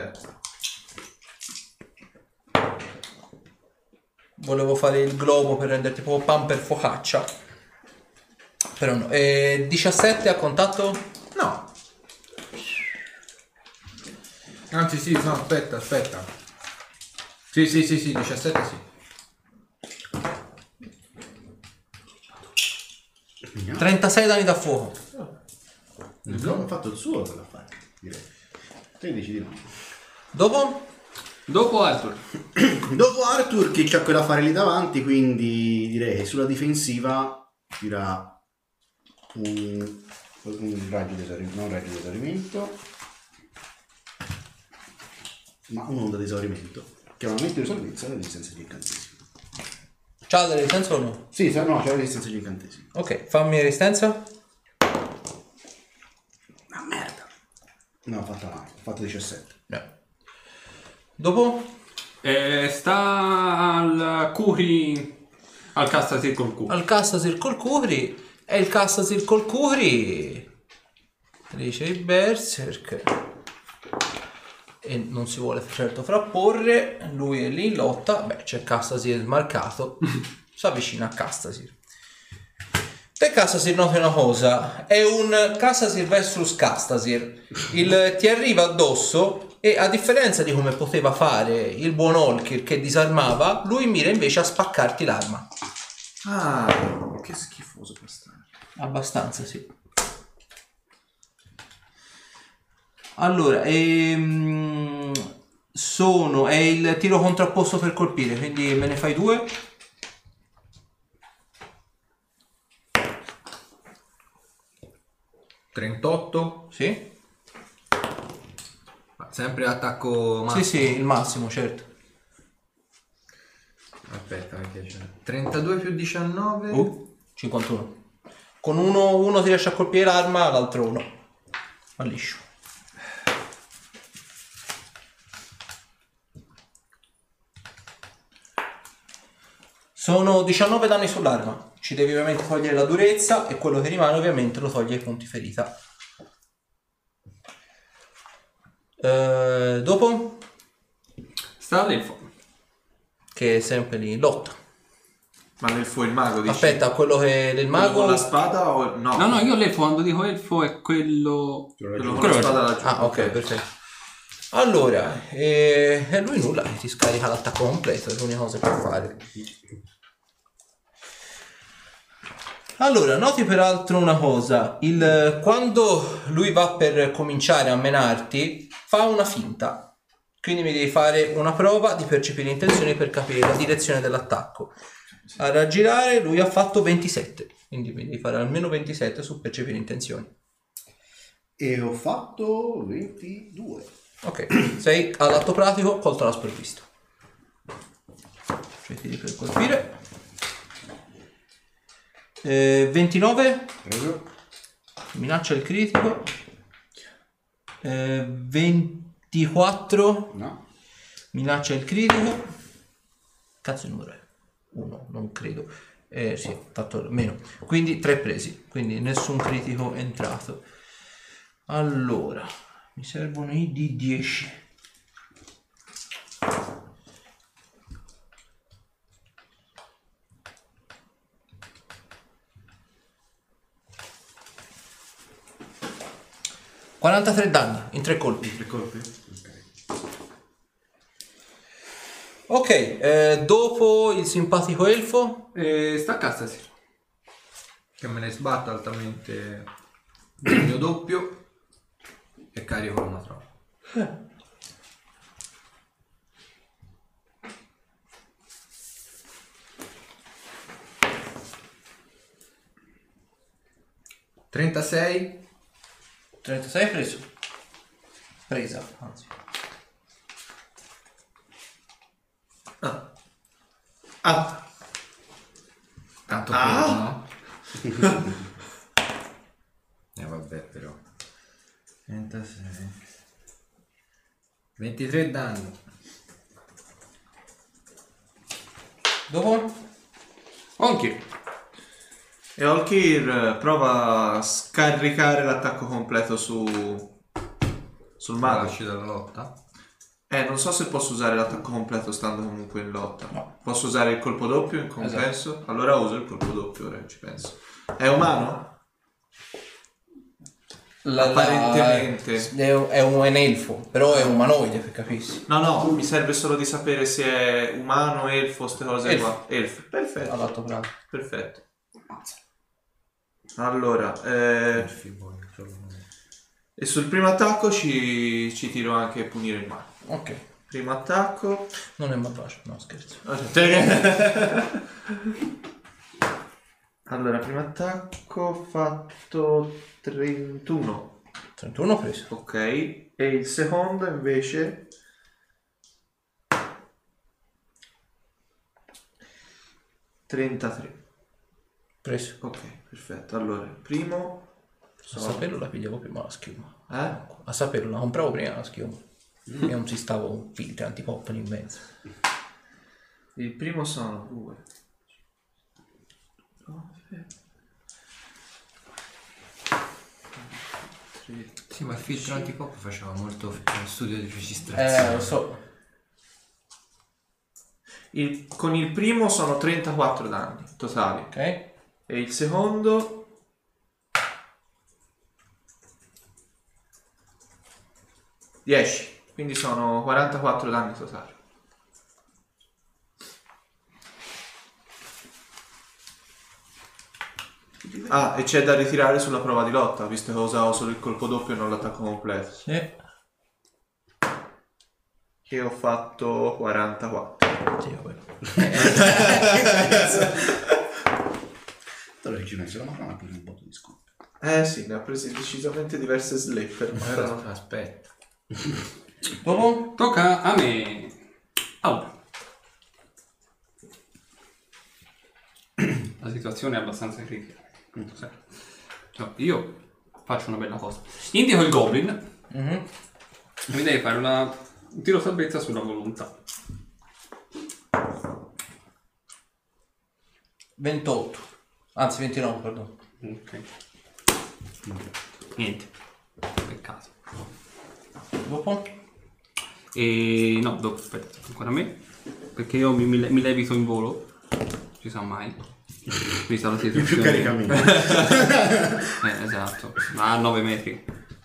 A: Volevo fare il globo per renderti proprio pan per focaccia. Però no. 17 a contatto?
E: No. Anzi sì, no, aspetta. Sì, 17 sì.
A: 36 danni da fuoco.
B: Il globo ha fatto il suo per fare, direi. Te dici di no.
A: Dopo?
D: Dopo Arthur.
B: Dopo Arthur che c'ha quell'affare lì davanti, quindi direi che sulla difensiva tira un raggio di esaurimento, non un raggio di esaurimento, ma un'onda di esaurimento, che aumenta di salvezza e la resistenza agli incantesimi.
A: C'ha delle resistenze o no?
B: Sì, no, c'è la resistenza agli incantesimi.
A: Ok, fammi resistenza.
B: Ah, merda. No, ho fatto male, ho fatto 17.
A: Dopo?
D: Sta al Curi, al Castasir col Curi.
A: Al Castasir col Curi. E il Castasir col Curi dice il berserk e non si vuole certo frapporre. Lui è lì in lotta. Beh, c'è Castasir smarcato. Si avvicina a Castasir. Te Castasir noti una cosa. È un Castasir versus Castasir. Ti arriva addosso e a differenza di come poteva fare il buon Olkir che disarmava, lui mira invece a spaccarti l'arma.
C: Ah, che schifoso quest'anno.
A: Abbastanza, sì. Allora, è il tiro contrapposto per colpire, quindi me ne fai 2.
E: $38.
A: Sì?
E: Sempre attacco massimo.
A: Sì, il massimo, certo.
E: Aspetta, perché c'è 32 più 19.
A: 51. Con uno ti riesce a colpire l'arma, l'altro no. Ma liscio. Sono 19 danni sull'arma. Ci devi ovviamente togliere la durezza e quello che rimane ovviamente lo toglie ai punti ferita. Dopo?
C: Sta l'elfo.
A: Che è sempre lì in lotta.
C: Ma l'elfo è il mago, dici?
A: Aspetta, quello che del
C: Quello
A: mago...
C: con la spada o... No,
D: No, io l'elfo, quando dico elfo è quello...
C: quello con la spada laggiù.
A: Ah, ok, perfetto. Allora, lui nulla, ti scarica l'attacco completo, è l'unica cosa che può fare. Allora, noti peraltro una cosa, quando lui va per cominciare a menarti, fa una finta, quindi mi devi fare una prova di percepire intenzioni per capire la direzione dell'attacco. A raggirare lui ha fatto 27, quindi mi devi fare almeno 27 su percepire intenzioni.
B: E ho fatto 22.
A: Ok, sei all'atto pratico, colto alla sprovvista. Tiri per colpire. 29.
B: Preso.
A: Minaccia il critico. 24.
B: No.
A: Minaccia il critico. Cazzo il numero è? 1, non credo. Sì, ho fatto meno. Quindi 3 presi. Quindi nessun critico entrato. Allora, mi servono i D10. ...43 danni in 3 colpi.
B: 3 colpi?
A: Ok, dopo il simpatico elfo...
C: Sta a casa, sì.
E: Che me ne sbatto altamente il mio doppio e carico una trova. ...36...
A: 36 preso. Presa, anzi.
E: Tanto quello, no? Vabbè, però 36 23 danni.
A: Dopo?
D: Olkir.
C: E Olkir prova a scaricare l'attacco completo sul mago.
E: Esci dalla lotta.
C: Non so se posso usare l'attacco completo stando comunque in lotta.
A: No.
C: Posso usare il colpo doppio in compenso? Allora uso il colpo doppio, ora ci penso. È umano? Apparentemente.
A: È un elfo, però è umanoide, per capissi.
C: No, mi serve solo di sapere se è umano, elfo, queste cose
A: Elfo.
C: qua. Elfo. Perfetto.
A: All'atto pratico.
C: Perfetto. Allora, e sul primo attacco ci tiro anche punire il male.
A: Ok.
C: Primo attacco.
A: Non è malvagio, no scherzo.
C: Allora, primo attacco ho fatto 31.
A: 31 preso.
C: Ok. E il secondo invece 33.
A: Preso.
C: Ok, perfetto. Allora, il primo
A: A saperlo la pigliavo prima la schiuma.
C: eh?
A: A saperlo la compravo prima la schiuma. E non si stavo un filtro antipop in mezzo.
C: Il primo sono 2.
E: Sì, ma il filtro antipop faceva molto studio di registrazione.
A: Lo so.
C: Con il primo sono 34 danni totali.
A: Ok.
C: E il secondo 10. Quindi sono 44 danni totali. Ah, e c'è da ritirare sulla prova di lotta, visto che usavo solo il colpo doppio e non l'attacco completo.
A: Sì.
C: Che ho fatto 44.
A: Sì, quello.
B: Allora ci penso, ma non ha preso un botto di scoop.
C: Sì, ne ha prese decisamente diverse slipper. Ma
E: Aspetta.
A: Dopo?
D: Tocca a me. Allora. La situazione è abbastanza critica. No, io faccio una bella cosa. Indico il goblin.
A: Mhm.
D: Mi devi fare un tiro salvezza sulla volontà.
A: 28. Anzi 29, perdono.
D: Ok. Niente. Peccato.
A: Dopo?
D: E no, dopo aspetta, ancora a me. Perché io mi levito in volo. Ci sa mai. Vista la situazione.
B: Più caricamento.
D: Esatto. Ma a 9 metri.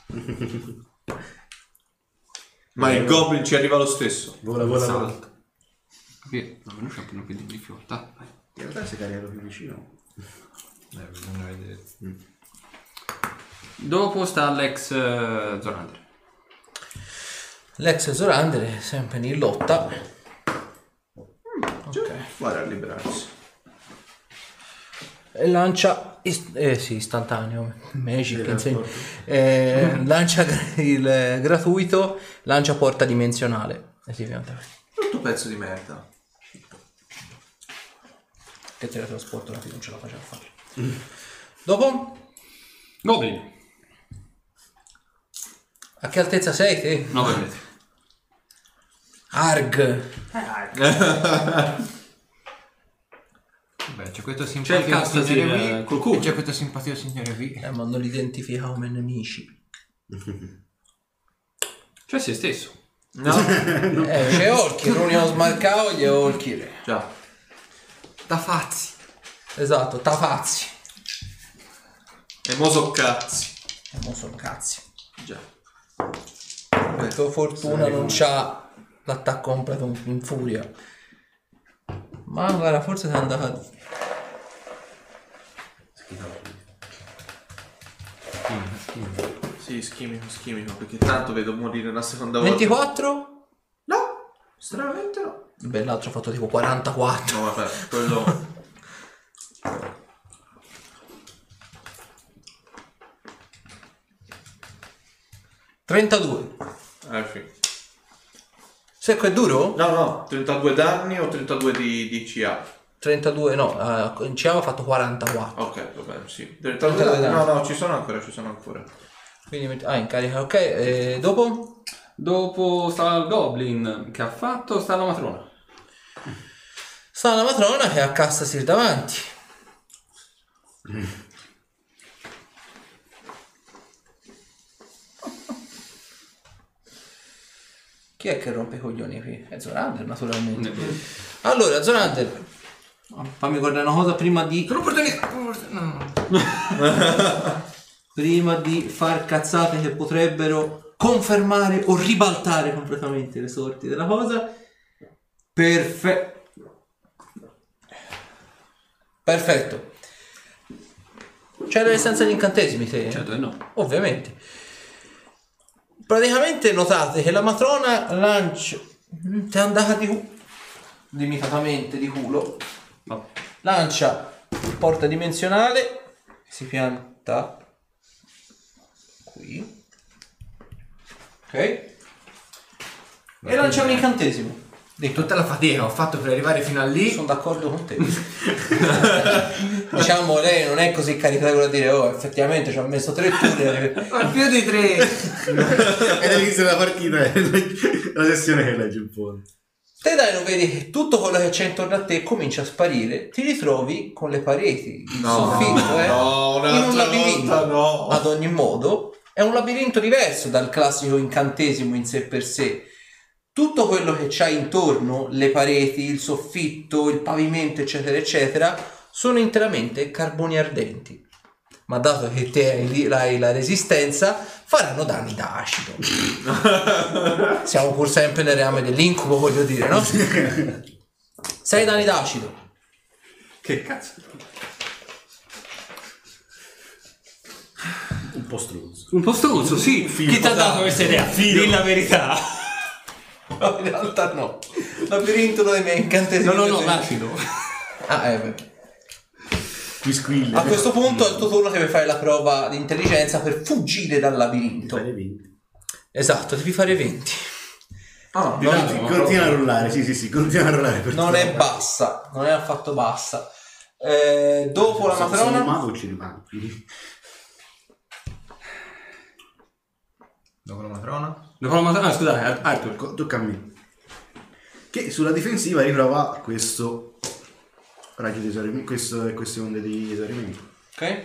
C: Ma il goblin ci arriva lo stesso.
B: Vola.
D: Capito? No, non c'è più di difficoltà. Vai.
B: In realtà se caricato più vicino.
E: Bisogna vedere.
D: Dopo sta l'ex Zorander.
A: L'ex Zorander è sempre in lotta. Ok.
C: Guarda a liberarsi.
A: E lancia sì, istantaneo magic insegna. Lancia il gratuito, lancia porta dimensionale e si pianta
C: Tutto pezzo di merda.
A: che teletrasporto non ce la faceva fare. Dopo
D: Goblin.
A: a che altezza sei te?
D: 9 metri.
A: Arg.
E: Beh, c'è questo
D: C'è
E: simpatico
D: il cazzo
E: signore V.
D: col culo.
E: E c'è questo simpatico signore V.
A: Ma non li identifica come nemici.
D: Cioè se stesso.
C: No.
A: C'è Orchi, l'unico smarcato gli è Orchi.
C: Già.
E: Da fazzi.
A: Esatto, tafazzi.
C: E mo so cazzi.
A: E mo sono cazzi.
C: Già.
A: Per tua fortuna non c'ha l'attacco completo in furia. Ma guarda, forse è andata.
C: Sì, schimico, perché tanto vedo morire la seconda volta.
A: 24?
C: No, stranamente no.
A: Beh, l'altro ha fatto tipo 44.
C: No, vabbè, quello...
A: 32.
C: Sì.
A: Secco è duro?
C: No, 32 danni o 32 di CA?
A: 32, no, in CA ha fatto 44.
C: Ok, vabbè, sì. 32 danni. No, ci sono ancora.
A: Quindi, in carica, ok. E dopo?
D: Dopo sta il Goblin che ha fatto, sta la matrona.
A: Sta la matrona che ha Cassasir davanti. Chi è che rompe i coglioni qui? È Zorander, naturalmente. Allora, Zorander, fammi guardare una cosa prima di... prima di far cazzate che potrebbero confermare o ribaltare completamente le sorti della cosa. Perfetto. C'è la distanza di incantesimi te?
D: Certo che no.
A: Ovviamente. Praticamente notate che la matrona lancia... Ti è andata limitatamente di culo.
D: No.
A: Lancia porta dimensionale. Si pianta qui. Ok. E lancia un incantesimo.
E: Di tutta la fatica che ho fatto per arrivare fino a lì.
A: Sono d'accordo con te. Diciamo, lei non è così caricato a dire effettivamente ci ha messo 3 turni.
E: Ma più di 3.
B: Ed all'inizio della partita è la sessione che legge un po'.
A: Te dai, non vedi che tutto quello che c'è intorno a te comincia a sparire, ti ritrovi con le pareti, il soffitto, in un labirinto.
C: Volta, no.
A: Ad ogni modo, è un labirinto diverso dal classico incantesimo in sé per sé. Tutto quello che c'hai intorno, le pareti, il soffitto, il pavimento, eccetera, eccetera, sono interamente carboni ardenti. Ma dato che te hai la resistenza, faranno danni da acido. Siamo pur sempre nel reame dell'incubo, voglio dire, no? 6 danni d'acido.
C: Che cazzo?
B: Un po' struzzo.
D: Un po' stronzo, sì. Chi ti ha dato questa idea? Dì la verità.
A: No, in realtà no. Labirinto dei miei incantesimi.
D: No, l'acido.
A: Beh.
B: Quisquille.
A: A questo punto è il tuo turno che devi fare la prova di intelligenza per fuggire dal labirinto. Esatto, devi fare 20.
B: Continua a rollare, sì, continua a rollare.
A: Non è bassa, non è affatto bassa. Dopo la matrona.
B: Un mago ci rimane.
E: Dopo la matrona?
D: Dopo la matrona, scusate, Arthur.
B: Tocca a me. Che sulla difensiva riprova questo Coraggio di esaurimento. Questo è questione di esaurimento.
A: Ok.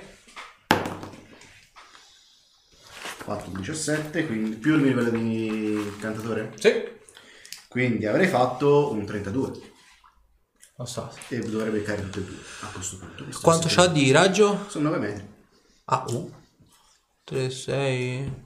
B: 4, 17, quindi più il mio livello di cantatore.
A: Sì.
B: Quindi avrei fatto un 32.
A: Lo so.
B: E dovrei beccare tutte e due a questo punto.
A: Quanto c'ha di raggio?
B: Sono 9 metri.
A: Ah, 3, 6...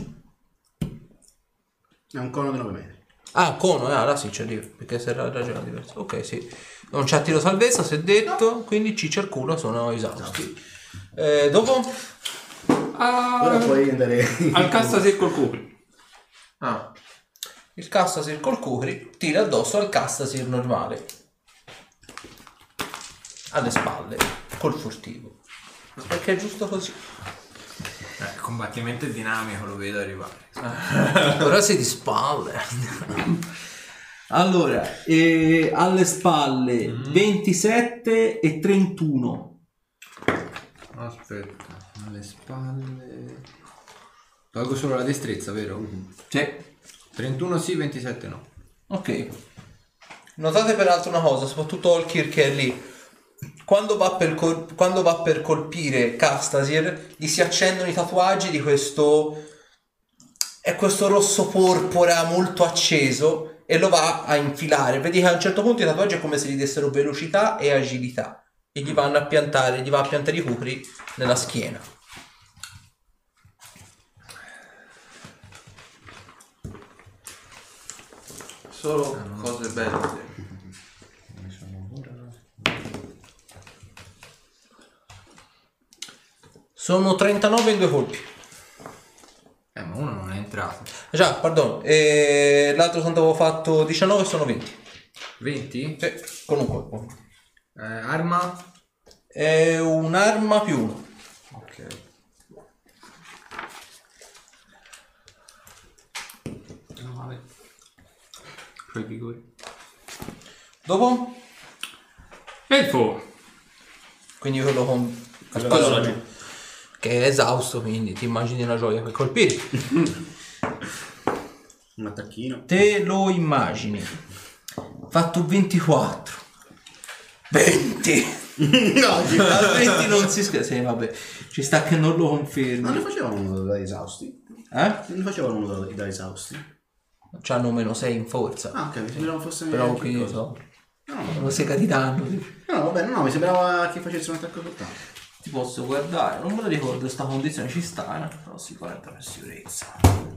B: È un cono di 9 metri.
A: Ah, cono, là sì c'è lì, perché se era ragione diverso. Ok, sì. Non c'ha tiro salvezza, si è detto, quindi ciccia il culo, sono esausti. Dopo?
B: Ora puoi andare
D: Al Castasir col Cupri.
C: Ah,
A: Il Castasir col Kukri tira addosso al Castasir normale. Alle spalle, col furtivo. Perché è giusto così.
E: Il combattimento è dinamico, lo vedo arrivare.
A: Ora sei di spalle.
G: Allora, alle spalle 27 e 31.
E: Aspetta, alle spalle... Tolgo solo la destrezza, vero?
G: Sì.
E: 31 sì, 27 no.
G: Ok.
A: Notate peraltro una cosa, soprattutto Olkir che è lì. Quando va per colpire Castasir, gli si accendono i tatuaggi di questo... È questo rosso porpora molto acceso e lo va a infilare. Vedi che a un certo punto i tatuaggi è come se gli dessero velocità e agilità. E gli va a piantare i Kukri nella schiena.
C: solo cose belle.
A: Sono 39 in 2 colpi.
E: Ma uno non è entrato.
A: Già, pardon. L'altro quando avevo fatto 19 sono 20.
E: 20?
A: Sì, con un colpo.
E: Arma?
A: È un'arma più 1.
E: Ok.
D: No, vabbè. Fai vigore.
A: Dopo?
D: Elfo.
A: Quindi quello con... che è esausto, quindi ti immagini una gioia per colpire.
B: Un attacchino.
A: Te lo immagini. Fatto 24. 20.
B: No,
A: Al 20 non si scherza. Sì, vabbè. Ci sta che non lo confermi.
B: non ne facevano uno da esausti?
A: Eh?
B: Non ne facevano uno da esausti?
A: C'hanno meno 6 in forza.
B: Ah, ok, mi sembrava fosse...
A: Però
B: anche
A: quindi
B: cosa.
A: so.
B: No,
A: Una sega di danno.
B: no, vabbè, no, mi sembrava che facesse un attacco soltanto.
A: Ti posso guardare. Non me lo ricordo. Sta condizione ci sta. Però sicuramente per sicurezza.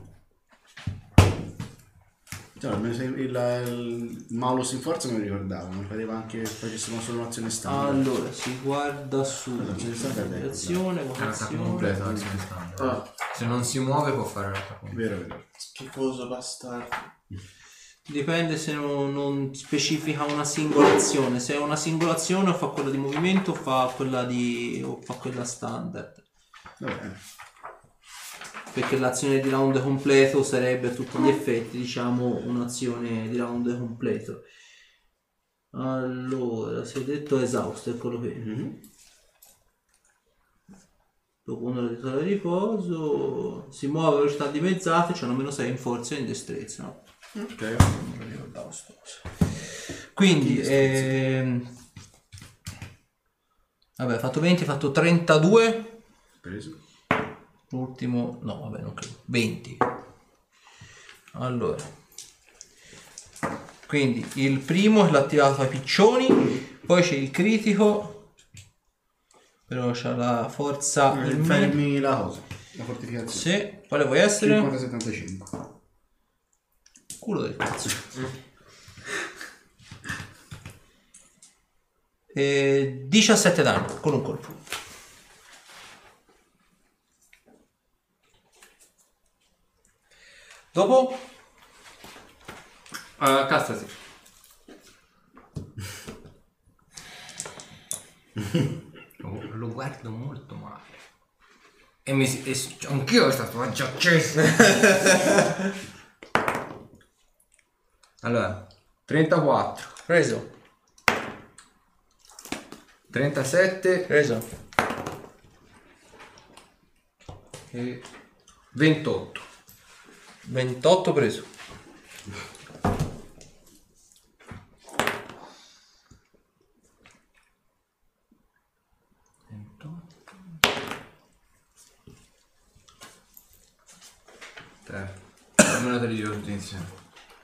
B: Cioè, almeno se il malus in forza me lo ricordavo, mi pareva anche che facessimo solo un'azione standard.
A: Allora, si guarda su
B: ce ne sta bene.
A: azione,
E: È un attacco completo,
A: votazione.
E: l'azione standard. Se non si muove può fare l'attacco completo.
B: Vero, vero.
C: Schifoso bastardo.
A: Dipende se non specifica una singola azione. Se è una singola azione o fa quella di movimento o fa quella standard.
B: Vabbè.
A: Perché l'azione di round completo sarebbe a tutti gli effetti, diciamo, un'azione di round completo. Allora, si è detto esausto, eccolo qui. Dopo un'ora di totale riposo, si muove a velocità dimezzate, c'hanno meno 6 in forza e in destrezza, no?
B: Ok.
A: Non mi ricordavo sta cosa. Quindi, vabbè, ho fatto 20, ho fatto 32.
B: Preso.
A: L'ultimo, no, vabbè, non credo. 20. Allora, quindi il primo è l'attivato ai piccioni, poi c'è il critico, però c'ha la forza in meno.
B: Fermi la cosa, la fortificazione.
A: Sì, quale vuoi essere?
B: 50-75.
A: Culo del cazzo. E 17 danni con un colpo. Dopo?
D: Castasi.
E: Lo guardo molto male. E anch'io ho stato già acceso. Allora, 34,
A: Preso.
E: 37
A: Preso.
E: e 28.
A: 28 preso.
E: Almeno te li dico tutti insieme.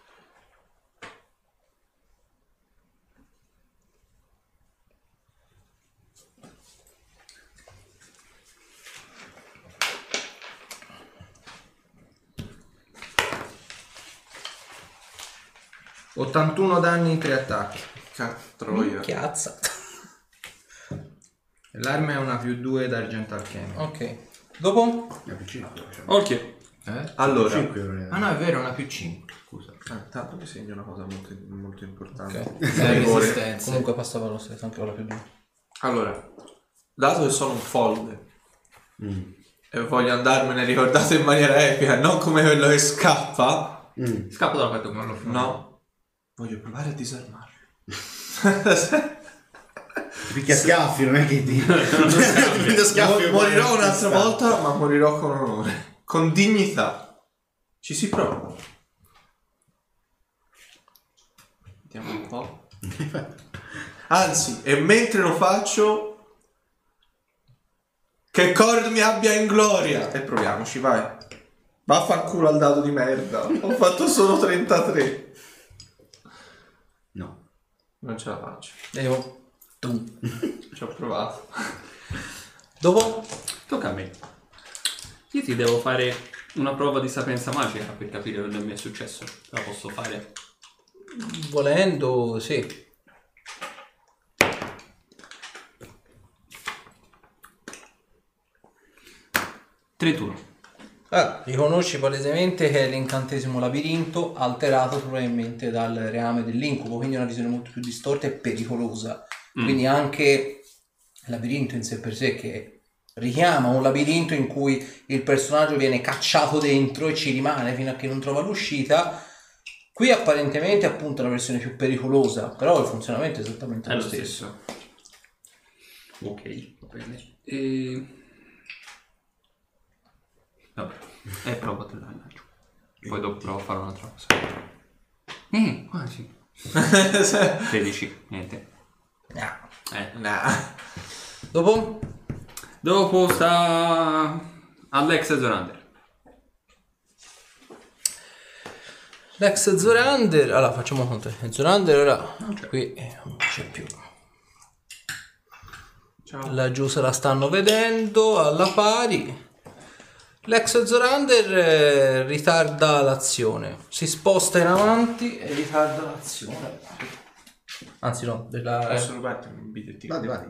E: ...81 danni in 3 attacchi.
C: Troia.
A: Chiazza.
E: L'arma è una +2 d'argento alchemico.
A: Ok. Dopo?
B: Ne ha più 5.
D: Ok.
C: Allora,
E: Ah no, è vero, è una +5. Scusa.
C: tanto mi segno una cosa molto, molto importante.
A: Ok.
E: Resistenza.
A: Comunque passava lo stesso, anche quella più dura.
C: Allora, dato che sono un folle e voglio andarmene ricordato in maniera epica, non come quello che scappa,
D: Scappo dalla parte come lo fa.
C: no, voglio provare a disarmarlo.
B: Picchia schiaffi, non è che ti prende schiaffi.
C: Morirò un'altra volta, ma morirò con onore, con dignità. Ci si prova. Vediamo un po'. Anzi, e mentre lo faccio, che Cord mi abbia in gloria. E proviamoci, vai. Vaffanculo al dado di merda. Ho fatto solo 33.
B: No.
C: Non ce la faccio.
A: Devo. Tu.
C: Ci ho provato.
A: Dopo?
D: Tocca a me. Io ti devo fare una prova di sapienza magica per capire quello che mi è successo. La posso fare?
A: Volendo, sì. Riconosci palesemente che è l'incantesimo labirinto alterato probabilmente dal reame dell'incubo, quindi è una visione molto più distorta e pericolosa. Quindi anche il labirinto in sé per sé, che richiama un labirinto in cui il personaggio viene cacciato dentro e ci rimane fino a che non trova l'uscita, qui apparentemente è appunto una versione più pericolosa, però il funzionamento è esattamente
D: È
A: lo
D: lo
A: stesso.
D: Ok, va bene. Vabbè, provo a tirarla giù. Poi dopo provo a fare un'altra cosa. Quasi. 13, niente.
C: Nah.
A: Dopo?
D: Dopo sta Alex Zorander.
A: L'ex Zorander, allora facciamo conto. Zorander ora qui non c'è più.
C: Ciao.
A: Laggiù se la stanno vedendo alla pari. L'ex Zorander ritarda l'azione, si sposta in avanti e ritarda l'azione. Anzi no,
C: Posso rubarti un bigliettino?
B: Vadi.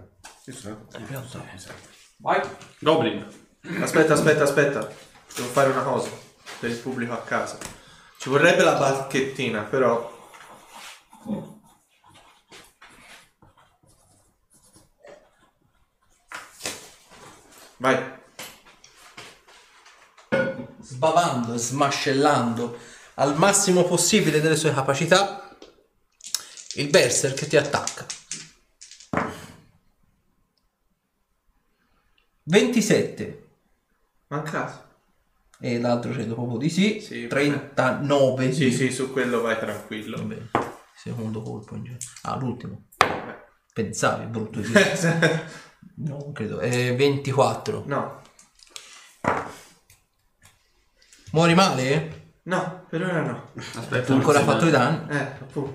A: Vai.
D: Goblin.
C: Aspetta. Devo fare una cosa per il pubblico a casa. Ci vorrebbe la bacchettina, però... Vai.
A: Sbavando e smascellando al massimo possibile delle sue capacità, il berserk ti attacca. 27
C: Mancato.
A: e l'altro credo proprio di sì,
C: Sì,
A: 39
C: Sì, su quello vai tranquillo.
A: Vabbè, secondo colpo in genere. L'ultimo. Pensavi, brutto di dire. No, non credo. 24.
C: No,
A: Muori male?
C: no, per ora no.
D: Aspetta,
A: Ancora ha fatto i danni?
C: Appunto.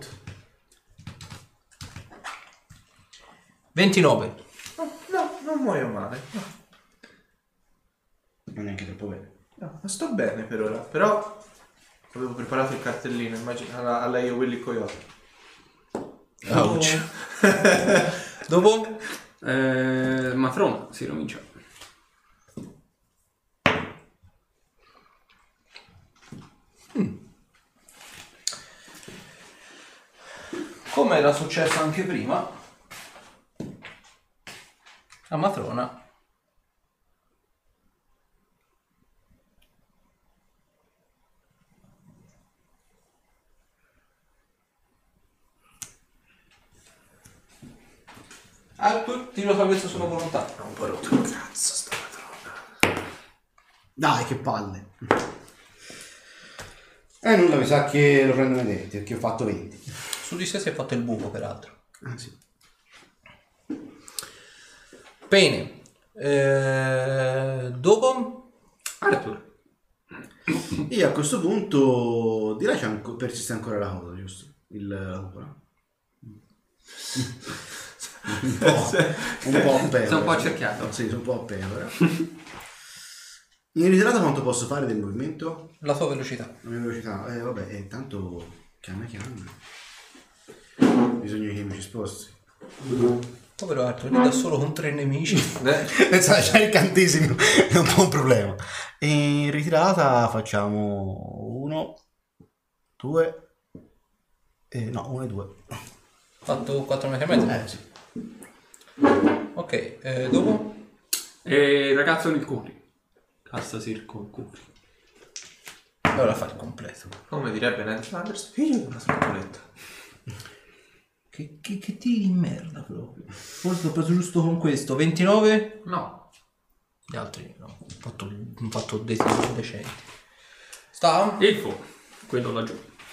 A: 29.
C: No, non muoio male. No,
B: Non neanche troppo bene.
C: ma sto bene per ora. Però avevo preparato il cartellino, immagina a lei o Willy Coyote.
A: Ouch. Dopo?
D: Mafrona, si comincia.
A: Come era successo anche prima, a Matrona Arthur, tiro salvezza sulla volontà.
C: Un po' rotto il cazzo sta padrona.
B: Dai, che palle. Nulla, mi sa che lo prendono i denti, perché ho fatto 20.
A: Su di sé si è fatto il buco, peraltro.
B: Ah, sì.
A: Bene. Dopo?
D: Arthur.
B: Io a questo punto direi che persiste ancora la cosa, giusto? La cupola. Un po' a pecora.
D: Sei un po' accerchiato.
B: Sì, sono un po' a pecora. In ritirata quanto posso fare del movimento?
A: La tua velocità.
B: La mia velocità? Vabbè, tanto chiama. Bisogna che mi ci sposti.
A: Povero Arthur, lì da solo con 3 nemici.
B: Pensate, c'è il cantesimo, è un po' un problema. E in ritirata facciamo 1, 2, no, 1 e 2.
A: Fatto 4 metri e mezzo?
B: Sì.
A: Ok, dopo?
D: E il ragazzo nel curi. Cassa circo curi.
A: Allora fa il completo.
C: Come direbbe Ned Flanders, figlio di una scatoletta.
A: Che tiri di merda proprio. Forse ho preso giusto con questo. 29?
E: No.
A: Gli altri no. Ho fatto dei tiri decenti. Sta?
D: Il fu. Quello laggiù.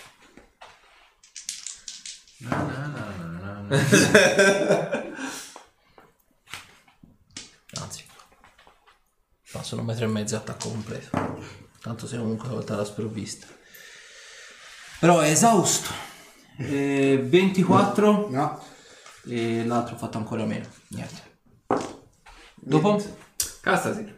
A: Anzi. Sono 1,5 metri attacco completo. Tanto sei comunque una volta alla sprovvista. Però è esausto. 24
B: No.
A: e l'altro ho fatto ancora meno. Niente. Dopo?
D: Castasi.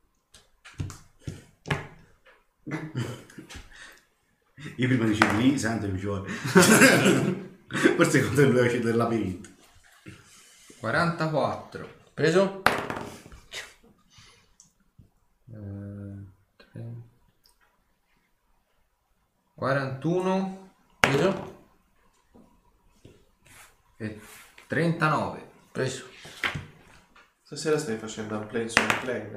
B: Io prima dicevo lì, santo mi ci vuole. Forse quando lui uscito del labirinto.
E: 44.
A: Preso?
E: 41
A: Preso?
E: e 39.
A: Preso.
C: Stasera stai facendo un play su un play,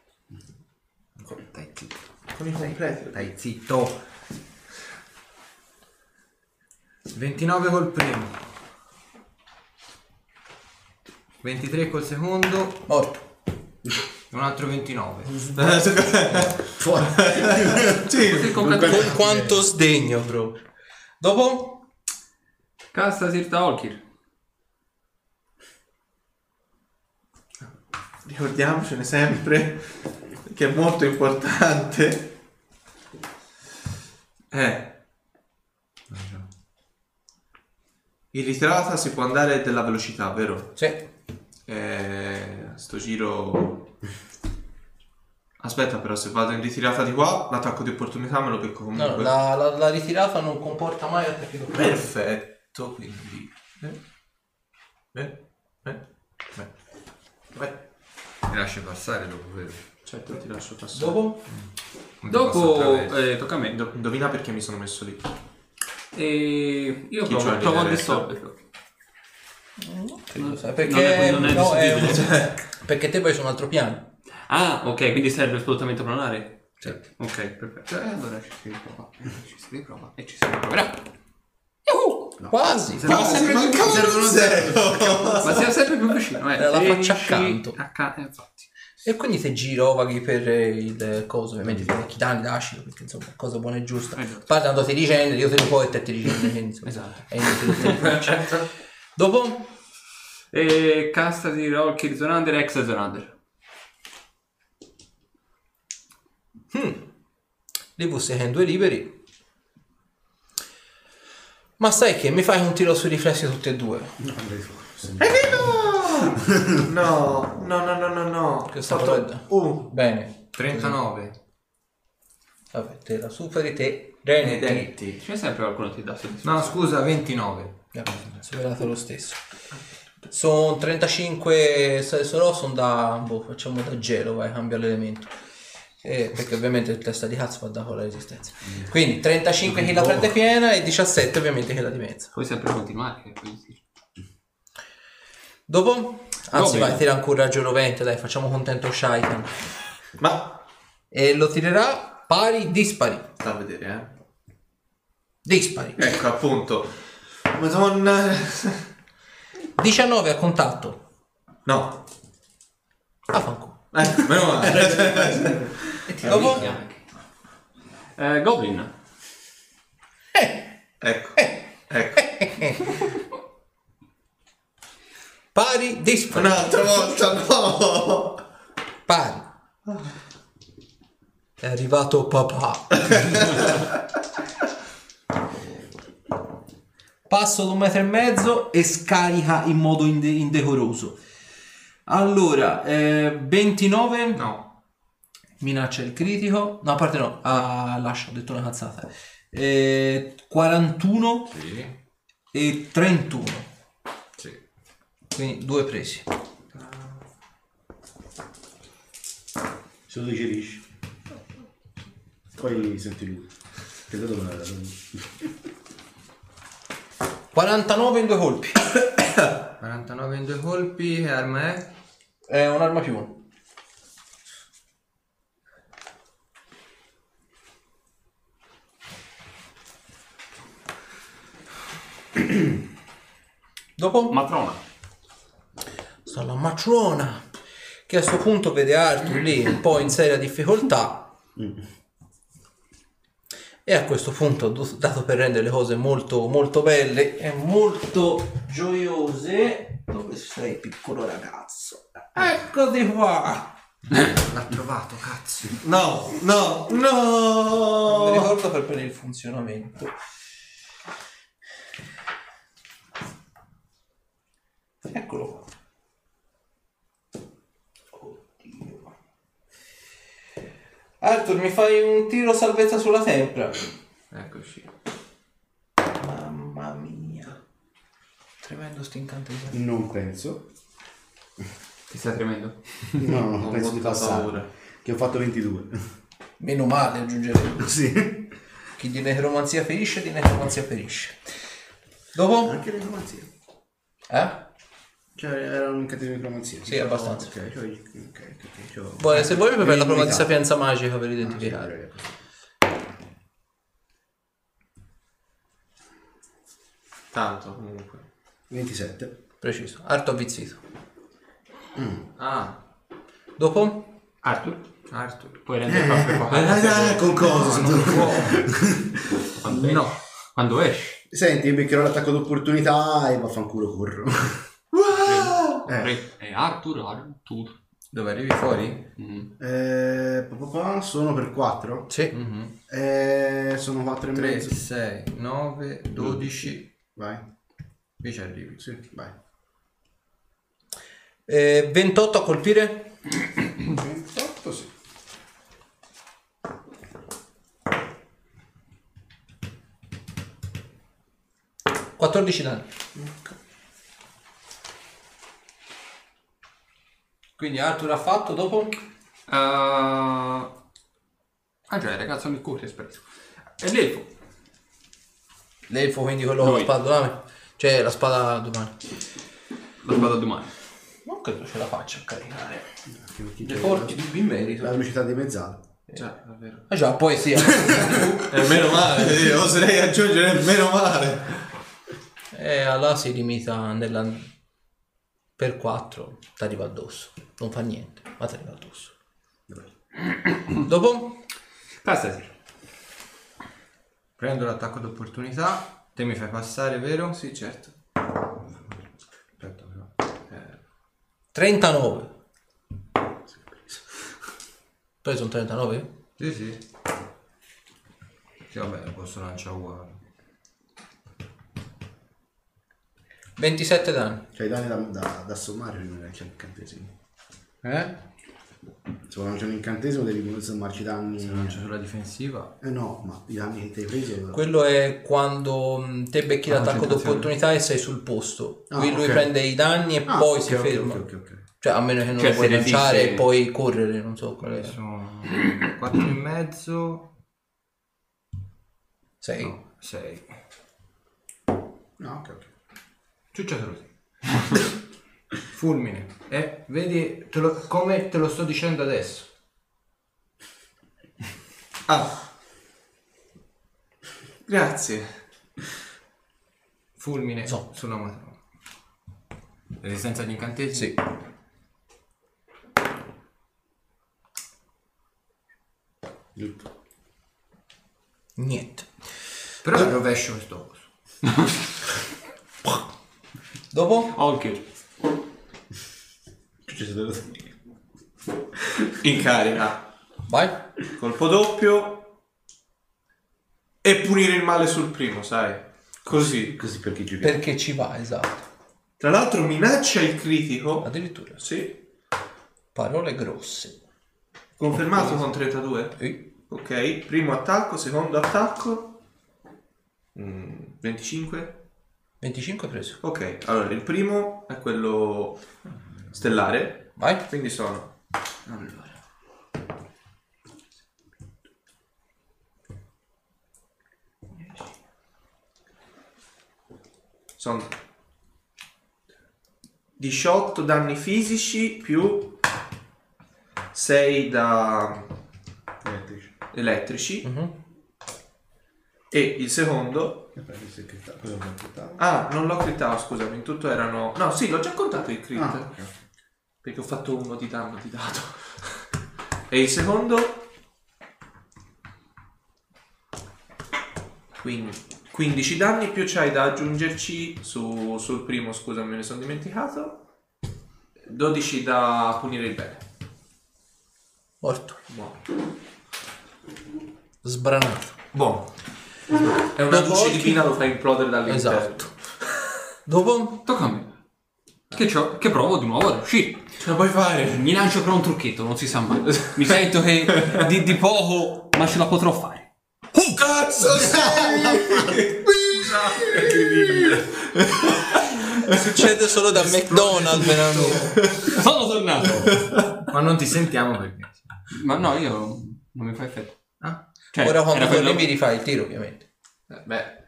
E: Stai zitto.
C: Con i completi.
E: Stai zitto. 29 col primo. 23 col secondo.
A: Morto.
E: Un altro 29.
B: Fuori.
C: Sì,
A: Con quanto sdegno proprio. Dopo?
D: Castasi Olkir.
C: ricordiamocene sempre che è molto importante. In ritirata si può andare della velocità, vero?
A: Sì.
C: Sto giro... Aspetta, però se vado in ritirata di qua, l'attacco di opportunità me lo becco comunque.
A: No, la ritirata non comporta mai attacchi doppio.
C: Perfetto, quindi... Vai.
E: Mi lasci passare dopo, vero?
C: Certo, ti lascio passare.
A: Dopo?
E: Non ti passo
D: Dopo
E: attraverso.
D: tocca a me.
C: Indovina perché mi sono messo lì.
D: E io
C: Chi c'ha
D: provo a
C: l'idea
D: dissolverlo.
A: Perché
D: non è
A: no,
D: dissolvibile.
A: perché te poi su un altro piano.
D: Ah, ok, quindi serve assolutamente planare?
E: Certo.
D: Ok, perfetto. Allora ci si riprova. Ci si riprova e ci si riproverà.
A: Quasi.
B: Ma servono zero.
D: Ma siamo sempre più vicino,
A: Era la faccia
D: 16
A: accanto.
D: infatti.
A: E quindi te girovaghi per il coso, ovviamente ti vecchi danni d'acido, perché insomma è cosa buona e giusta.
D: Esatto.
A: Poi tanto ti ricende, io te li puoi e te ti ricende, quindi insomma,
D: Esatto.
A: è inutile che te li faccia. Dopo?
D: E casta di Rolki Zonander, ex Zonander.
A: Livus sei 2 liberi. Ma sai che mi fai un tiro sui riflessi tutti e due?
C: No.
A: Che sta facendo? Bene.
E: 39.
A: Vabbè, te la superi te. Rendi.
C: Denti.
D: C'è sempre qualcuno che ti dà soddisfazione.
E: No, scusa, 29.
A: Superato lo stesso. Sono 35, se no sono da, facciamo da gelo, vai, cambia l'elemento. Perché ovviamente il testa di cazzo fa da con la resistenza. Quindi 35 che la prende piena e 17 ovviamente che la di mezzo.
D: Puoi sempre continuare. Che così.
A: Dopo? Anzi
D: Goblin.
A: vai, tira ancora raggio rovente, dai, facciamo contento Shaitan.
C: Ma
A: E lo tirerà pari, dispari.
C: sta a vedere,
A: Dispari.
C: Ecco, appunto. Madonna.
A: 19 a contatto.
C: No.
A: Affanculo.
C: Meno male.
A: Dopo?
D: Goblin.
C: Ecco.
A: Pari, dispari.
C: Un'altra volta, no.
A: Pari. arrivato papà. Passo d'1,5 metri e scarica in modo indecoroso. Allora, 29.
D: No.
A: Minaccia il critico. No, a parte no. Lascia, ho detto una cazzata. 41
E: Sì.
A: e 31.
E: Sì.
A: Quindi 2 presi.
B: Se lo digerisci. Poi senti lui. Che dato me l'ha dato lui.
A: 49 in 2 colpi.
E: 49 in 2 colpi, che arma è?
A: È un'arma più 1. Dopo?
D: Matrona.
A: Sta la matrona che a questo punto vede Arthur lì un po' in seria difficoltà e a questo punto, dato per rendere le cose molto molto belle e molto gioiose, dove sei piccolo ragazzo? Eccoti qua.
E: L'ha trovato, cazzo.
A: No, no, no. Non mi ricordo per bene il funzionamento. Eccolo qua. Oddio. Arthur, mi fai un tiro salvezza sulla tempra?
E: Eccoci.
A: Mamma mia. Tremendo sto incantesimo.
B: Non penso.
D: Ti stai tremendo?
B: No,
C: Ho
B: penso di
C: molta
B: passare.
C: paura.
B: Che ho fatto 22.
A: Meno male, aggiungerei.
B: Sì.
A: Chi di necromanzia ferisce, di necromanzia perisce. Dopo?
B: Anche le necromanzie.
A: Eh?
B: Cioè, era un incantesimo di necromanzia.
A: Sì, abbastanza.
B: Ok, c'ho...
A: Poi, se vuoi, mi fai la prova di
B: immunità.
A: sapienza magica per identificare.
C: Tanto comunque.
B: 27.
A: Preciso. Arto avvizzito.
E: Ah,
A: Dopo?
D: Arthur.
E: Arthur.
D: Puoi rendere caffè
B: Con cosa?
D: quando, no. Quando esci.
B: Senti, beccherò l'attacco d'opportunità e vaffanculo corro.
D: È Arthur.
E: Dove arrivi fuori?
B: Sono per 4.
A: Sì.
B: Sono 4 e
E: 3,
B: mezzo.
E: 6, 9, 12.
B: Vai.
E: Qui ci arrivi.
B: Sì, vai.
A: 28 a colpire?
B: 28, sì.
A: - 14 danni. Quindi Arthur ha fatto dopo?
D: Già, il ragazzo nel cuore è espresso. E l'elfo.
A: L'elfo, quindi quello con la
D: Lui.
A: spada domani. Cioè la spada domani.
D: La spada domani.
A: Non credo ce la faccia a caricare.
B: Perché
A: Le
B: c'è
A: forti di merito.
B: la velocità dimezzata.
C: Già, davvero.
A: Ah già, poi sì.
C: Meno male, io oserei aggiungere meno male.
A: Allora si limita per 4 ti arriva addosso. Non fa niente, ma ti arriva addosso. Dopo?
D: Stasera.
E: Prendo l'attacco d'opportunità. Te mi fai passare, vero?
C: Sì, certo.
E: Aspetta, però.
A: 39. Preso un 39?
E: Sì, sì. Sì, vabbè, lo posso lanciare uguale.
A: 27 danni.
B: C'hai i danni da sommare prima di lanciare l'incantesimo. Se vuoi lanciare un incantesimo devi sommarci i danni.
E: Se lancio sulla difensiva.
B: No, ma i danni che ti hai preso.
A: Quello è quando te becchi l'attacco d'opportunità e sei sul posto. Lui
B: ok.
A: prende i danni e poi si ferma.
B: Ok.
A: Cioè a meno che non
D: Cioè,
A: lo puoi
D: se le
A: lanciare
D: fisse-
A: e poi correre, non so qual è.
E: Sono 4 e mezzo.
A: 6.
E: 6.
B: No, ok.
E: Ciucciatelo sì. Fulmine. Vedi come te lo sto dicendo adesso.
C: Ah. Grazie.
E: Fulmine
A: So.
E: sulla matrona. Resistenza agli incantesimi?
A: Sì. Niente.
E: Però è rovescio questo coso.
A: Dopo?
D: Olker.
C: In carica.
A: Vai.
C: Colpo doppio. E punire il male sul primo, sai? Così.
B: Così per chi ci piace.
A: Perché ci va, esatto.
C: Tra l'altro minaccia il critico.
A: Addirittura.
C: Sì.
A: Parole grosse.
C: Confermato con 32?
A: Sì.
C: Ok, primo attacco, secondo attacco. 25?
A: 25 preso.
C: Ok, allora il primo è quello stellare.
A: Vai.
C: Quindi sono...
D: Allora.
C: Sono 18 danni fisici più 6 da elettrici. E il secondo... Ah, non l'ho critato, scusami, in tutto erano... No, sì, l'ho già contato il crit.
B: Okay.
C: Perché ho fatto uno di danno di dato. E il secondo... Quindi 15 danni più c'hai da aggiungerci sul primo, scusami, me ne sono dimenticato. 12 da punire il bene.
A: Morto.
C: Buono.
A: Sbranato.
C: Buono. È una
A: Dopo
C: luce
A: occhi-
C: divina, lo fa implodere dall'interno.
A: Esatto. Dopo?
D: Tocca a me. Che provo di nuovo ad uscire.
C: Ce la puoi fare?
D: Mi lancio per un trucchetto, non si sa mai. Mi sento che di poco, ma ce la potrò fare.
C: Cazzo sei!
A: Succede solo da McDonald's, veramente.
D: Sono tornato.
E: Ma non ti sentiamo perché.
D: Ma no, io non mi fa effetto.
E: Ah.
D: Cioè,
A: Ora quando
D: era
A: torni
D: quello...
A: mi rifai il tiro, ovviamente.
C: Beh,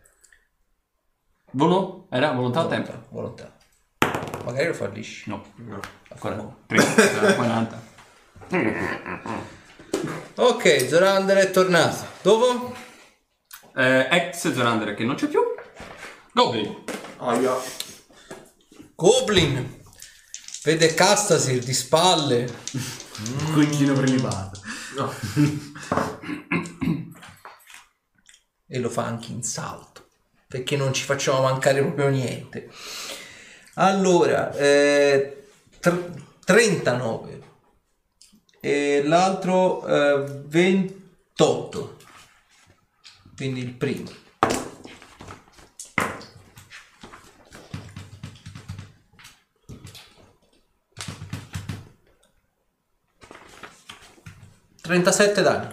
D: Volo? Era volontà o tempo?
A: Volontà. Magari lo fallisci.
D: No. Ancora no. 30, 40.
A: Ok, Zorander è tornato. Dopo?
D: Ex Zorander che non c'è più. Goblin.
C: aia.
A: Goblin. Vede Castasir di spalle.
B: Cugino prelibato.
C: No.
A: E lo fa anche in salto. Perché non ci facciamo mancare proprio niente. Allora, 39. E l'altro 28. Quindi il primo. $37 danni.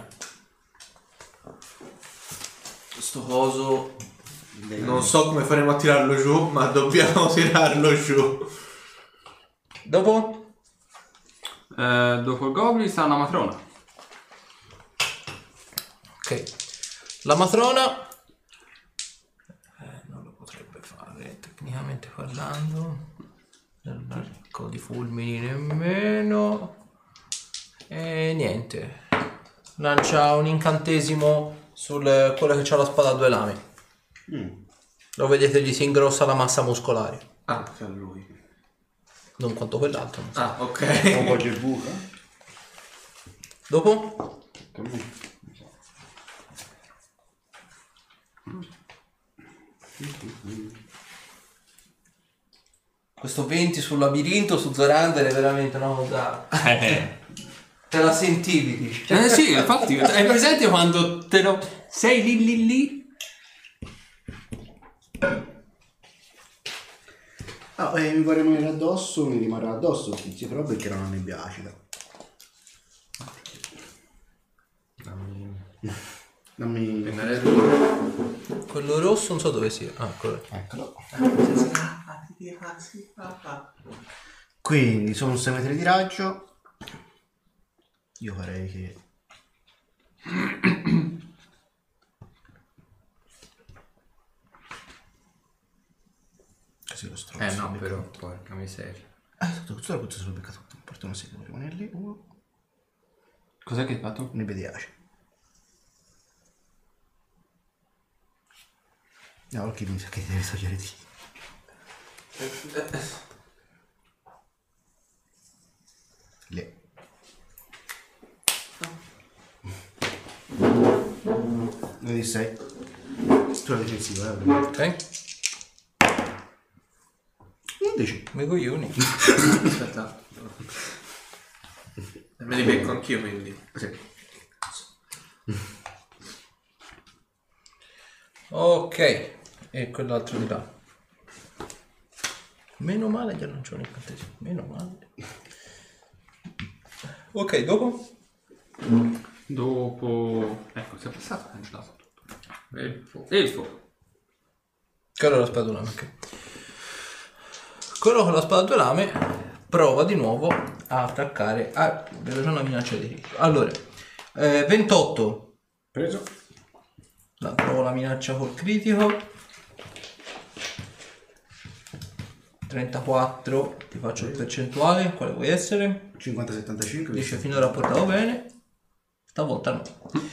C: Sto coso non so come faremo a tirarlo giù, ma dobbiamo tirarlo giù.
A: Dopo?
D: Dopo il Goblin sta una matrona.
A: Ok. La matrona non lo potrebbe fare tecnicamente parlando. L'arco di fulmini nemmeno. E niente. Lancia un incantesimo sul quello che ha la spada a due lame. Lo vedete, gli si ingrossa la massa muscolare.
C: Anche a lui.
A: Non quanto quell'altro. Non so.
C: Ah, ok.
B: Un po' di buca.
A: Dopo? Questo 20 sul labirinto, su Zorander è veramente una cosa... Te la sentivi, dici?
D: Sì, infatti, è presente quando te lo... Sei lì.
B: Mi vorrei rimanere addosso, mi rimarrà addosso il tizio, però perché era una nebbia acida. Dammi...
A: Quello rosso non so dove sia. Ah, quello.
B: Eccolo. Quindi sono 6 metri di raggio. Io farei che... Così lo strozzo.
E: No, però, porca miseria.
B: Tutto la puzza sul beccato. Porta una serie, devo rimanere lì.
D: Cos'è che hai fatto?
B: Ne vediace. No, perché mi sa che deve togliere di... Lì. Ne di 6. Tu la difensiva,
A: Ok?
B: 11.
A: Mi coglioni.
C: Aspetta. Me li becco anch'io, quindi.
B: Sì.
A: Ok, e quell'altro di là. Meno male che non c'è un incantesimo. Meno male. Ok, dopo?
D: Dopo... Ecco, si è passato, è andato tutto. E il fuoco.
A: Quello con la spada a due lame, ok. Quello con la spada a due lame prova di nuovo a attaccare. Vedo già una minaccia di critico. Allora, 28.
B: Preso.
A: Provo la minaccia col critico. 34, ti faccio il percentuale, quale vuoi essere?
B: 50-75.
A: Dice finora ha portato bene, stavolta no.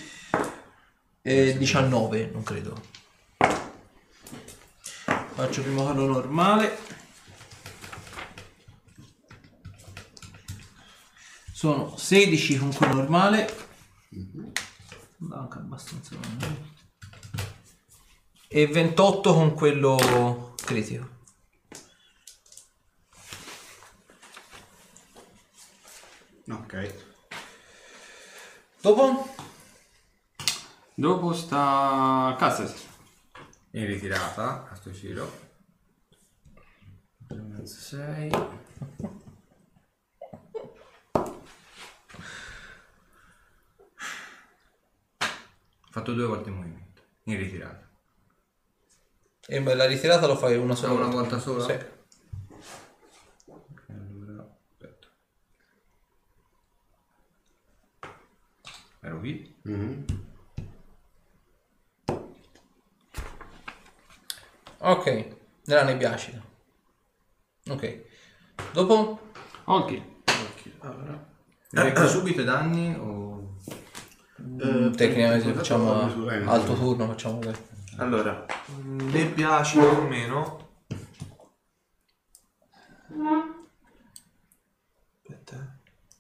A: 19, non credo. Faccio prima quello normale. Sono 16 con quello normale. Manca abbastanza. E 28 con quello critico.
B: Ok.
D: Dopo sta Castes.
E: In ritirata a sto giro. 6. Ho fatto 2 volte il movimento. In ritirata.
A: E la ritirata lo fai una sola
E: Una volta sola?
A: Sì.
E: Allora, aspetta. Ero qui.
A: Ok, nella nebbia acida. Ok. Dopo?
D: Ok.
E: Allora. Recco subito i danni o...
A: Tecnicamente facciamo alto turno, facciamo questo.
C: Allora, nebbia acida o meno. Aspetta.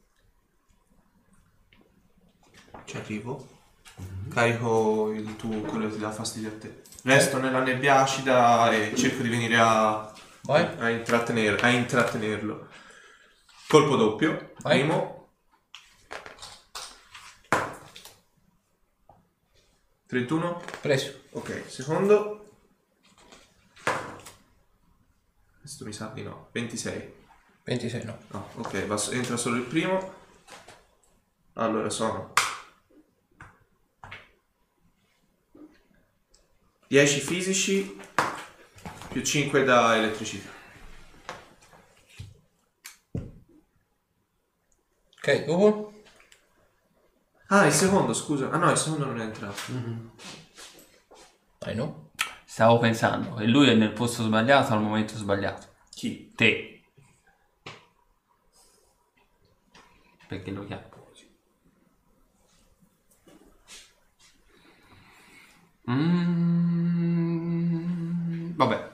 C: Ci arrivo. Carico il tuo, quello che ti dà fastidio a te. Resto nella nebbia acida e cerco di venire a intrattenerlo. Colpo doppio.
A: Vai.
C: Primo. 31.
A: Preso.
C: Ok, secondo. Questo mi sa di no. 26.
A: 26 no.
C: No, ok, entra solo il primo. Allora sono 10 fisici più 5 da elettricità.
A: Ok, dopo?
C: Ah, il secondo, scusa. Ah no, il secondo non è entrato.
A: Dai no.
D: Stavo pensando che lui è nel posto sbagliato al momento sbagliato.
C: Chi?
D: Te. Perché lo chiamo così. Vabbè.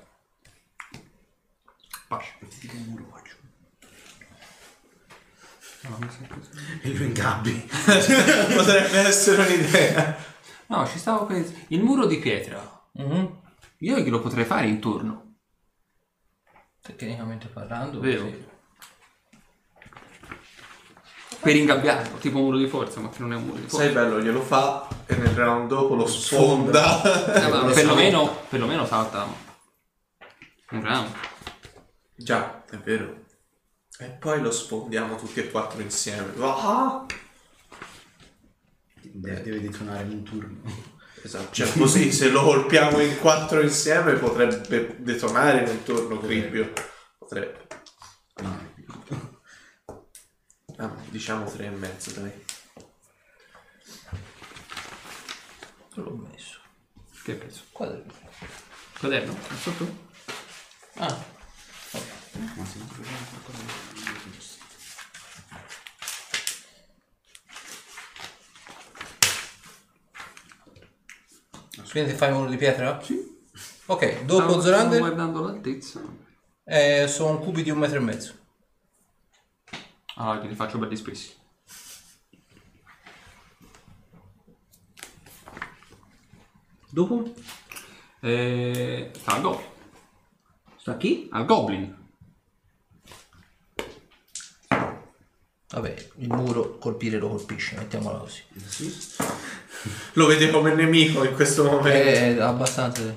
D: Pasci.
B: E lui ingabbi.
C: Potrebbe essere un'idea.
D: No, ci stavo pensando. Il muro di pietra. Io glielo potrei fare in turno.
A: Tecnicamente parlando.
D: Vero.
A: Sì.
D: Per ingabbiarlo, tipo muro di forza, ma che non è un muro di forza.
C: Sai bello, glielo fa e nel round dopo lo sfonda.
D: Ma perlomeno salta un round.
C: Già, è vero. E poi lo sfondiamo tutti e quattro insieme. Ah!
B: Deve detonare in un turno.
C: Esatto, cioè così se lo colpiamo in 4 insieme potrebbe detonare nel turno Cribbio. Potrebbe. Diciamo 3,5 dai.
A: L'ho messo.
D: Che penso?
A: Quaderno.
D: Quaderno? È sotto?
A: Ah. Quindi fai muro di pietra?
D: Sì.
A: Ok, dopo
D: Stavo
A: Zorander
D: guardando l'altezza.
A: sono cubi di 1,5 metri.
D: Allora, che li faccio belli spessi.
G: Dopo?
D: Sta al Goblin.
G: Sta chi?
D: Al Goblin.
A: Vabbè, il muro colpire lo colpisce, mettiamola così.
C: lo vede come nemico in questo momento.
A: Abbastanza.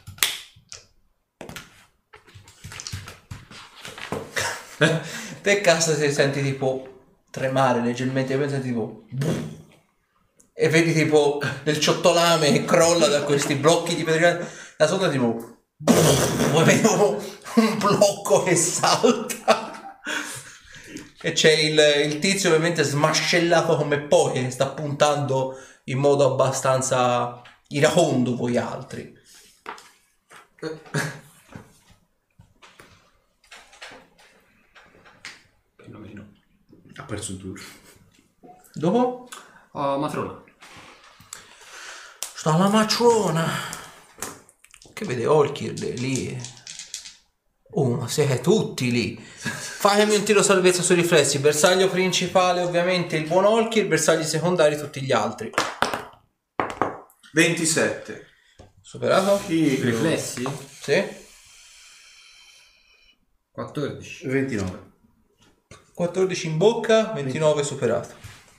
A: Te cazzo se senti tipo tremare leggermente, pensi tipo e vedi tipo del ciottolame che crolla da questi blocchi di pietra da sotto tipo vedi un blocco che salta e c'è il tizio ovviamente smascellato come poi che sta puntando in modo abbastanza iracondo voi altri.
D: Più o meno.
B: Ha perso un tour.
A: Dopo?
D: Matrona.
A: Sta la matrona che vede Olkir lì. Oh, ma siete tutti lì. Fatemi un tiro salvezza sui riflessi. Bersaglio principale ovviamente il buon Olkir, bersagli secondari tutti gli altri.
C: 27.
A: Superato?
E: Riflessi?
A: Sì.
E: 14.
B: 29.
A: 14 in bocca, 29 superato.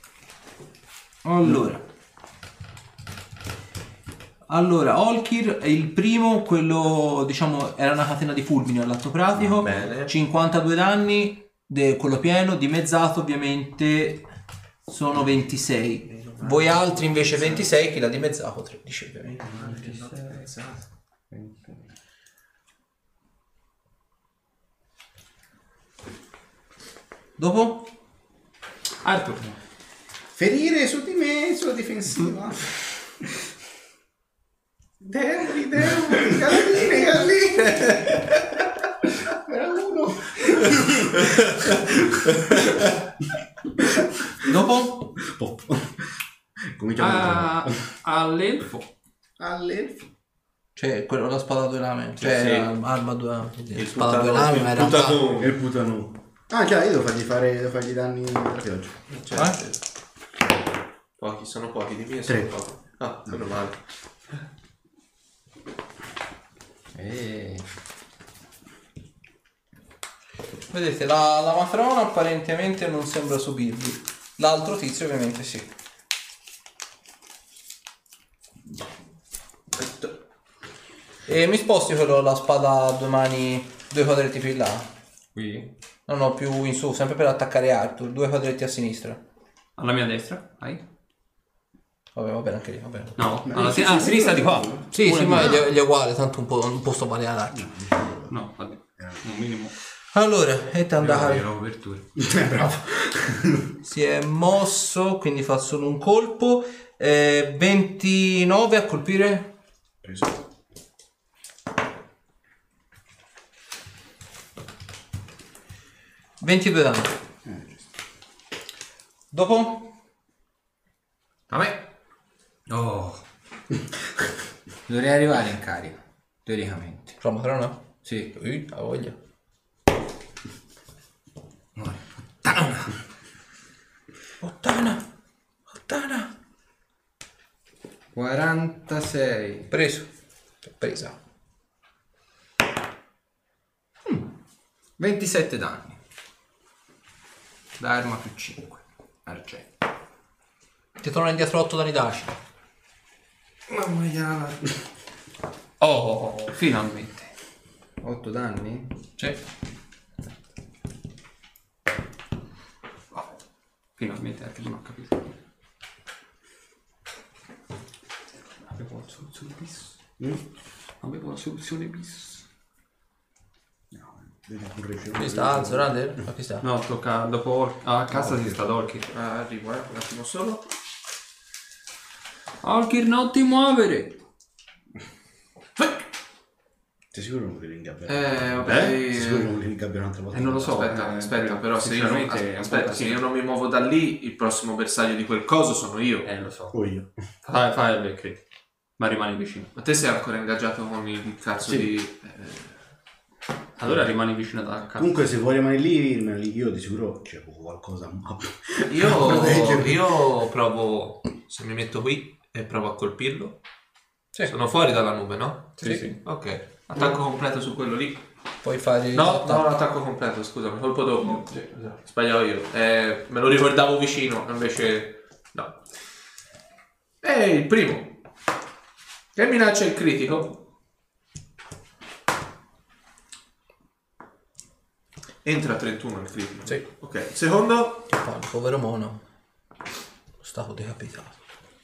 A: Allora, Olkir è il primo, quello diciamo era una catena di fulmini al lato pratico.
C: Bene.
A: 52 danni, quello pieno, dimezzato ovviamente sono 26. Voi altri invece 26, chi l'ha dimezzato 13 ovviamente. Dopo?
D: Arthur.
B: Ferire su di me, sulla difensiva. Demoni, galline. Era uno.
A: Dopo?
B: Cominciamo
D: All'elfo.
B: all'elfo.
A: Cioè, quello la spada a due lame. Cioè,
C: Sì.
A: arma a due lame.
C: Il
A: Spada a due lame, ma in realtà...
C: putanone.
B: E il putanù. Ah, già, io devo fargli danni da pioggia.
C: Pochi, sono pochi, di mio
B: Tre.
C: sono pochi. Ah, meno male.
A: Vedete, la matrona apparentemente non sembra subirvi. L'altro tizio ovviamente sì. E mi sposti quello la spada a due mani, 2 quadretti più in là.
E: Qui?
A: No, più in su, sempre per attaccare Arthur, 2 quadretti a sinistra.
D: Alla mia destra, vai.
A: Vabbè, va bene anche lì, va bene.
D: No, a sinistra di qua.
A: Sì,
D: Una
A: sì,
D: di
A: ma
D: là.
A: gli è uguale, tanto un posto vale a l'arco.
D: No, vabbè. Un minimo.
A: Allora, e te andare.
E: la copertura.
B: Bravo.
A: Si è mosso, quindi fa solo un colpo. 29 a colpire.
B: Preso.
A: $22 danni. Dopo?
E: A me? Oh. Dovrei arrivare in carica, teoricamente.
A: Sulla matrona?
E: Sì.
A: Ha voglia. Puttana!
E: 46.
A: Preso. Presa.
E: 27 danni. Da arma più 5. Argento.
A: Ti torna indietro 8 danni d'acida.
E: Mamma mia.
D: Oh, finalmente.
E: 8 danni?
A: Sì.
D: Finalmente anche non ho capito. Avevo la soluzione bis. Avevo la soluzione bis.
A: Qui sta Zorander? Ma chi sta?
D: No, tocca dopo. A casa si sta Olkir.
C: Arrivo, un attimo solo.
D: Olkir, non ti muovere!
B: Sei sicuro non volevi ingabbiare?
C: Vabbè.
B: Sei sicuro non volevi ingabbiare un'altra volta?
D: non lo so.
C: Aspetta, però se io, non,
D: sinceramente,
C: aspetta,
D: un po'
C: se
D: sì.
C: io non mi muovo da lì, il prossimo bersaglio di quel coso sono io.
D: Lo so.
B: O io.
D: Fai il critico. Ma rimani vicino.
C: Ma te sei ancora ingaggiato con il cazzo
B: Sì.
C: di...
D: Allora rimani vicino ad casa.
B: Comunque se vuoi rimanere lì, rimani lì. Io di sicuro c'è qualcosa.
F: Io provo, se mi metto qui e provo a colpirlo.
A: Sì.
F: Sono fuori dalla nube, no?
D: Sì.
C: Ok, attacco completo su quello lì.
A: Puoi fare...
C: No, l'attacco completo, scusami, colpo doppio. Sbagliavo io. Me lo ricordavo vicino, invece no. E il primo. Che minaccia il critico. Entra a 31 il critico.
A: Sì.
C: Ok, il secondo.
A: Il povero mono. Stato decapitato.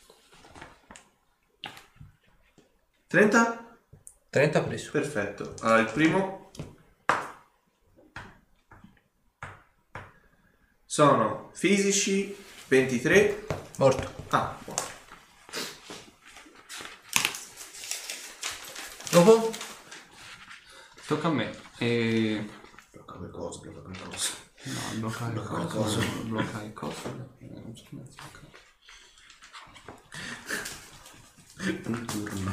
C: 30?
A: 30 preso.
C: Perfetto. Allora, il primo. Sono fisici 23.
A: Morto.
C: Ah, buono.
A: Dopo?
D: Tocca a me.
B: Blocca quel coso, blocca quel coso.
D: No, bloccare il
B: Blocca il
D: coso.
B: coso.
D: Bloccare il coso. Non so come si blocca.
B: Un turno.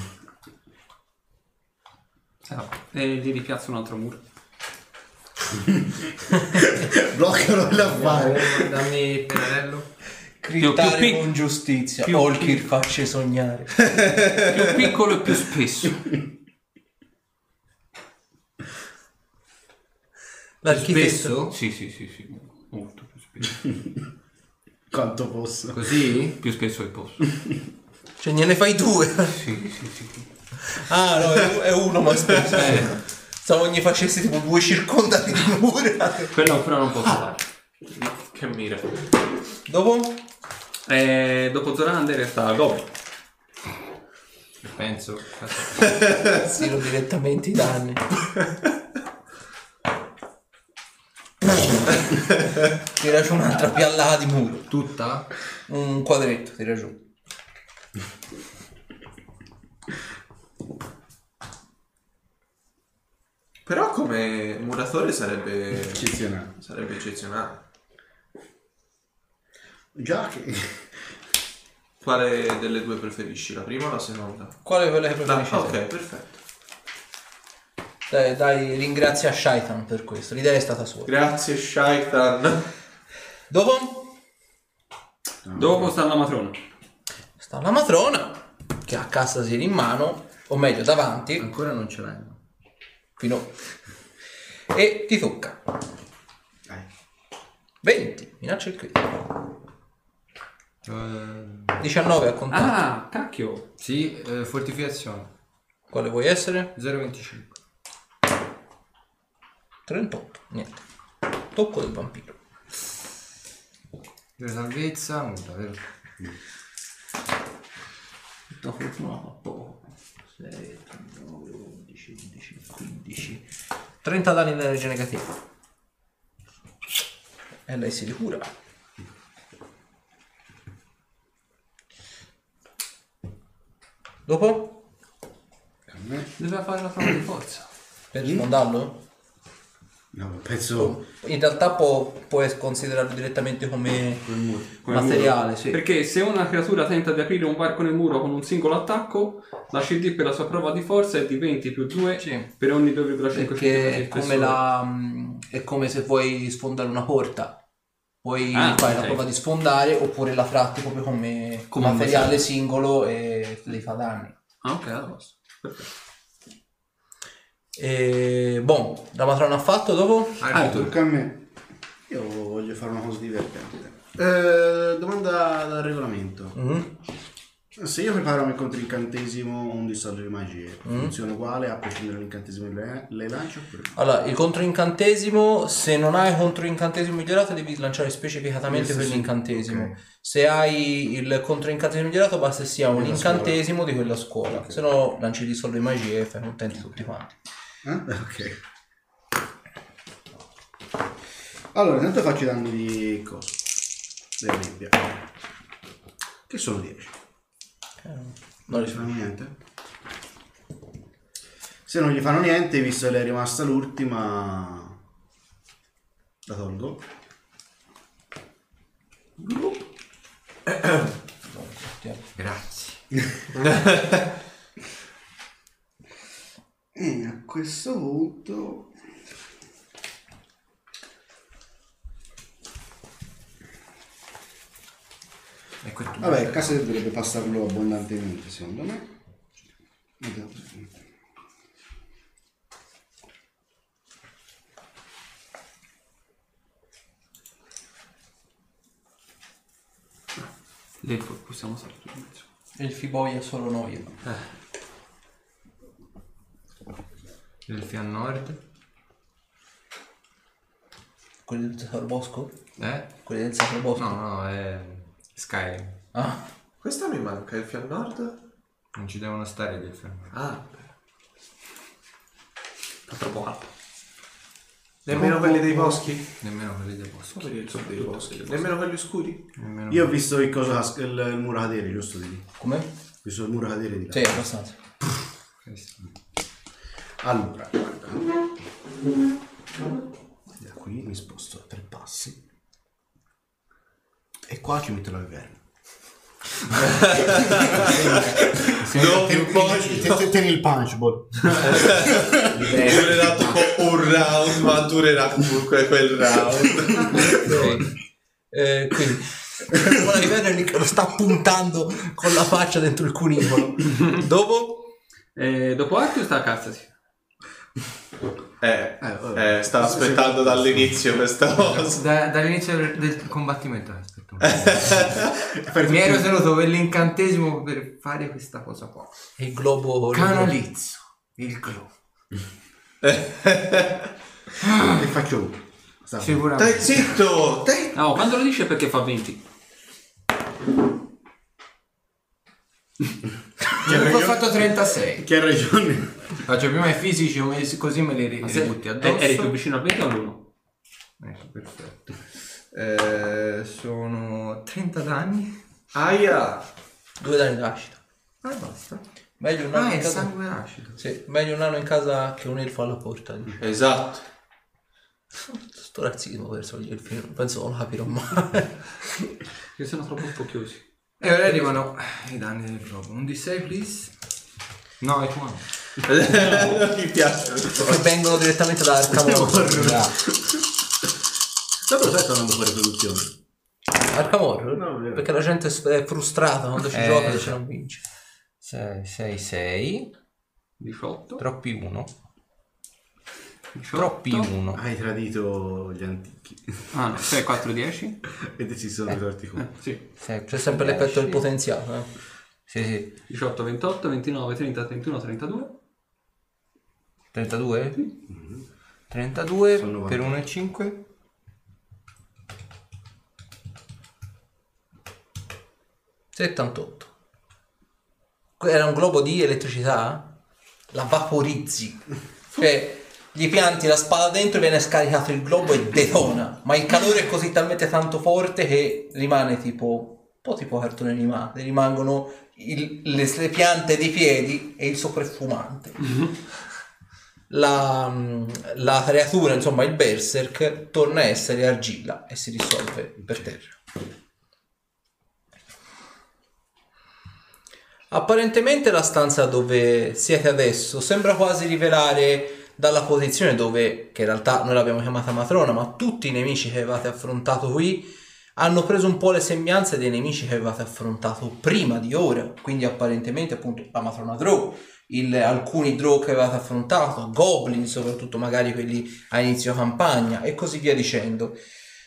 D: E gli ripiazzo un altro muro.
B: Bloccano l'affare.
E: Dammi il pennarello.
A: Crittare
D: più
A: con giustizia.
D: più
A: Olkir faccia sognare.
D: Più piccolo e più spesso.
A: L'architetto.
E: Spesso?
D: Sì. Molto più spesso.
B: Quanto posso.
E: Così?
D: Più spesso che posso.
A: Cioè gliene fai due.
D: Sì.
A: Ah no, è uno ma spesso. Stavo gli facessi tipo 2 circondati di mura.
D: Quello però non posso fare.
C: Che mira.
A: Dopo?
D: Dopo Zorander sta Goblin.
E: Penso.
A: Tiro direttamente i danni. Tira giù un'altra piallata di muro.
E: Tutta?
A: Un quadretto, tira giù.
C: Però come muratore sarebbe
B: Eccezionale.
C: eccezionale.
B: Già che...
C: Quale delle due preferisci? La prima o la seconda?
A: Quale quella che preferisci?
C: Ok,
A: te?
C: perfetto.
A: Dai, ringrazia Shaitan per questo. L'idea è stata sua.
C: Grazie Shaitan.
A: Dopo?
D: Dopo sta la matrona.
A: Sta la matrona che ha Cassasir in mano, o meglio davanti,
E: Ancora non ce l'hai.
A: fino... e ti tocca.
B: Dai.
A: 20, minaccia il critico. 19 a contatto.
D: Ah, cacchio.
E: Sì, fortificazione.
A: Quale vuoi essere?
E: 0,25.
A: 38, niente. Tocco del vampiro.
E: Due salvezza, nulla, vero?
G: Tutta fortuna fa poco. 6, 9, 11, 12, 15.
A: 30 danni di energia negativa. E lei si ricura. Dopo?
B: A me?
D: Doveva fare la prova di forza.
A: Per sfondarlo?
B: No, penso...
A: In realtà puoi considerarlo direttamente come
D: Come
A: materiale,
D: muro.
A: sì.
D: Perché se una creatura tenta di aprire un varco nel muro con un singolo attacco, la CD per la sua prova di forza è di 20 più 2
A: Sì.
D: per ogni 2,5
A: Perché è
D: cm
A: come, è come se vuoi sfondare una porta. Puoi fare la
D: ok.
A: prova di sfondare oppure la tratti proprio come
D: Come un
A: materiale singolo e le fa danni.
D: Ah, ok, allora posso. Perfetto.
A: E boh, la matrona ha fatto dopo?
B: Tocca a me. Io voglio fare una cosa divertente. Domanda dal regolamento.
A: Mhm.
B: Se io preparo il controincantesimo un dissolvo di magie, funziona uguale a prescindere dall'incantesimo che le lancio? Oppure...
A: Allora, il controincantesimo, se non hai controincantesimo migliorato devi lanciare specificatamente
B: Sì,
A: per
B: sì,
A: l'incantesimo.
B: ok.
A: Se hai il controincantesimo migliorato basta che sia un
B: Della
A: incantesimo di quella scuola.
B: Ok.
A: Se no lanci il dissolvo di magie e fai contenti tutti quanti.
B: Ok. Allora, intanto faccio i danni di cosa? Della nebbia. Che sono 10. Non gli fanno niente? Se non gli fanno niente, visto che le è rimasta l'ultima, la tolgo.
E: Grazie.
B: E a questo punto...
E: E questo
B: Vabbè, casa dovrebbe passarlo abbondantemente, secondo me. Vediamo.
D: Lì possiamo salire in mezzo.
A: Elfi boia solo noi.
E: Elfi a nord.
A: Quelli del Sacro Bosco?
E: Eh?
A: Quelli del Sacro Bosco?
E: No, è Skyrim.
A: Ah,
C: Questa mi manca, il fianco nord?
E: Non ci devono stare gli elfi a nord.
C: Ah,
D: Fa troppo alto.
C: nemmeno quelli dei boschi?
E: Nemmeno quelli dei boschi.
C: Quelli sono dei boschi. Nemmeno quelli oscuri?
E: Nemmeno
B: Io ho visto il muro cadere, giusto di lì.
A: com'è?
B: Ho visto il muro cadere di là.
A: Sì, abbastanza.
B: Allora, guarda. Da qui mi sposto a 3 passi. E qua ci metto la viverna. Tieni il punch ball.
C: Durerà tipo un round, ma durerà comunque quel round.
A: Quindi la viverna lì che lo sta puntando con la faccia dentro il cunicolo. Dopo?
D: Dopo Arthur sta a cazzasi.
C: Stavo aspettando dall'inizio questa cosa.
E: Dall'inizio del combattimento aspetta. Mi ero tenuto per l'incantesimo per fare questa cosa qua.
A: Il globo
E: Canalizzo il globo.
B: E faccio uno.
E: Sicuramente.
C: Dai, zitto! Dai!
D: No, quando lo dice è perché fa 20.
E: Ho fatto 36.
B: Che ha ragione.
E: Faccio prima i fisici così me li ributti addosso.
D: Eri più vicino al 20 o all'1?
E: Ecco, perfetto. Sono 30 danni.
C: Aia!
A: 2 danni d'acida.
E: Ah, basta.
A: Meglio un anno
E: Ah,
A: in
E: è
A: casa.
E: sangue acido.
A: Sì, meglio un anno in casa che un elfo alla porta.
C: Esatto.
A: Sto razzismo verso gli elfi, non penso non lo capirò mai.
D: Che sono troppo spocchiosi.
E: E ora arrivano i danni del globo. Un D6, please. No, è qua.
C: Mi piace.
A: Che vengono direttamente da Arkham.
B: Dopo sai sto andando fuori produzione.
A: Arkham Horror?
B: No, vero.
A: Perché la gente è frustrata quando ci gioca e se non vince.
E: 6.
D: 18.
E: Troppi 1.
D: 18.
E: Troppi 1.
B: Hai tradito gli antichi.
D: Ah no, 6, 4, 10.
B: E ti si sono ritorti qua.
D: Sì.
A: C'è sempre l'effetto del potenziale.
E: Sì.
D: 18, 28, 29, 30, 31, 32.
E: 32? 32
B: Sono 90.
E: per 1,5.
A: 78. Era un globo di elettricità? La vaporizzi. Cioè, gli pianti la spada dentro, viene scaricato il globo e detona. Ma il calore è così talmente tanto forte che rimane tipo... un po' tipo cartone animato. Rimangono le piante dei piedi e il sopraffumante. La creatura, insomma il berserk, torna a essere argilla e si dissolve per terra. Apparentemente la stanza dove siete adesso sembra quasi rivelare dalla posizione dove, che in realtà noi l'abbiamo chiamata matrona, ma tutti i nemici che avevate affrontato qui hanno preso un po' le sembianze dei nemici che avevate affrontato prima di ora, quindi apparentemente appunto la matrona Drow, alcuni Drow che avevate affrontato, goblin soprattutto, magari quelli a inizio campagna e così via dicendo.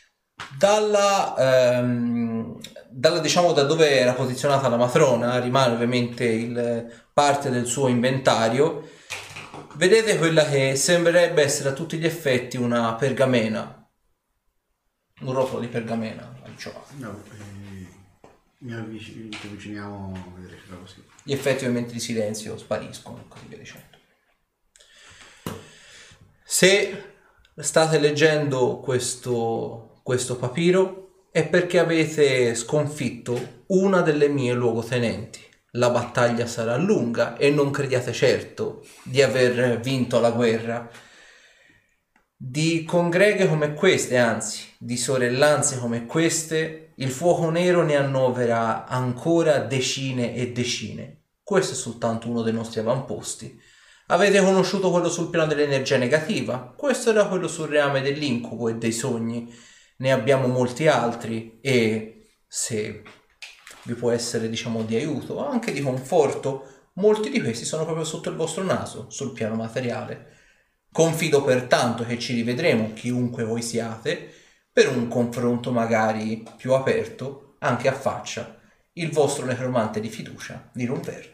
A: Diciamo da dove era posizionata la matrona rimane ovviamente parte del suo inventario. Vedete quella che sembrerebbe essere a tutti gli effetti una pergamena, un rotolo di pergamena.
B: No, ci avviciniamo a vedere se fa così.
A: Gli effetti ovviamente di silenzio spariscono e così via dicendo. Se state leggendo questo papiro è perché avete sconfitto una delle mie luogotenenti. La battaglia sarà lunga e non crediate certo di aver vinto la guerra. Di congreghe come queste, anzi, di sorellanze come queste, il fuoco nero ne annovera ancora decine e decine. Questo è soltanto uno dei nostri avamposti. Avete conosciuto quello sul piano dell'energia negativa? Questo era quello sul reame dell'incubo e dei sogni. Ne abbiamo molti altri e, se vi può essere, diciamo, di aiuto, anche di conforto, molti di questi sono proprio sotto il vostro naso, sul piano materiale. Confido pertanto che ci rivedremo, chiunque voi siate, per un confronto magari più aperto, anche a faccia, il vostro necromante di fiducia, Nilunvert.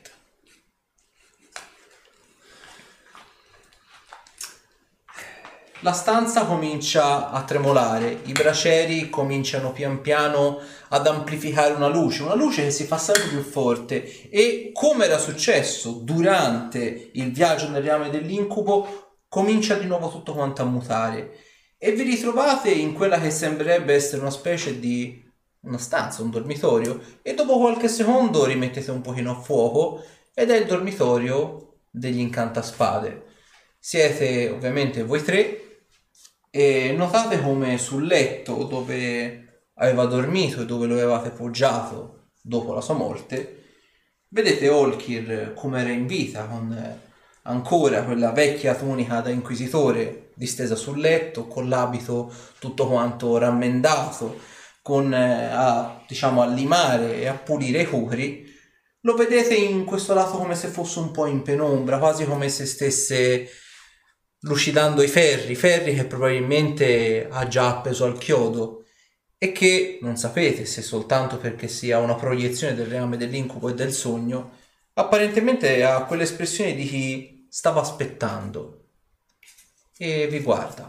A: La stanza comincia a tremolare, i bracieri cominciano pian piano ad amplificare una luce che si fa sempre più forte e, come era successo durante il viaggio nel reame dell'incubo, comincia di nuovo tutto quanto a mutare e vi ritrovate in quella che sembrerebbe essere una specie di una stanza, un dormitorio, e dopo qualche secondo rimettete un pochino a fuoco ed è il dormitorio degli incantaspade. Siete ovviamente voi tre e notate come sul letto dove aveva dormito e dove lo avevate poggiato dopo la sua morte, vedete Olkir come era in vita, con ancora quella vecchia tunica da inquisitore distesa sul letto, con l'abito tutto quanto rammendato, con a limare e a pulire i cuori. Lo vedete in questo lato come se fosse un po' in penombra, quasi come se stesse lucidando i ferri che probabilmente ha già appeso al chiodo e che non sapete se soltanto perché sia una proiezione del reame dell'incubo e del sogno, apparentemente ha quell'espressione di chi stava aspettando e vi guarda.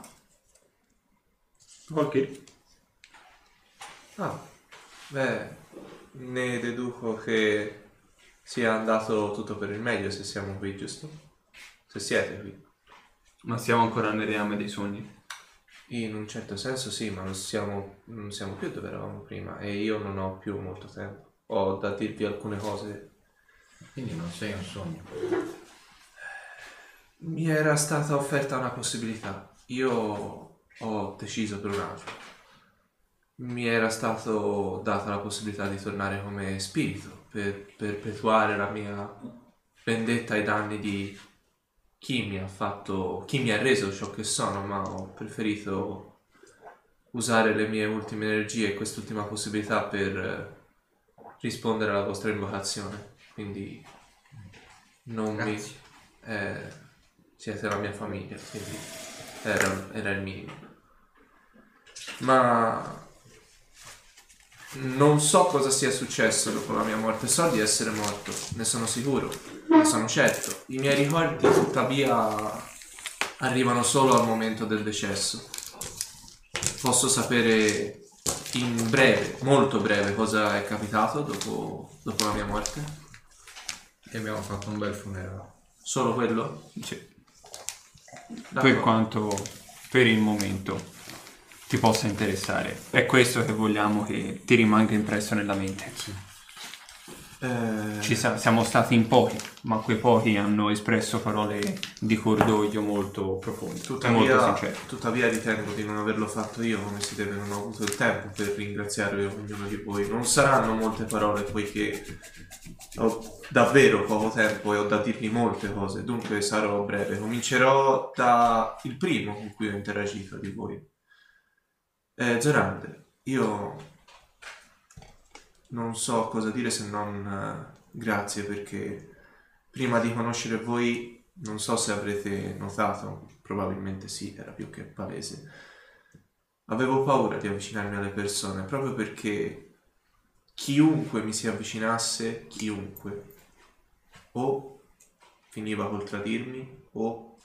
D: Ok.
C: Ne deduco che sia andato tutto per il meglio se siamo qui, giusto? Se siete qui.
D: Ma siamo ancora nel reame dei sogni?
C: In un certo senso sì, ma non siamo più dove eravamo prima e io non ho più molto tempo. Ho da dirvi alcune cose.
E: Quindi non sei un sogno.
C: Mi era stata offerta una possibilità. Io ho deciso per un altro. Mi era stato data la possibilità di tornare come spirito per perpetuare la mia vendetta ai danni di chi mi ha reso ciò che sono, ma ho preferito usare le mie ultime energie e quest'ultima possibilità per rispondere alla vostra invocazione. Quindi siete la mia famiglia, quindi era il minimo. Ma non so cosa sia successo dopo la mia morte, so di essere morto, ne sono sicuro, ne sono certo. I miei ricordi tuttavia arrivano solo al momento del decesso. Posso sapere in breve, molto breve, cosa è capitato dopo la mia morte?
E: E abbiamo fatto un bel funerale.
C: Solo quello?
D: Sì.
C: D'accordo.
D: Per quanto per il momento ti possa interessare. È questo che vogliamo che ti rimanga impresso nella mente. Sì. Siamo stati in pochi, ma quei pochi hanno espresso parole di cordoglio molto profonde, molto sincere.
C: Tuttavia ritengo di non averlo fatto io, come si deve, non ho avuto il tempo per ringraziare ognuno di voi. Non saranno molte parole, poiché ho davvero poco tempo e ho da dirvi molte cose, dunque sarò breve. Comincerò da il primo con cui ho interagito di voi. Zorander, io non so cosa dire se non grazie, perché prima di conoscere voi non so se avrete notato, probabilmente sì, era più che palese, avevo paura di avvicinarmi alle persone proprio perché chiunque mi si avvicinasse, chiunque, o finiva col tradirmi o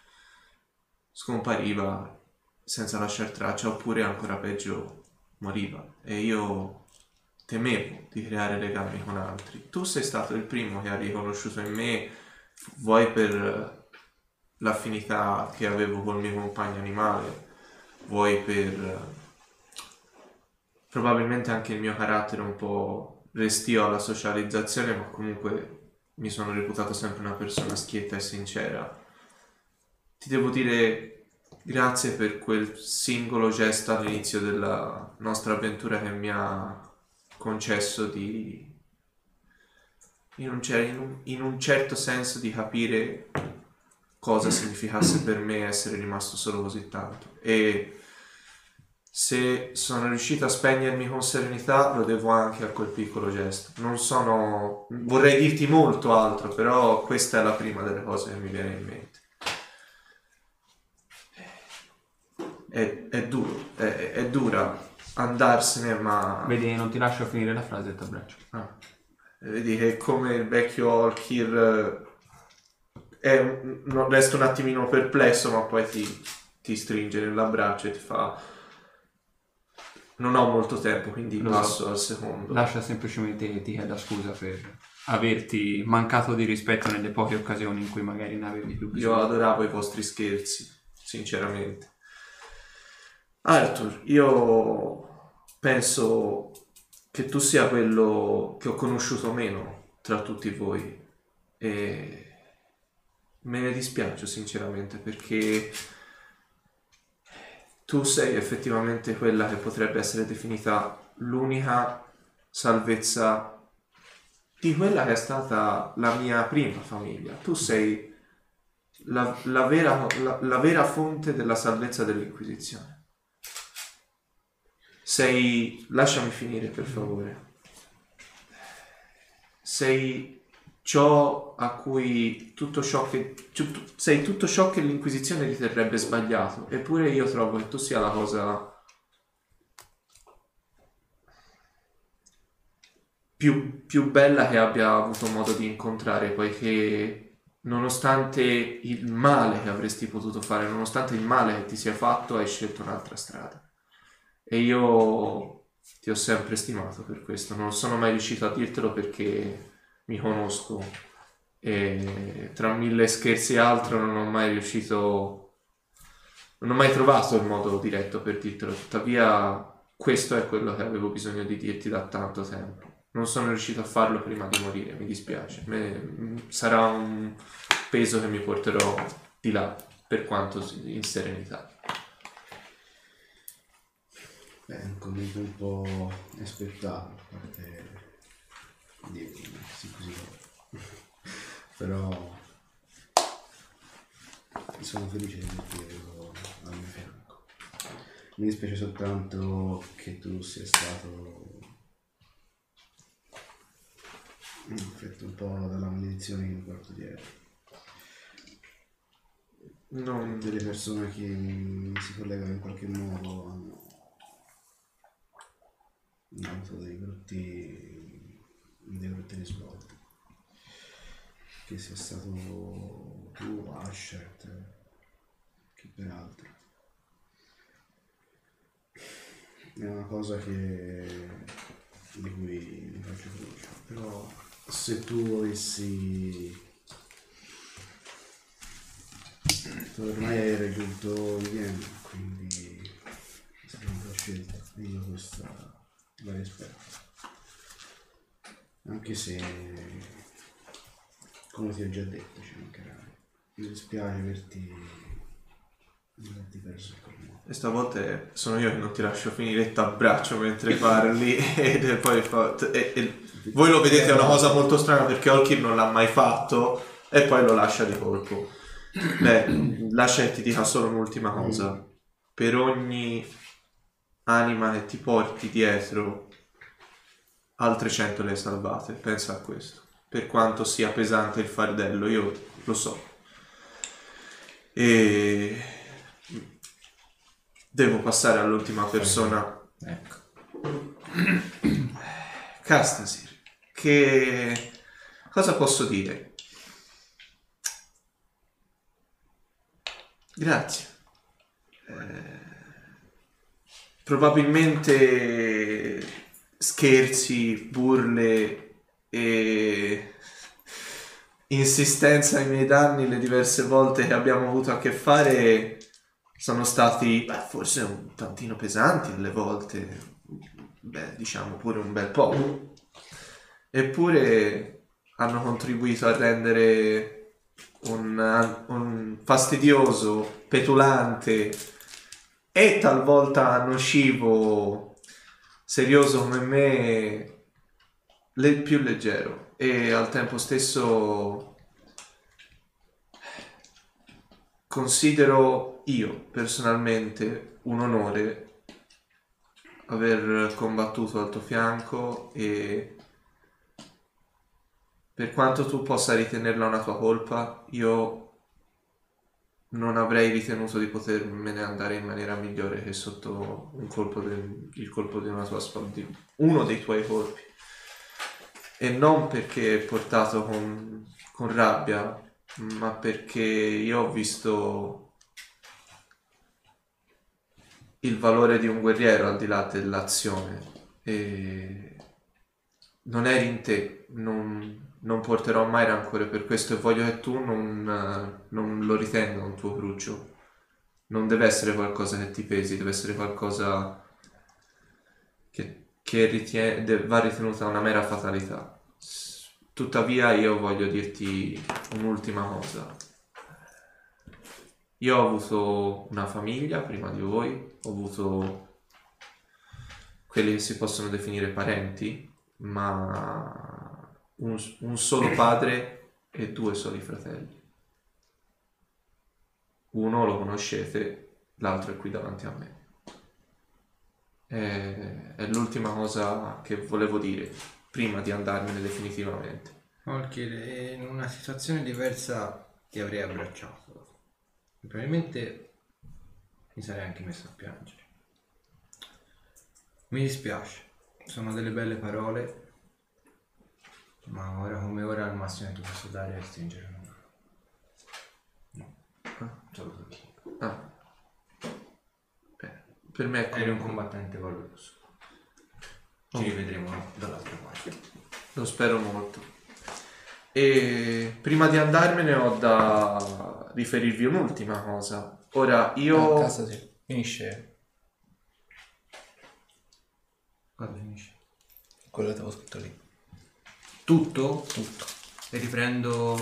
C: scompariva senza lasciar traccia, oppure ancora peggio moriva, e io temevo di creare legami con altri. Tu sei stato il primo che ha riconosciuto in me, vuoi per l'affinità che avevo col mio compagno animale, vuoi per probabilmente anche il mio carattere un po' restio alla socializzazione, ma comunque mi sono reputato sempre una persona schietta e sincera. Ti devo dire grazie per quel singolo gesto all'inizio della nostra avventura che mi ha concesso di, in un certo senso, di capire cosa significasse per me essere rimasto solo così tanto. E se sono riuscito a spegnermi con serenità lo devo anche a quel piccolo gesto. Vorrei dirti molto altro, però questa è la prima delle cose che mi viene in mente. È dura andarsene, ma...
D: Vedi, non ti lascio finire la frase e ti abbraccio.
C: Ah. Vedi che come il vecchio Olkir resta un attimino perplesso, ma poi ti stringe nell'abbraccio e ti fa: non ho molto tempo, quindi passo al secondo.
D: Lascia semplicemente ti chieda scusa per averti mancato di rispetto nelle poche occasioni in cui magari ne avevi più bisogno.
C: Io adoravo i vostri scherzi, sinceramente. Arthur, io penso che tu sia quello che ho conosciuto meno tra tutti voi e me ne dispiace sinceramente, perché tu sei effettivamente quella che potrebbe essere definita l'unica salvezza di quella che è stata la mia prima famiglia. Tu sei la vera fonte della salvezza dell'Inquisizione. Sei, lasciami finire per favore, sei ciò a cui sei tutto ciò che l'Inquisizione riterrebbe sbagliato, eppure io trovo che tu sia la cosa più bella che abbia avuto modo di incontrare, poiché nonostante il male che avresti potuto fare, nonostante il male che ti sia fatto, hai scelto un'altra strada. E io ti ho sempre stimato per questo. Non sono mai riuscito a dirtelo perché mi conosco e tra 1000 scherzi e altro non ho mai trovato il modo diretto per dirtelo. Tuttavia questo è quello che avevo bisogno di dirti da tanto tempo. Non sono riuscito a farlo prima di morire, mi dispiace. Sarà un peso che mi porterò di là, per quanto in serenità.
B: Beh, è un commento un po' aspettato, a parte così. Però sono felice di averti al mio fianco. Mi dispiace soltanto che tu sia stato affetto un po' dalla maledizione che mi porto dietro.
C: Non
B: delle persone che mi si collegano in qualche modo hanno avuto dei brutti risvolti. Che sia stato tu, Ashert, che peraltro è una cosa di cui mi faccio croce. Però se tu ormai hai raggiunto il Vienna, quindi è stata una tua scelta e io questa la rispetto, anche se, come ti ho già detto, ci mancherà. Mi dispiace averti perso il colmo.
C: E stavolta sono io che non ti lascio finire e t'abbraccio mentre parli e poi voi lo vedete, è una cosa molto strana perché Olkir non l'ha mai fatto e poi lo lascia di colpo. Beh, lascia che ti dica solo un'ultima cosa. Per ogni anima che ti porti dietro, altre 100 le hai salvate, pensa a questo. Per quanto sia pesante il fardello, io lo so. E devo passare all'ultima persona.
E: Ecco.
C: Castasir, che cosa posso dire? Grazie. Probabilmente scherzi, burle e insistenza ai miei danni le diverse volte che abbiamo avuto a che fare sono stati forse un tantino pesanti alle volte, diciamo pure un bel po', eppure hanno contribuito a rendere un fastidioso, petulante e talvolta nocivo serioso come me più leggero, e al tempo stesso considero io personalmente un onore aver combattuto al tuo fianco, e per quanto tu possa ritenerla una tua colpa, io non avrei ritenuto di potermene andare in maniera migliore che sotto il colpo di una tua spada, uno dei tuoi colpi. E non perché portato con rabbia, ma perché io ho visto il valore di un guerriero al di là dell'azione e non eri in te, non porterò mai rancore per questo e voglio che tu non lo ritenga un tuo cruccio. Non deve essere qualcosa che ti pesi, deve essere qualcosa che va ritenuta una mera fatalità. Tuttavia io voglio dirti un'ultima cosa. Io ho avuto una famiglia prima di voi, ho avuto quelli che si possono definire parenti, ma un solo padre e 2 soli fratelli. Uno lo conoscete, l'altro è qui davanti a me. È l'ultima cosa che volevo dire prima di andarmene definitivamente.
E: Olkir, in una situazione diversa ti avrei abbracciato. Probabilmente mi sarei anche messo a piangere. Mi dispiace, sono delle belle parole, ma ora come ora al massimo che ti posso dare è stringere una mano. No, solo tu.
C: Ah. Beh, per me è
E: Eri un
C: come...
E: combattente valoroso. Ci rivedremo dall'altra parte.
C: Lo spero molto. E prima di andarmene ho da riferirvi un'ultima cosa. Ora io...
A: Casa sì. Finisce
E: Cosa finisce?
A: quello che avevo scritto lì.
E: Tutto?
A: Tutto.
E: E riprendo...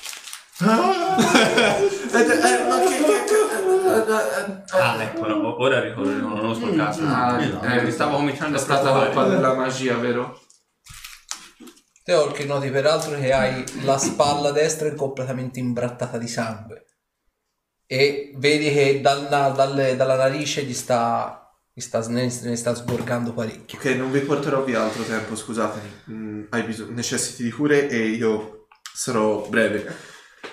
D: Ecco, no, ora ricordo, non ho sporcato. Mi stavo cominciando
C: È
D: a
C: stata
D: preoccupare.
C: colpa della magia, vero?
A: Te Orchi noti peraltro che hai la spalla destra completamente imbrattata di sangue e vedi che dalla narice ne sta sgorgando parecchio.
C: Ok, non vi porterò via altro tempo, scusatemi. Necessiti di cure e io sarò breve.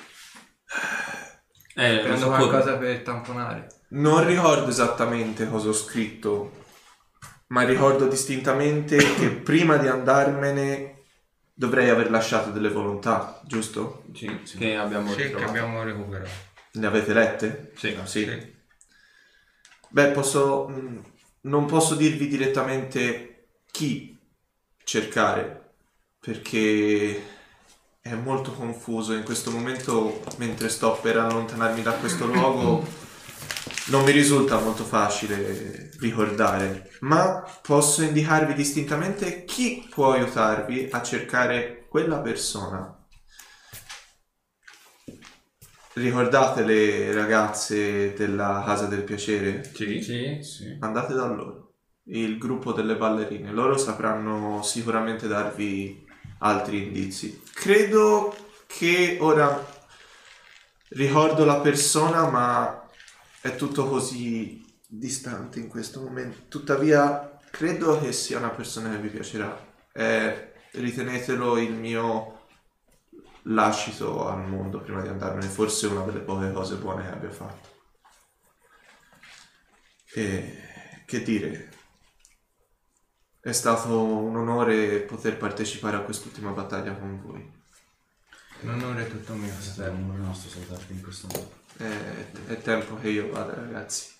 E: Prendo qualcosa per tamponare.
C: Non ricordo esattamente cosa ho scritto, ma ricordo distintamente che prima di andarmene dovrei aver lasciato delle volontà, giusto?
D: Sì, che abbiamo
E: Sì, che
D: ritrovato.
E: abbiamo recuperato.
C: Ne avete lette?
D: Sì.
C: Sì. Beh, non posso dirvi direttamente chi cercare, perché è molto confuso in questo momento. Mentre sto per allontanarmi da questo luogo non mi risulta molto facile ricordare, ma posso indicarvi distintamente chi può aiutarvi a cercare quella persona. Ricordate le ragazze della Casa del Piacere?
D: Sì.
E: Sì.
C: Andate da loro, il gruppo delle ballerine. Loro sapranno sicuramente darvi altri indizi. Credo che ora ricordo la persona, ma è tutto così distante in questo momento. Tuttavia credo che sia una persona che vi piacerà. Ritenetelo il mio lascito al mondo prima di andarmene, forse una delle poche cose buone che abbia fatto. E che dire, è stato un onore poter partecipare a quest'ultima battaglia con voi.
E: L'onore è tutto mio,
B: È
E: fratello.
B: un onore nostro salutarti in questo modo.
C: È tempo che io vada, ragazzi.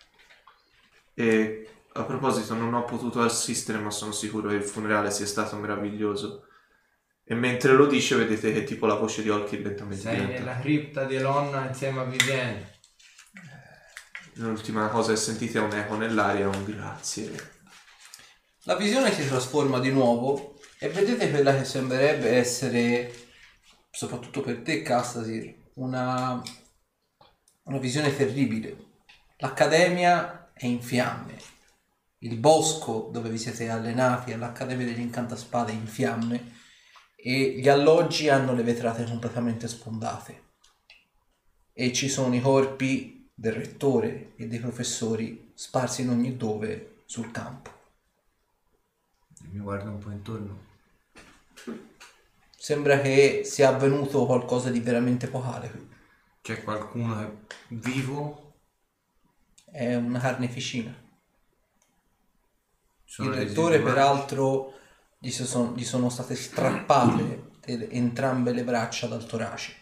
C: E a proposito, non ho potuto assistere, ma sono sicuro che il funerale sia stato meraviglioso. E mentre lo dice vedete che tipo la voce di Olkir lentamente
E: Sei
C: diventa.
E: nella cripta di Elonna insieme a Vivienne.
C: L'ultima cosa che sentite è un eco nell'aria, un grazie.
A: La visione si trasforma di nuovo e vedete quella che sembrerebbe essere, soprattutto per te Castasir, una visione terribile. L'accademia è in fiamme, il bosco dove vi siete allenati all'Accademia degli Incantaspade è in fiamme e gli alloggi hanno le vetrate completamente sfondate e ci sono i corpi del rettore e dei professori sparsi in ogni dove sul campo.
E: Mi guardo un po' intorno.
A: Sembra che sia avvenuto qualcosa di veramente epocale qui.
E: C'è qualcuno che è vivo?
A: È una carneficina.
E: Sono
A: Il
E: residui
A: rettore,
E: umani?
A: peraltro, gli sono state strappate entrambe le braccia dal torace.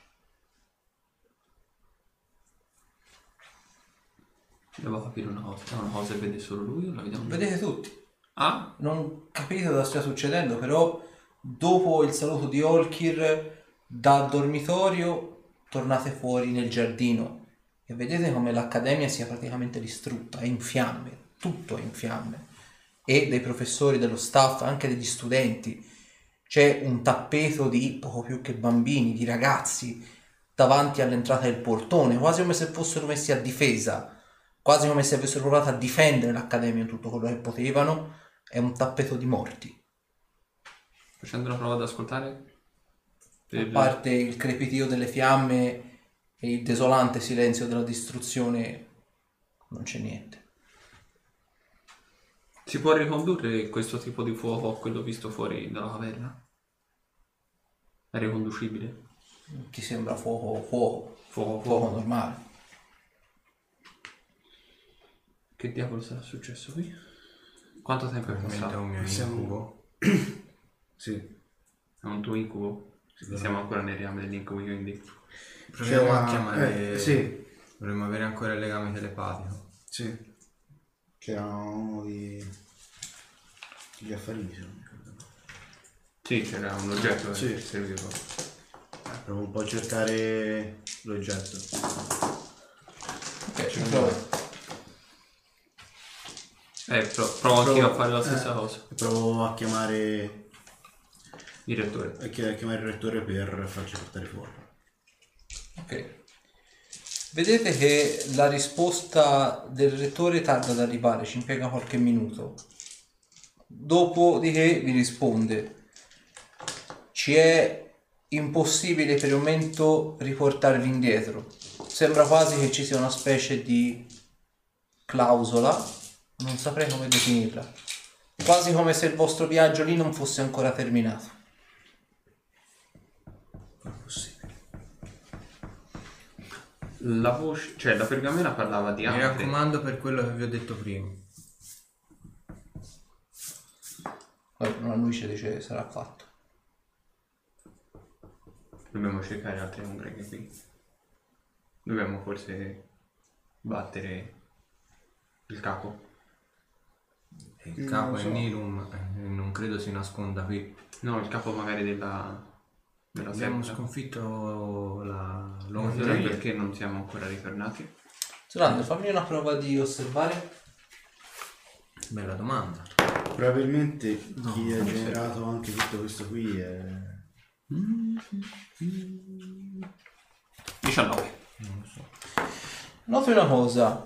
D: Devo capire una cosa. È una cosa che vede solo lui o la vediamo noi?
A: Vedete tutti.
D: Ah,
A: Non capite cosa stia succedendo, però dopo il saluto di Olkir dal dormitorio tornate fuori nel giardino e vedete come l'accademia sia praticamente distrutta, è in fiamme, tutto è in fiamme, e dei professori, dello staff, anche degli studenti. C'è un tappeto di poco più che bambini, di ragazzi davanti all'entrata del portone, quasi come se fossero messi a difesa, quasi come se avessero provato a difendere l'accademia in tutto quello che potevano. È un tappeto di morti.
D: facendo una prova ad ascoltare.
A: A parte il crepitio delle fiamme e il desolante silenzio della distruzione, non c'è niente.
D: Si può ricondurre questo tipo di fuoco a quello visto fuori dalla caverna? È riconducibile?
A: Ti sembra fuoco
D: Fuoco.
A: normale.
D: Che diavolo sarà successo qui? Quanto tempo è
E: Probabilmente è
D: passato?
E: un mio
B: Siamo-
E: incubo.
B: Sì.
D: È un tuo incubo? Siamo ancora nei reami dell'incubo, quindi.
E: Proviamo a chiamare...
B: Sì,
E: Dovremmo avere ancora il legame telepatico.
B: sì. C'era uno degli affarini, se non mi ricordo.
D: Sì, c'era un oggetto
B: Sì.
D: che serviva.
B: Provo un po' a cercare l'oggetto.
A: Ok, provo.
D: Provo anch'io a fare la stessa cosa.
B: Provo a chiamare
D: Direttore.
B: a chiamare il rettore per farci portare fuori.
A: Ok. Vedete che la risposta del rettore tarda ad arrivare, ci impiega qualche minuto. Dopodiché vi risponde: ci è impossibile per il momento riportarvi indietro. Sembra quasi che ci sia una specie di clausola, non saprei come definirla. Quasi come se il vostro viaggio lì non fosse ancora terminato.
D: La voce, cioè la pergamena parlava di
E: Mi
D: altri.
E: raccomando per quello che vi ho detto prima.
A: Allora, lui ci dice sarà fatto.
D: Dobbiamo cercare altre ombre qui. Dobbiamo forse battere il capo.
E: Il capo è Nilum, non credo si nasconda qui.
D: No, il capo magari della
E: Abbiamo
D: setta.
E: sconfitto
D: Non
E: l'uomo
D: so
E: di
D: perché non siamo ancora ritornati.
A: Solando, fammi una prova di osservare.
E: Bella domanda.
B: Probabilmente chi ha generato anche tutto questo qui è...
D: 19.
E: Non lo so.
A: Noti una cosa,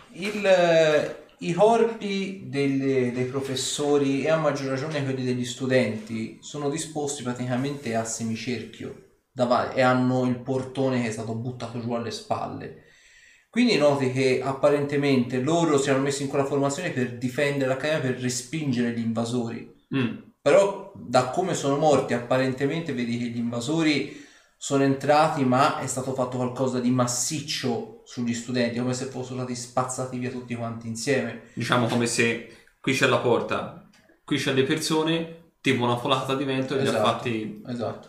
A: i corpi dei professori e a maggior ragione quelli degli studenti sono disposti praticamente a semicerchio e hanno il portone che è stato buttato giù alle spalle. Quindi noti che apparentemente loro si erano messi in quella formazione per difendere l'accademia, per respingere gli invasori. Però da come sono morti apparentemente vedi che gli invasori sono entrati, ma è stato fatto qualcosa di massiccio sugli studenti, come se fossero stati spazzati via tutti quanti insieme.
D: Diciamo come se qui c'è la porta, qui c'è le persone, tipo una folata di vento e li ha fatti...
A: Esatto.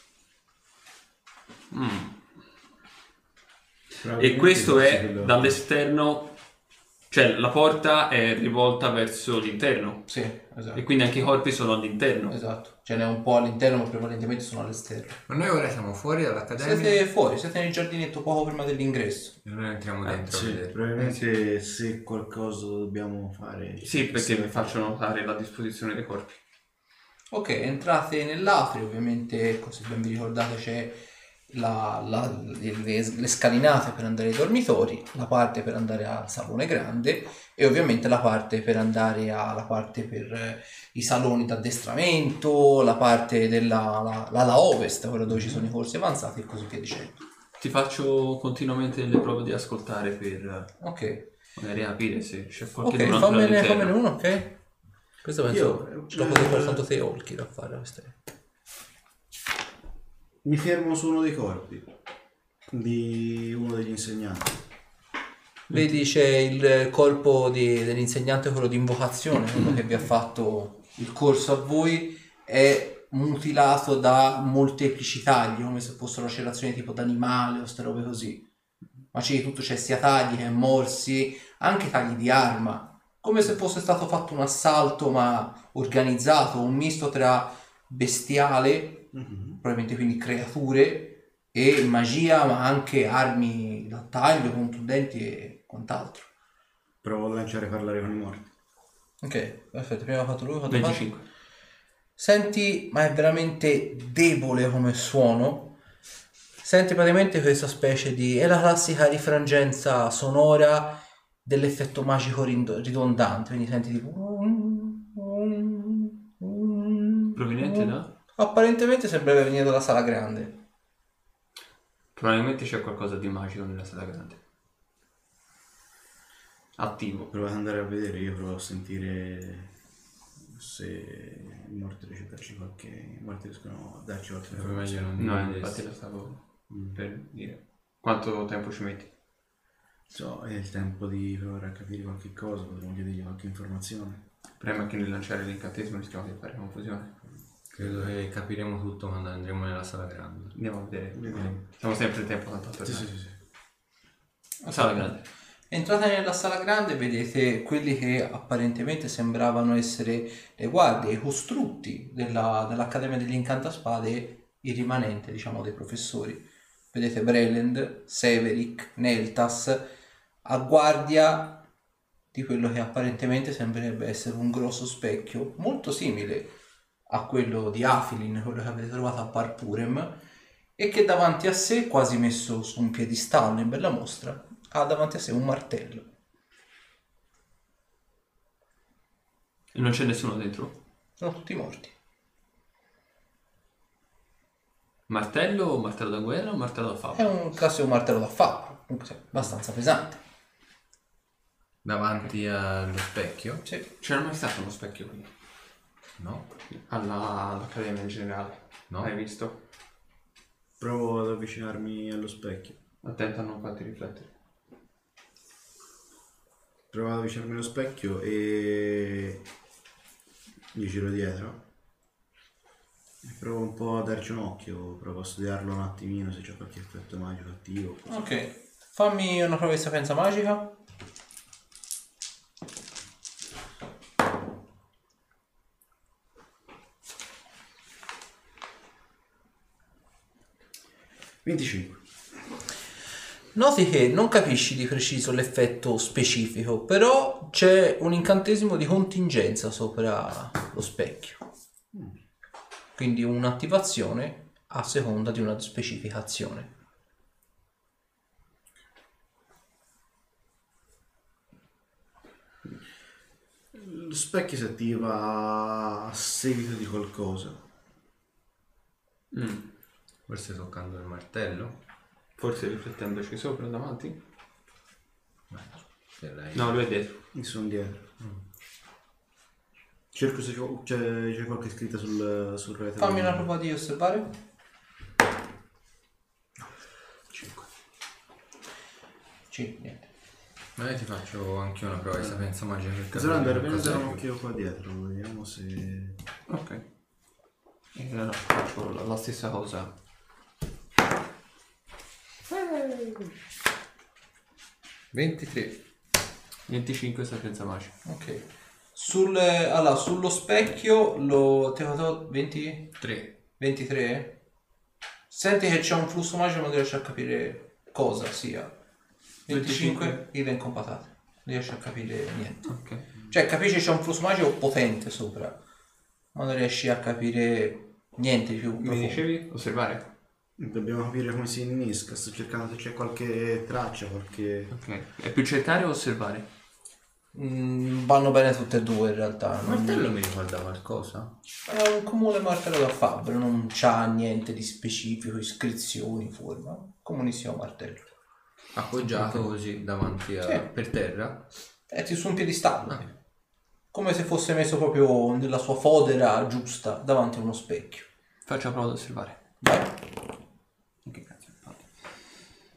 D: E questo è dall'esterno, cioè la porta è rivolta verso l'interno.
A: Sì, esatto.
D: E quindi anche i corpi sono all'interno.
A: Esatto. Ce n'è un po' all'interno, ma prevalentemente sono all'esterno.
E: Ma noi ora siamo fuori dall'accademia
A: Siete fuori, siete nel giardinetto poco prima dell'ingresso.
E: e noi entriamo dentro a
B: Sì,
E: vedere.
B: probabilmente se qualcosa dobbiamo fare...
D: Sì, perché mi faccio notare la disposizione dei corpi.
A: Ok, entrate nell'atrio, ovviamente, se ben vi ricordate, c'è le scalinate per andare ai dormitori, la parte per andare al salone grande e ovviamente la parte per andare alla parte per i saloni d'addestramento, la parte l'ala ovest, quella dove ci sono i corsi avanzati e così via dicendo.
D: Ti faccio continuamente delle prove di ascoltare per
A: Ok,
D: magari capire se c'è qualche
A: ok,
D: altro
A: fammene
D: all'interno.
A: uno, ok? Questo penso ce lo potevi fare soltanto te Olkir a fare queste.
B: Mi fermo su uno dei corpi. di uno degli insegnanti.
A: Vedi c'è il corpo dell'insegnante, quello di invocazione, quello che vi ha fatto il corso a voi, è mutilato da molteplici tagli, come se fossero lacerazioni tipo d'animale o ste robe così. Ma c'è di tutto, c'è sia tagli che morsi, anche tagli di arma, come se fosse stato fatto un assalto ma organizzato, un misto tra bestiale, probabilmente quindi creature, e magia, ma anche armi da taglio, contundenti e quant'altro.
B: Provo a lanciare parlare con i morti.
A: Ok, perfetto, prima ho fatto lui, ho fatto
D: 25.
A: Fatto. Senti, ma è veramente debole come suono. Senti praticamente questa specie di... è la classica rifrangenza sonora dell'effetto magico ridondante, quindi senti tipo...
D: Proveniente da?
A: Apparentemente sembrerebbe venire dalla sala grande.
D: Probabilmente c'è qualcosa di magico nella sala grande. Attivo.
B: Provate ad andare a vedere, io provo a sentire se i morti riescono a darci qualche... i morti riescono a darci qualche
E: Meglio
B: informazione.
E: non
D: No,
E: dire
D: infatti lo stavo per dire. Quanto tempo ci metti?
B: So, è il tempo di provare a capire qualche cosa, potremmo chiedergli qualche informazione.
D: Prima che nel lanciare l'incantesimo rischiamo di fare confusione.
E: Credo che capiremo tutto quando andremo nella sala grande.
D: Andiamo a vedere.
B: Vediamo.
D: Siamo sempre in tempo tanto per
B: Sì, sì, sì, sì.
D: La sala grande.
A: Entrate nella sala grande e vedete quelli che apparentemente sembravano essere le guardie, i costrutti dell'Accademia degli Incantaspade, il rimanente, diciamo, dei professori. Vedete Breland, Severick, Neltas, a guardia di quello che apparentemente sembrerebbe essere un grosso specchio, molto simile a quello di Afilin, quello che avete trovato a Parpurem, e che davanti a sé, quasi messo su un piedistallo in bella mostra, ha davanti a sé un martello.
D: E non c'è nessuno dentro?
A: Sono tutti morti.
D: Martello o martello da guerra o martello da
A: È
D: fabbrica?
A: un classico martello da fabbro, comunque abbastanza pesante.
E: Davanti allo specchio?
A: Sì.
D: C'era mai stato uno specchio qui?
E: No.
D: All'accademia in generale?
E: No.
D: Hai visto?
B: Provo ad avvicinarmi allo specchio.
D: Attento a non farti riflettere.
B: Provo ad avvicinarmi allo specchio e gli giro dietro. E provo un po' a darci un occhio, provo a studiarlo un attimino se c'è qualche effetto magico attivo. Così.
A: Ok, fammi una prova di sapienza magica. Noti che non capisci di preciso l'effetto specifico, però c'è un incantesimo di contingenza sopra lo specchio. Quindi un'attivazione a seconda di una specifica azione.
B: Lo specchio si attiva a seguito di qualcosa.
E: Forse toccando il martello?
D: Forse riflettendoci sopra davanti?
E: Se lei...
D: No, lui è dietro.
B: Mi sono dietro. Cerco se c'è qualche scritta sul retro.
A: Fammi una prova di osservare.
B: 5.
A: Sì, niente.
E: Ma io ti faccio anche una prova di sapienza magica per
B: Bisogna andare
E: capire
B: bene
E: cosa
B: dare un
E: è più.
B: occhio qua dietro, vediamo se...
D: Ok. E allora faccio la stessa cosa.
E: 23.
D: 25 sapienza magica.
A: Ok. Sullo specchio ti ho dato 20?
E: 3.
A: 23? Senti che c'è un flusso magico ma non riesci a capire cosa sia. 25 idem con patate. Non riesci a capire niente.
D: Ok.
A: Cioè capisci che c'è un flusso magico potente sopra, ma non riesci a capire niente di più
D: Mi
A: profondo.
D: dicevi? Osservare?
B: Dobbiamo capire come si innesca, sto cercando se c'è qualche traccia, qualche...
D: Ok. È più cercare o osservare?
A: Vanno bene tutte e due in realtà.
E: Il martello mi ricorda qualcosa?
A: È un comune martello da fabbro, non c'ha niente di specifico, iscrizioni, forma. Comunissimo martello.
E: Appoggiato così davanti a...
A: Sì.
E: per terra?
A: È su un piedistallo.
E: Ah.
A: Come se fosse messo proprio nella sua fodera giusta davanti a uno specchio.
D: Faccio la prova di osservare.
A: Vai.
D: Che cazzo infatti?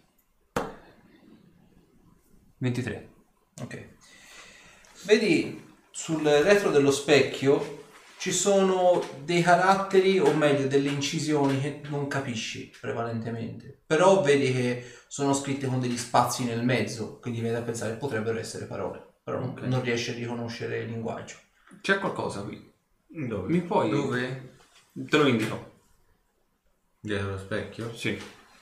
D: 23.
A: Ok. Vedi sul retro dello specchio ci sono dei caratteri, o meglio delle incisioni che non capisci prevalentemente, però vedi che sono scritte con degli spazi nel mezzo, quindi viene da pensare che potrebbero essere parole, però non riesci a riconoscere il linguaggio.
D: C'è qualcosa qui.
B: Dove?
D: Mi puoi...
E: Dove?
D: Te lo indico.
E: Dietro lo specchio?
D: Sì.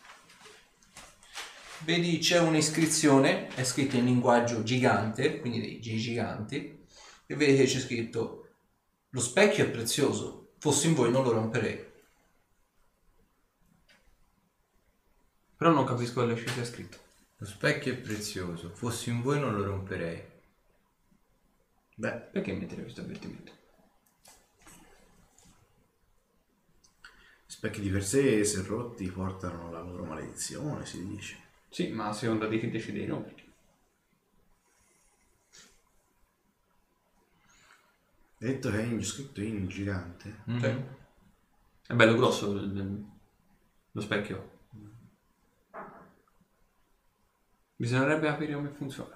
A: Vedi c'è un'iscrizione, è scritta in linguaggio gigante, quindi dei G giganti, e vedi che c'è scritto: lo specchio è prezioso, fossi in voi non lo romperei.
D: Però non capisco quello che c'è scritto.
E: Lo specchio è prezioso, fossi in voi non lo romperei.
B: Beh,
D: Perché mettere questo avvertimento?
B: specchi di per sé, se rotti, portano la loro maledizione, si dice.
D: Sì, ma a seconda di chi decide di romperli.
B: Detto che è scritto in gigante.
A: Cioè,
D: È bello grosso lo specchio. Bisognerebbe capire come funziona.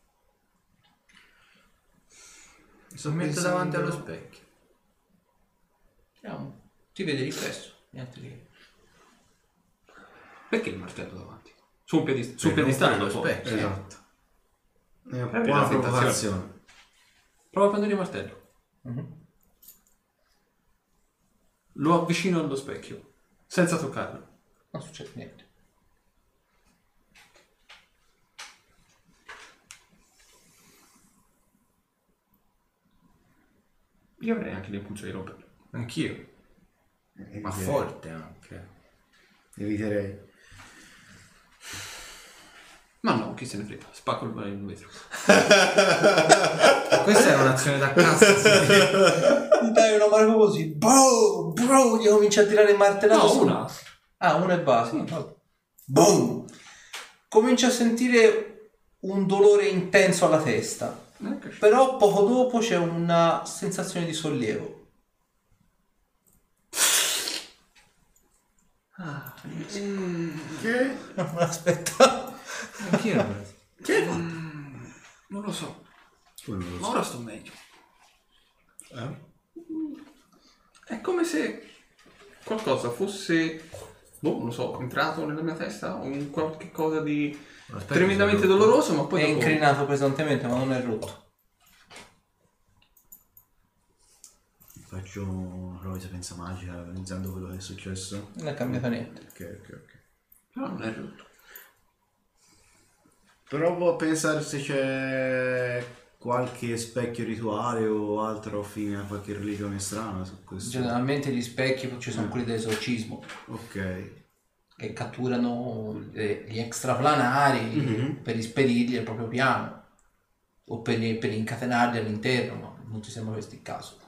E: Mi sono messo davanti allo specchio.
A: ti vede riflesso, niente di che.
D: Perché il martello davanti? Su un
E: Per
D: piedistallo
E: lo
D: poi.
E: specchio.
B: Esatto. È un
D: Prendi
B: po'
D: la
B: una
D: tentazione.
B: provocazione.
D: Prova a prendere il martello. Lo avvicino allo specchio, senza toccarlo.
A: Non succede niente.
D: Io avrei anche l'impulso di romperlo.
E: Anch'io. Ma forte anche.
B: Eviterei.
D: Ma no, chi se ne frega, spacco il vetro.
E: Questa è un'azione da cassa.
A: Gli dai una mano così, boom, boom, gli comincia a tirare il martellato.
D: No, una.
A: Una e basta. Boom. Comincia a sentire un dolore intenso alla testa. Però poco dopo c'è una sensazione di sollievo.
B: Che?
A: Non me l'aspettavo.
E: Anch'io non
D: Non lo so,
B: Come non lo
D: ma
B: so.
D: ora sto meglio.
B: Eh?
D: È come se qualcosa fosse, non lo so, entrato nella mia testa, un qualche cosa di tremendamente doloroso, ma poi
A: È
D: dopo...
A: incrinato pesantemente, ma non è rotto.
B: Faccio una prova di sapienza magica analizzando quello che è successo.
A: Non è cambiato niente.
B: Ok.
D: Però non è rotto.
B: Provo a pensare se c'è qualche specchio rituale o altro affine a qualche religione strana su questo.
A: Generalmente gli specchi ci sono quelli dell'esorcismo,
B: Ok.
A: che catturano gli extraplanari per ispedirli al proprio piano o per incatenarli all'interno, ma non ti sembra questo il caso.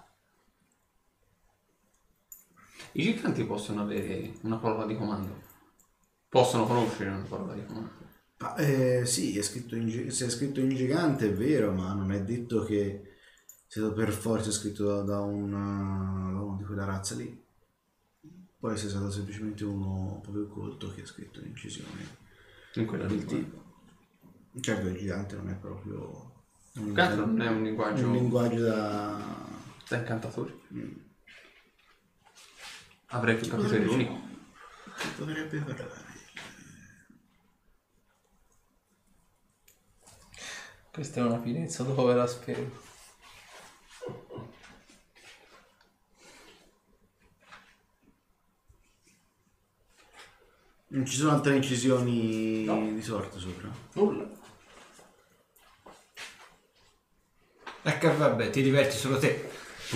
D: I giganti possono avere una parola di comando. Possono conoscere una parola di comando.
B: Ma, sì, se è scritto in gigante è vero, ma non è detto che sia per forza scritto da uno di quella razza lì. Può essere stato semplicemente uno un po' più colto che ha scritto incisioni
D: In quella
B: del
D: lingua.
B: tipo. Certo, il gigante non è proprio
D: Che altro non è un linguaggio
B: da
D: incantatori. Avrei più capito di unico.
B: Che potrebbe parlare.
A: Questa è una finezza dopo ve la spiego.
B: Non ci sono altre incisioni di sorta sopra?
A: Nulla.
E: Ecco, vabbè, ti diverti solo te.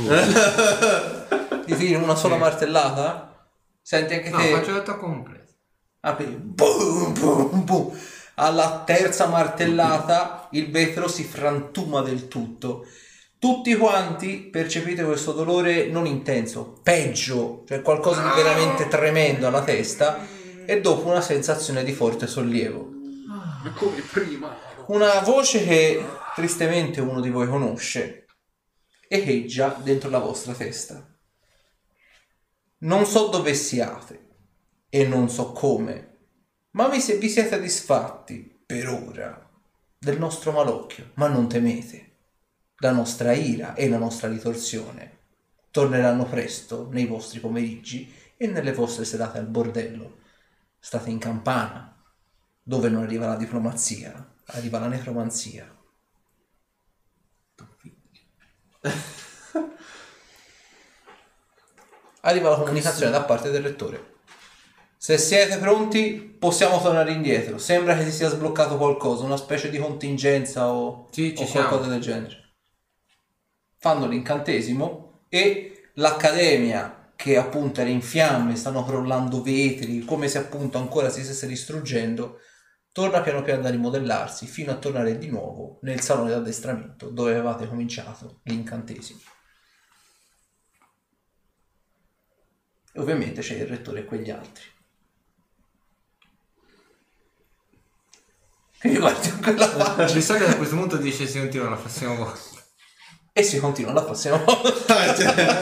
A: Ti tiri una sola martellata? Senti anche
E: No,
A: te.
E: faccio l'attacco completo.
A: Quindi boom, boom, boom. Alla terza martellata il vetro si frantuma del tutto. Tutti quanti percepite questo dolore non intenso, peggio, cioè qualcosa di veramente tremendo alla testa, e dopo una sensazione di forte sollievo.
D: Come prima.
A: Una voce che tristemente uno di voi conosce echeggia dentro la vostra testa. Non so dove siate e non so come, ma vi siete disfatti per ora del nostro malocchio, ma non temete. La nostra ira e la nostra ritorsione torneranno presto nei vostri pomeriggi e nelle vostre serate al bordello. State in campana, dove non arriva la diplomazia, arriva la necromanzia. Arriva la comunicazione da parte del rettore. Se siete pronti, possiamo tornare indietro. Sembra che si sia sbloccato qualcosa, una specie di contingenza o qualcosa del genere. Fanno l'incantesimo e l'accademia, che appunto era in fiamme, stanno crollando vetri, come se appunto ancora si stesse distruggendo, torna piano piano a rimodellarsi fino a tornare di nuovo nel salone d'addestramento dove avevate cominciato l'incantesimo. E ovviamente c'è il rettore e quegli altri. Che mi guardi con quella faccia.
E: Di solito a questo punto dice si continua la prossima volta.
A: E si continua la prossima volta.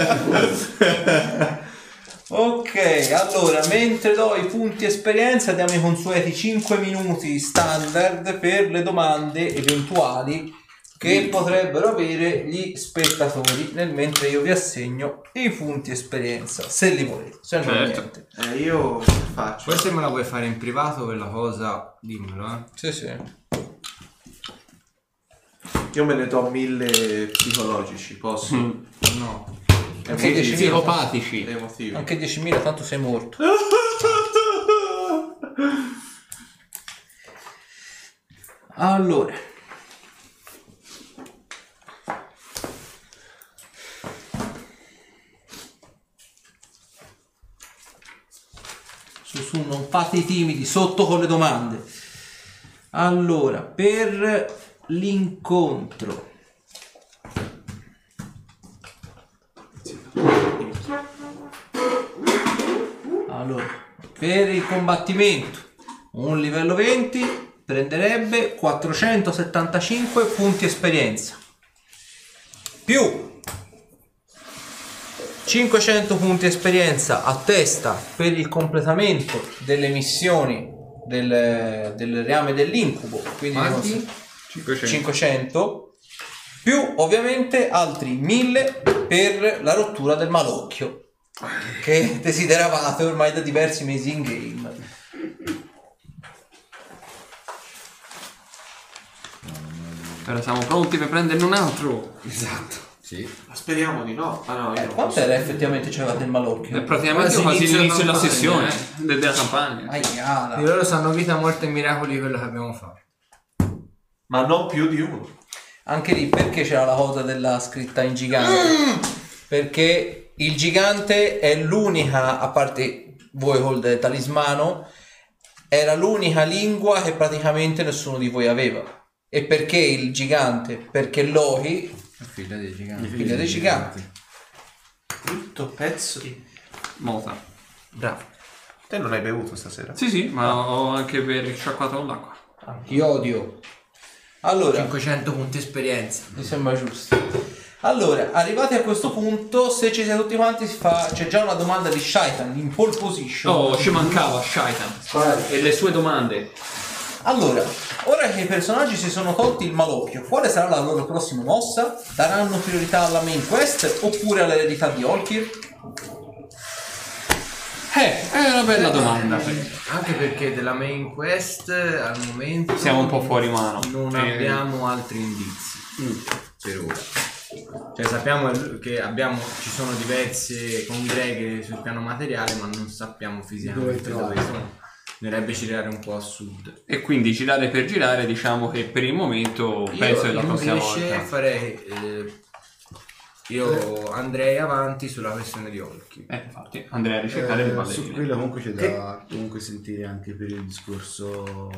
A: Ok, allora, mentre do i punti esperienza diamo i consueti 5 minuti standard per le domande eventuali che potrebbero avere gli spettatori, nel mentre io vi assegno i punti esperienza, se li volete, se no niente.
C: Io faccio.
E: Poi se me la vuoi fare in privato quella cosa, dimmelo,
A: Sì, sì.
C: Io me ne do 1000 psicologici, posso?
E: No.
A: Anche 10.000
D: psicopatici.
C: Emotivi.
A: Anche 10.000, tanto sei morto. Allora, su, non fate i timidi, sotto con le domande. Allora, per l'incontro, allora, per il combattimento un livello 20 prenderebbe 475 punti esperienza più 500 punti esperienza a testa per il completamento delle missioni del reame dell'incubo, quindi 500 più ovviamente altri 1000 per la rottura del malocchio che desideravate ormai da diversi mesi in game.
D: Ora siamo pronti per prenderne un altro.
E: Esatto. Sì.
C: Ma speriamo di no. Ah no, io non
A: Quanto
C: posso.
A: era effettivamente c'avete il malocchio?
D: È praticamente quasi l'inizio della sessione della campagna.
A: Aiala.
E: Di loro sanno vita, morte e miracoli quello che abbiamo fatto.
C: Ma non più di uno.
A: Anche lì perché c'era la cosa della scritta in gigante? Perché il gigante è l'unica, a parte voi col talismano, era l'unica lingua che praticamente nessuno di voi aveva. E perché il gigante? Perché Loki,
E: Figlia dei giganti.
A: figlia dei giganti.
C: Brutto pezzo di...
D: Mota.
A: Bravo.
C: Te non hai bevuto stasera?
D: Sì, ma ho anche per risciacquato con l'acqua.
A: Ti odio. Allora,
E: 500 punti esperienza.
A: mi sembra giusto. Allora, arrivati a questo punto, se ci siete tutti quanti, c'è già una domanda di Shaitan in pole position.
D: Oh, ci mancava Shaitan. E le sue domande.
A: Allora, ora che i personaggi si sono tolti il malocchio, quale sarà la loro prossima mossa? Daranno priorità alla main quest oppure all'eredità di Olkir?
D: È una bella domanda.
E: Anche perché della main quest al momento
D: Siamo un po' fuori mano.
E: non abbiamo altri indizi per ora. Cioè sappiamo che ci sono diverse congreghe sul piano materiale, ma non sappiamo fisicamente dove sono. Bisognerebbe girare un po' a sud.
D: E quindi girare per girare, diciamo che per il momento penso che la prossima volta
E: io andrei avanti sulla questione di Olki.
D: Infatti andrei a ricercare le
B: Su
D: ballerine.
B: quello comunque c'è da comunque sentire anche per il discorso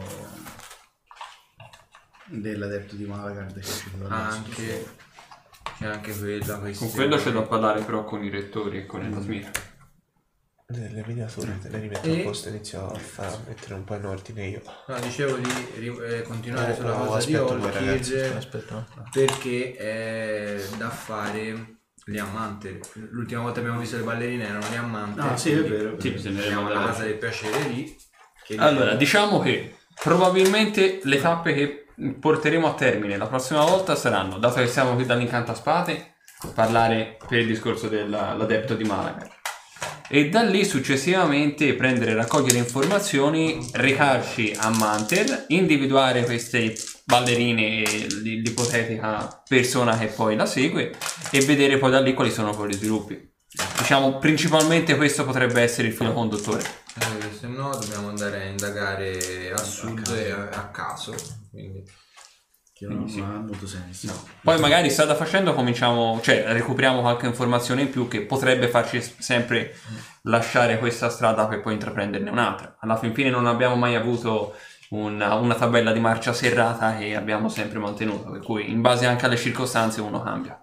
B: dell'adepto di Malagard che ci
E: C'è anche quella questione.
D: Con quello c'è da parlare però con i rettori e con il Tasmir.
H: Le miniature te le rimetto a posto, inizio a mettere un po' in ordine io.
E: No, dicevo di continuare sulla
H: no,
E: cosa di
H: aspetta due ragazzi,
E: Olkir
H: aspetta.
E: perché è da fare le ammante. L'ultima volta abbiamo visto le ballerine erano le ammante.
B: Ah sì, è vero.
D: Sì, bisognerebbe
E: Siamo alla
D: andare.
E: casa del piacere lì. Che
D: Allora, diciamo che probabilmente le tappe che porteremo a termine la prossima volta saranno, dato che siamo qui dall'Incantaspade, parlare per il discorso dell'adepto di Malaga. E da lì successivamente prendere e raccogliere informazioni, recarci a Manter, individuare queste ballerine e l'ipotetica persona che poi la segue e vedere poi da lì quali sono poi gli sviluppi. Diciamo principalmente questo potrebbe essere il filo conduttore.
E: Se no dobbiamo andare a indagare a sud e a caso. Quindi
B: che non ha molto senso.
D: No. Poi magari strada facendo cominciamo, cioè recuperiamo qualche informazione in più che potrebbe farci sempre lasciare questa strada per poi intraprenderne un'altra. Alla fin fine non abbiamo mai avuto una tabella di marcia serrata che abbiamo sempre mantenuto, per cui in base anche alle circostanze uno cambia.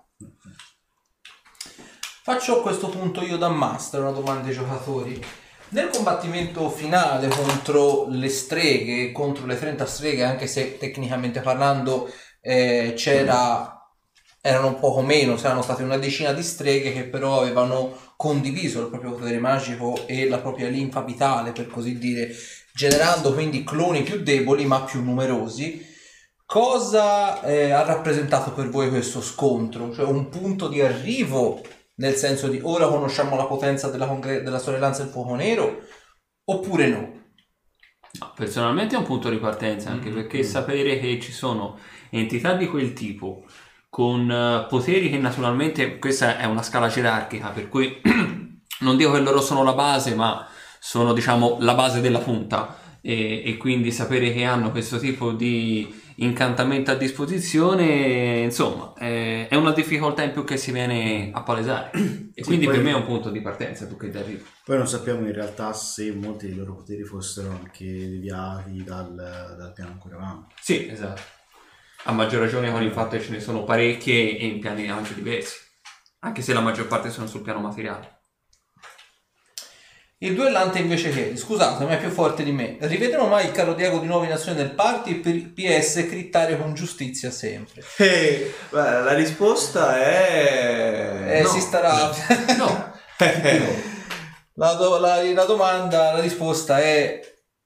A: Faccio a questo punto io da master una domanda ai giocatori. Nel combattimento finale contro le streghe, contro le 30 streghe, anche se tecnicamente parlando erano un poco meno, c'erano state una decina di streghe che però avevano condiviso il proprio potere magico e la propria linfa vitale, per così dire, generando quindi cloni più deboli ma più numerosi. Cosa ha rappresentato per voi questo scontro? Cioè un punto di arrivo, nel senso di ora conosciamo la potenza della sorellanza del fuoco nero, oppure no?
D: No, personalmente è un punto di partenza, anche perché sapere che ci sono entità di quel tipo con poteri che naturalmente, questa è una scala gerarchica, per cui non dico che loro sono la base, ma sono diciamo la base della punta, e quindi sapere che hanno questo tipo di incantamento a disposizione, insomma, è una difficoltà in più che si viene a palesare, e quindi
B: poi,
D: per me è un punto di partenza più che d'arrivo.
B: Poi non sappiamo in realtà se molti dei loro poteri fossero anche deviati dal piano in cui eravamo.
D: Sì, esatto. A maggior ragione con il fatto che ce ne sono parecchie e in piani anche diversi, anche se la maggior parte sono sul piano materiale.
A: Il duellante invece chiede: scusate, ma è più forte di me, rivedremo mai il caro Diego di nuovo in azione nel party? Per PS crittare con giustizia sempre.
C: La risposta è...
A: No. Si starà...
D: No.
A: La domanda, la risposta è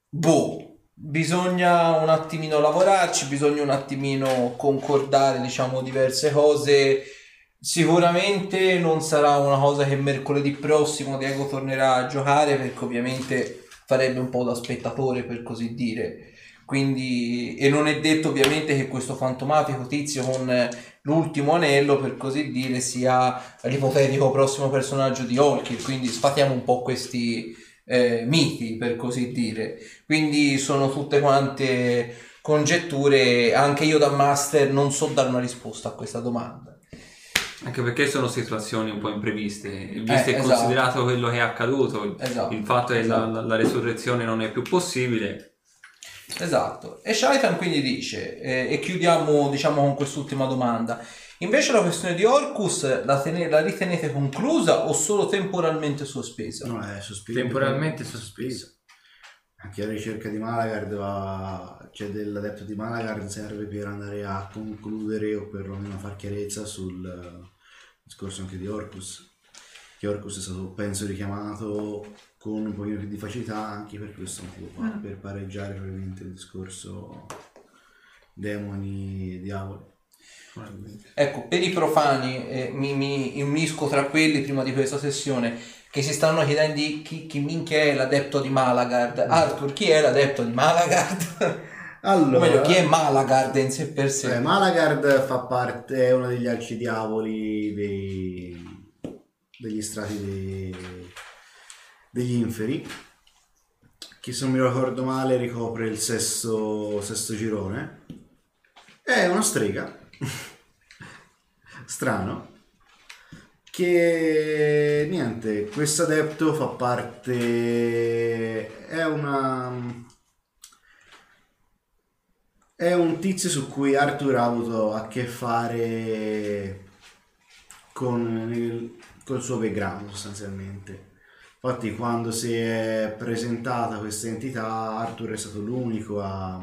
A: bisogna un attimino lavorarci, bisogna un attimino concordare, diciamo, diverse cose. Sicuramente non sarà una cosa che mercoledì prossimo Diego tornerà a giocare, perché ovviamente farebbe un po' da spettatore, per così dire. Quindi, e non è detto ovviamente che questo fantomatico tizio con l'ultimo anello, per così dire, sia l'ipotetico prossimo personaggio di Olkir, quindi sfatiamo un po' questi miti, per così dire. Quindi sono tutte quante congetture. Anche io da master non so dare una risposta a questa domanda.
D: Anche perché sono situazioni un po' impreviste, visto e
A: esatto.
D: Considerato quello che è accaduto,
A: esatto.
D: Il fatto che la resurrezione non è più possibile.
A: Esatto. E Shaitan quindi dice, e chiudiamo diciamo con quest'ultima domanda: invece la questione di Orcus la ritenete conclusa o solo temporalmente sospesa?
B: No, è sospesa.
E: Temporalmente sospesa.
B: Anche la ricerca di Malagard dell'adepto di Malagard serve per andare a concludere o perlomeno a far chiarezza sul discorso anche di Orcus, che Orcus è stato penso richiamato con un pochino più di facilità anche per questo motivo qua, per pareggiare probabilmente il discorso demoni e diavoli.
A: Ecco, per i profani mi unisco tra quelli prima di questa sessione che si stanno chiedendo chi minchia è l'adepto di Malagard. Arthur, chi è l'adepto di Malagard?
B: Allora,
A: o meglio, chi è Malagard in sé per sé?
B: Malagard fa parte, è uno degli arcidiavoli degli strati degli inferi, che se non mi ricordo male ricopre il sesto girone. È una strega strano, che niente, questo adepto fa parte, è un tizio su cui Arthur ha avuto a che fare col suo background sostanzialmente. Infatti quando si è presentata questa entità, Arthur è stato l'unico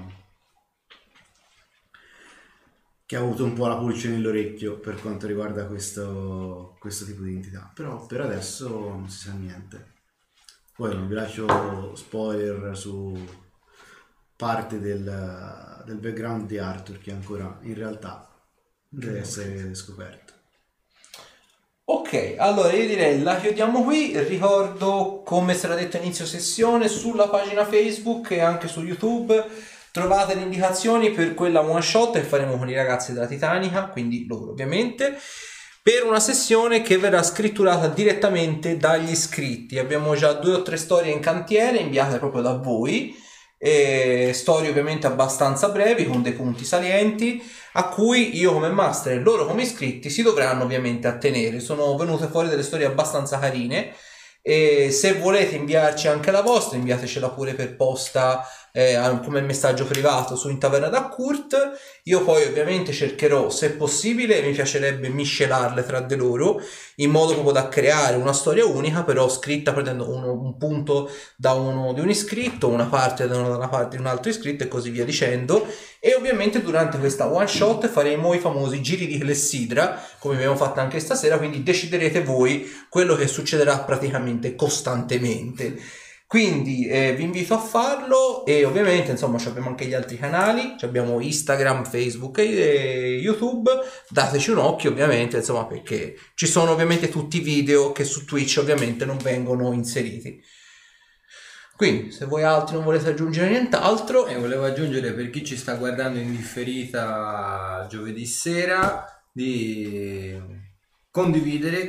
B: che ha avuto un po' la pulce nell'orecchio per quanto riguarda questo tipo di entità, però per adesso non si sa niente. Poi non vi lascio spoiler su parte del background di Arthur che ancora in realtà deve essere scoperto.
A: Ok, allora io direi la chiudiamo qui. Ricordo, come sarà detto a inizio sessione, sulla pagina Facebook e anche su YouTube trovate le indicazioni per quella one shot che faremo con i ragazzi della Titanica, quindi loro ovviamente, per una sessione che verrà scritturata direttamente dagli iscritti. Abbiamo già 2 o 3 storie in cantiere inviate proprio da voi, e storie ovviamente abbastanza brevi con dei punti salienti a cui io come master e loro come iscritti si dovranno ovviamente attenere. Sono venute fuori delle storie abbastanza carine e se volete inviarci anche la vostra, inviatecela pure per posta come messaggio privato su In Taverna da Kurt. Io poi ovviamente cercherò, se possibile, mi piacerebbe miscelarle tra di loro in modo proprio da creare una storia unica, però scritta prendendo un punto di un iscritto, una parte da una parte di un altro iscritto e così via dicendo. E ovviamente durante questa one shot faremo i famosi giri di clessidra come abbiamo fatto anche stasera, quindi deciderete voi quello che succederà praticamente costantemente. Quindi vi invito a farlo e ovviamente insomma abbiamo anche gli altri canali, abbiamo Instagram, Facebook e YouTube, dateci un occhio ovviamente insomma perché ci sono ovviamente tutti i video che su Twitch ovviamente non vengono inseriti. Quindi se voi altri non volete aggiungere nient'altro,
E: e volevo aggiungere per chi ci sta guardando in differita giovedì sera di condividere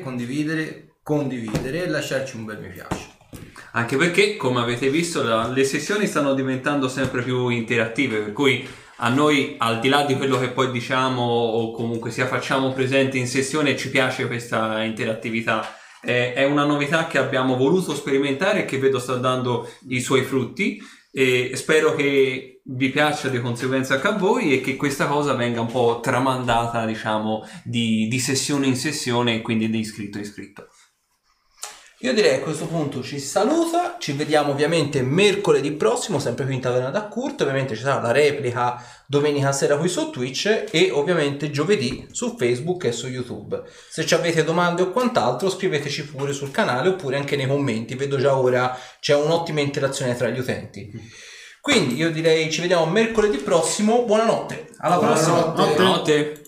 E: e lasciarci un bel mi piace.
D: Anche perché, come avete visto, le sessioni stanno diventando sempre più interattive, per cui a noi, al di là di quello che poi diciamo o comunque sia facciamo presente in sessione, ci piace questa interattività. È una novità che abbiamo voluto sperimentare e che vedo sta dando i suoi frutti, e spero che vi piaccia di conseguenza anche a voi e che questa cosa venga un po' tramandata, diciamo, di sessione in sessione e quindi di iscritto in iscritto.
A: Io direi a questo punto ci saluta, ci vediamo ovviamente mercoledì prossimo, sempre qui in Taverna da Kurt, ovviamente ci sarà la replica domenica sera qui su Twitch e ovviamente giovedì su Facebook e su YouTube. Se ci avete domande o quant'altro scriveteci pure sul canale oppure anche nei commenti, vedo già ora c'è un'ottima interazione tra gli utenti. Quindi io direi ci vediamo mercoledì prossimo, buonanotte, alla prossima!
D: Buonanotte.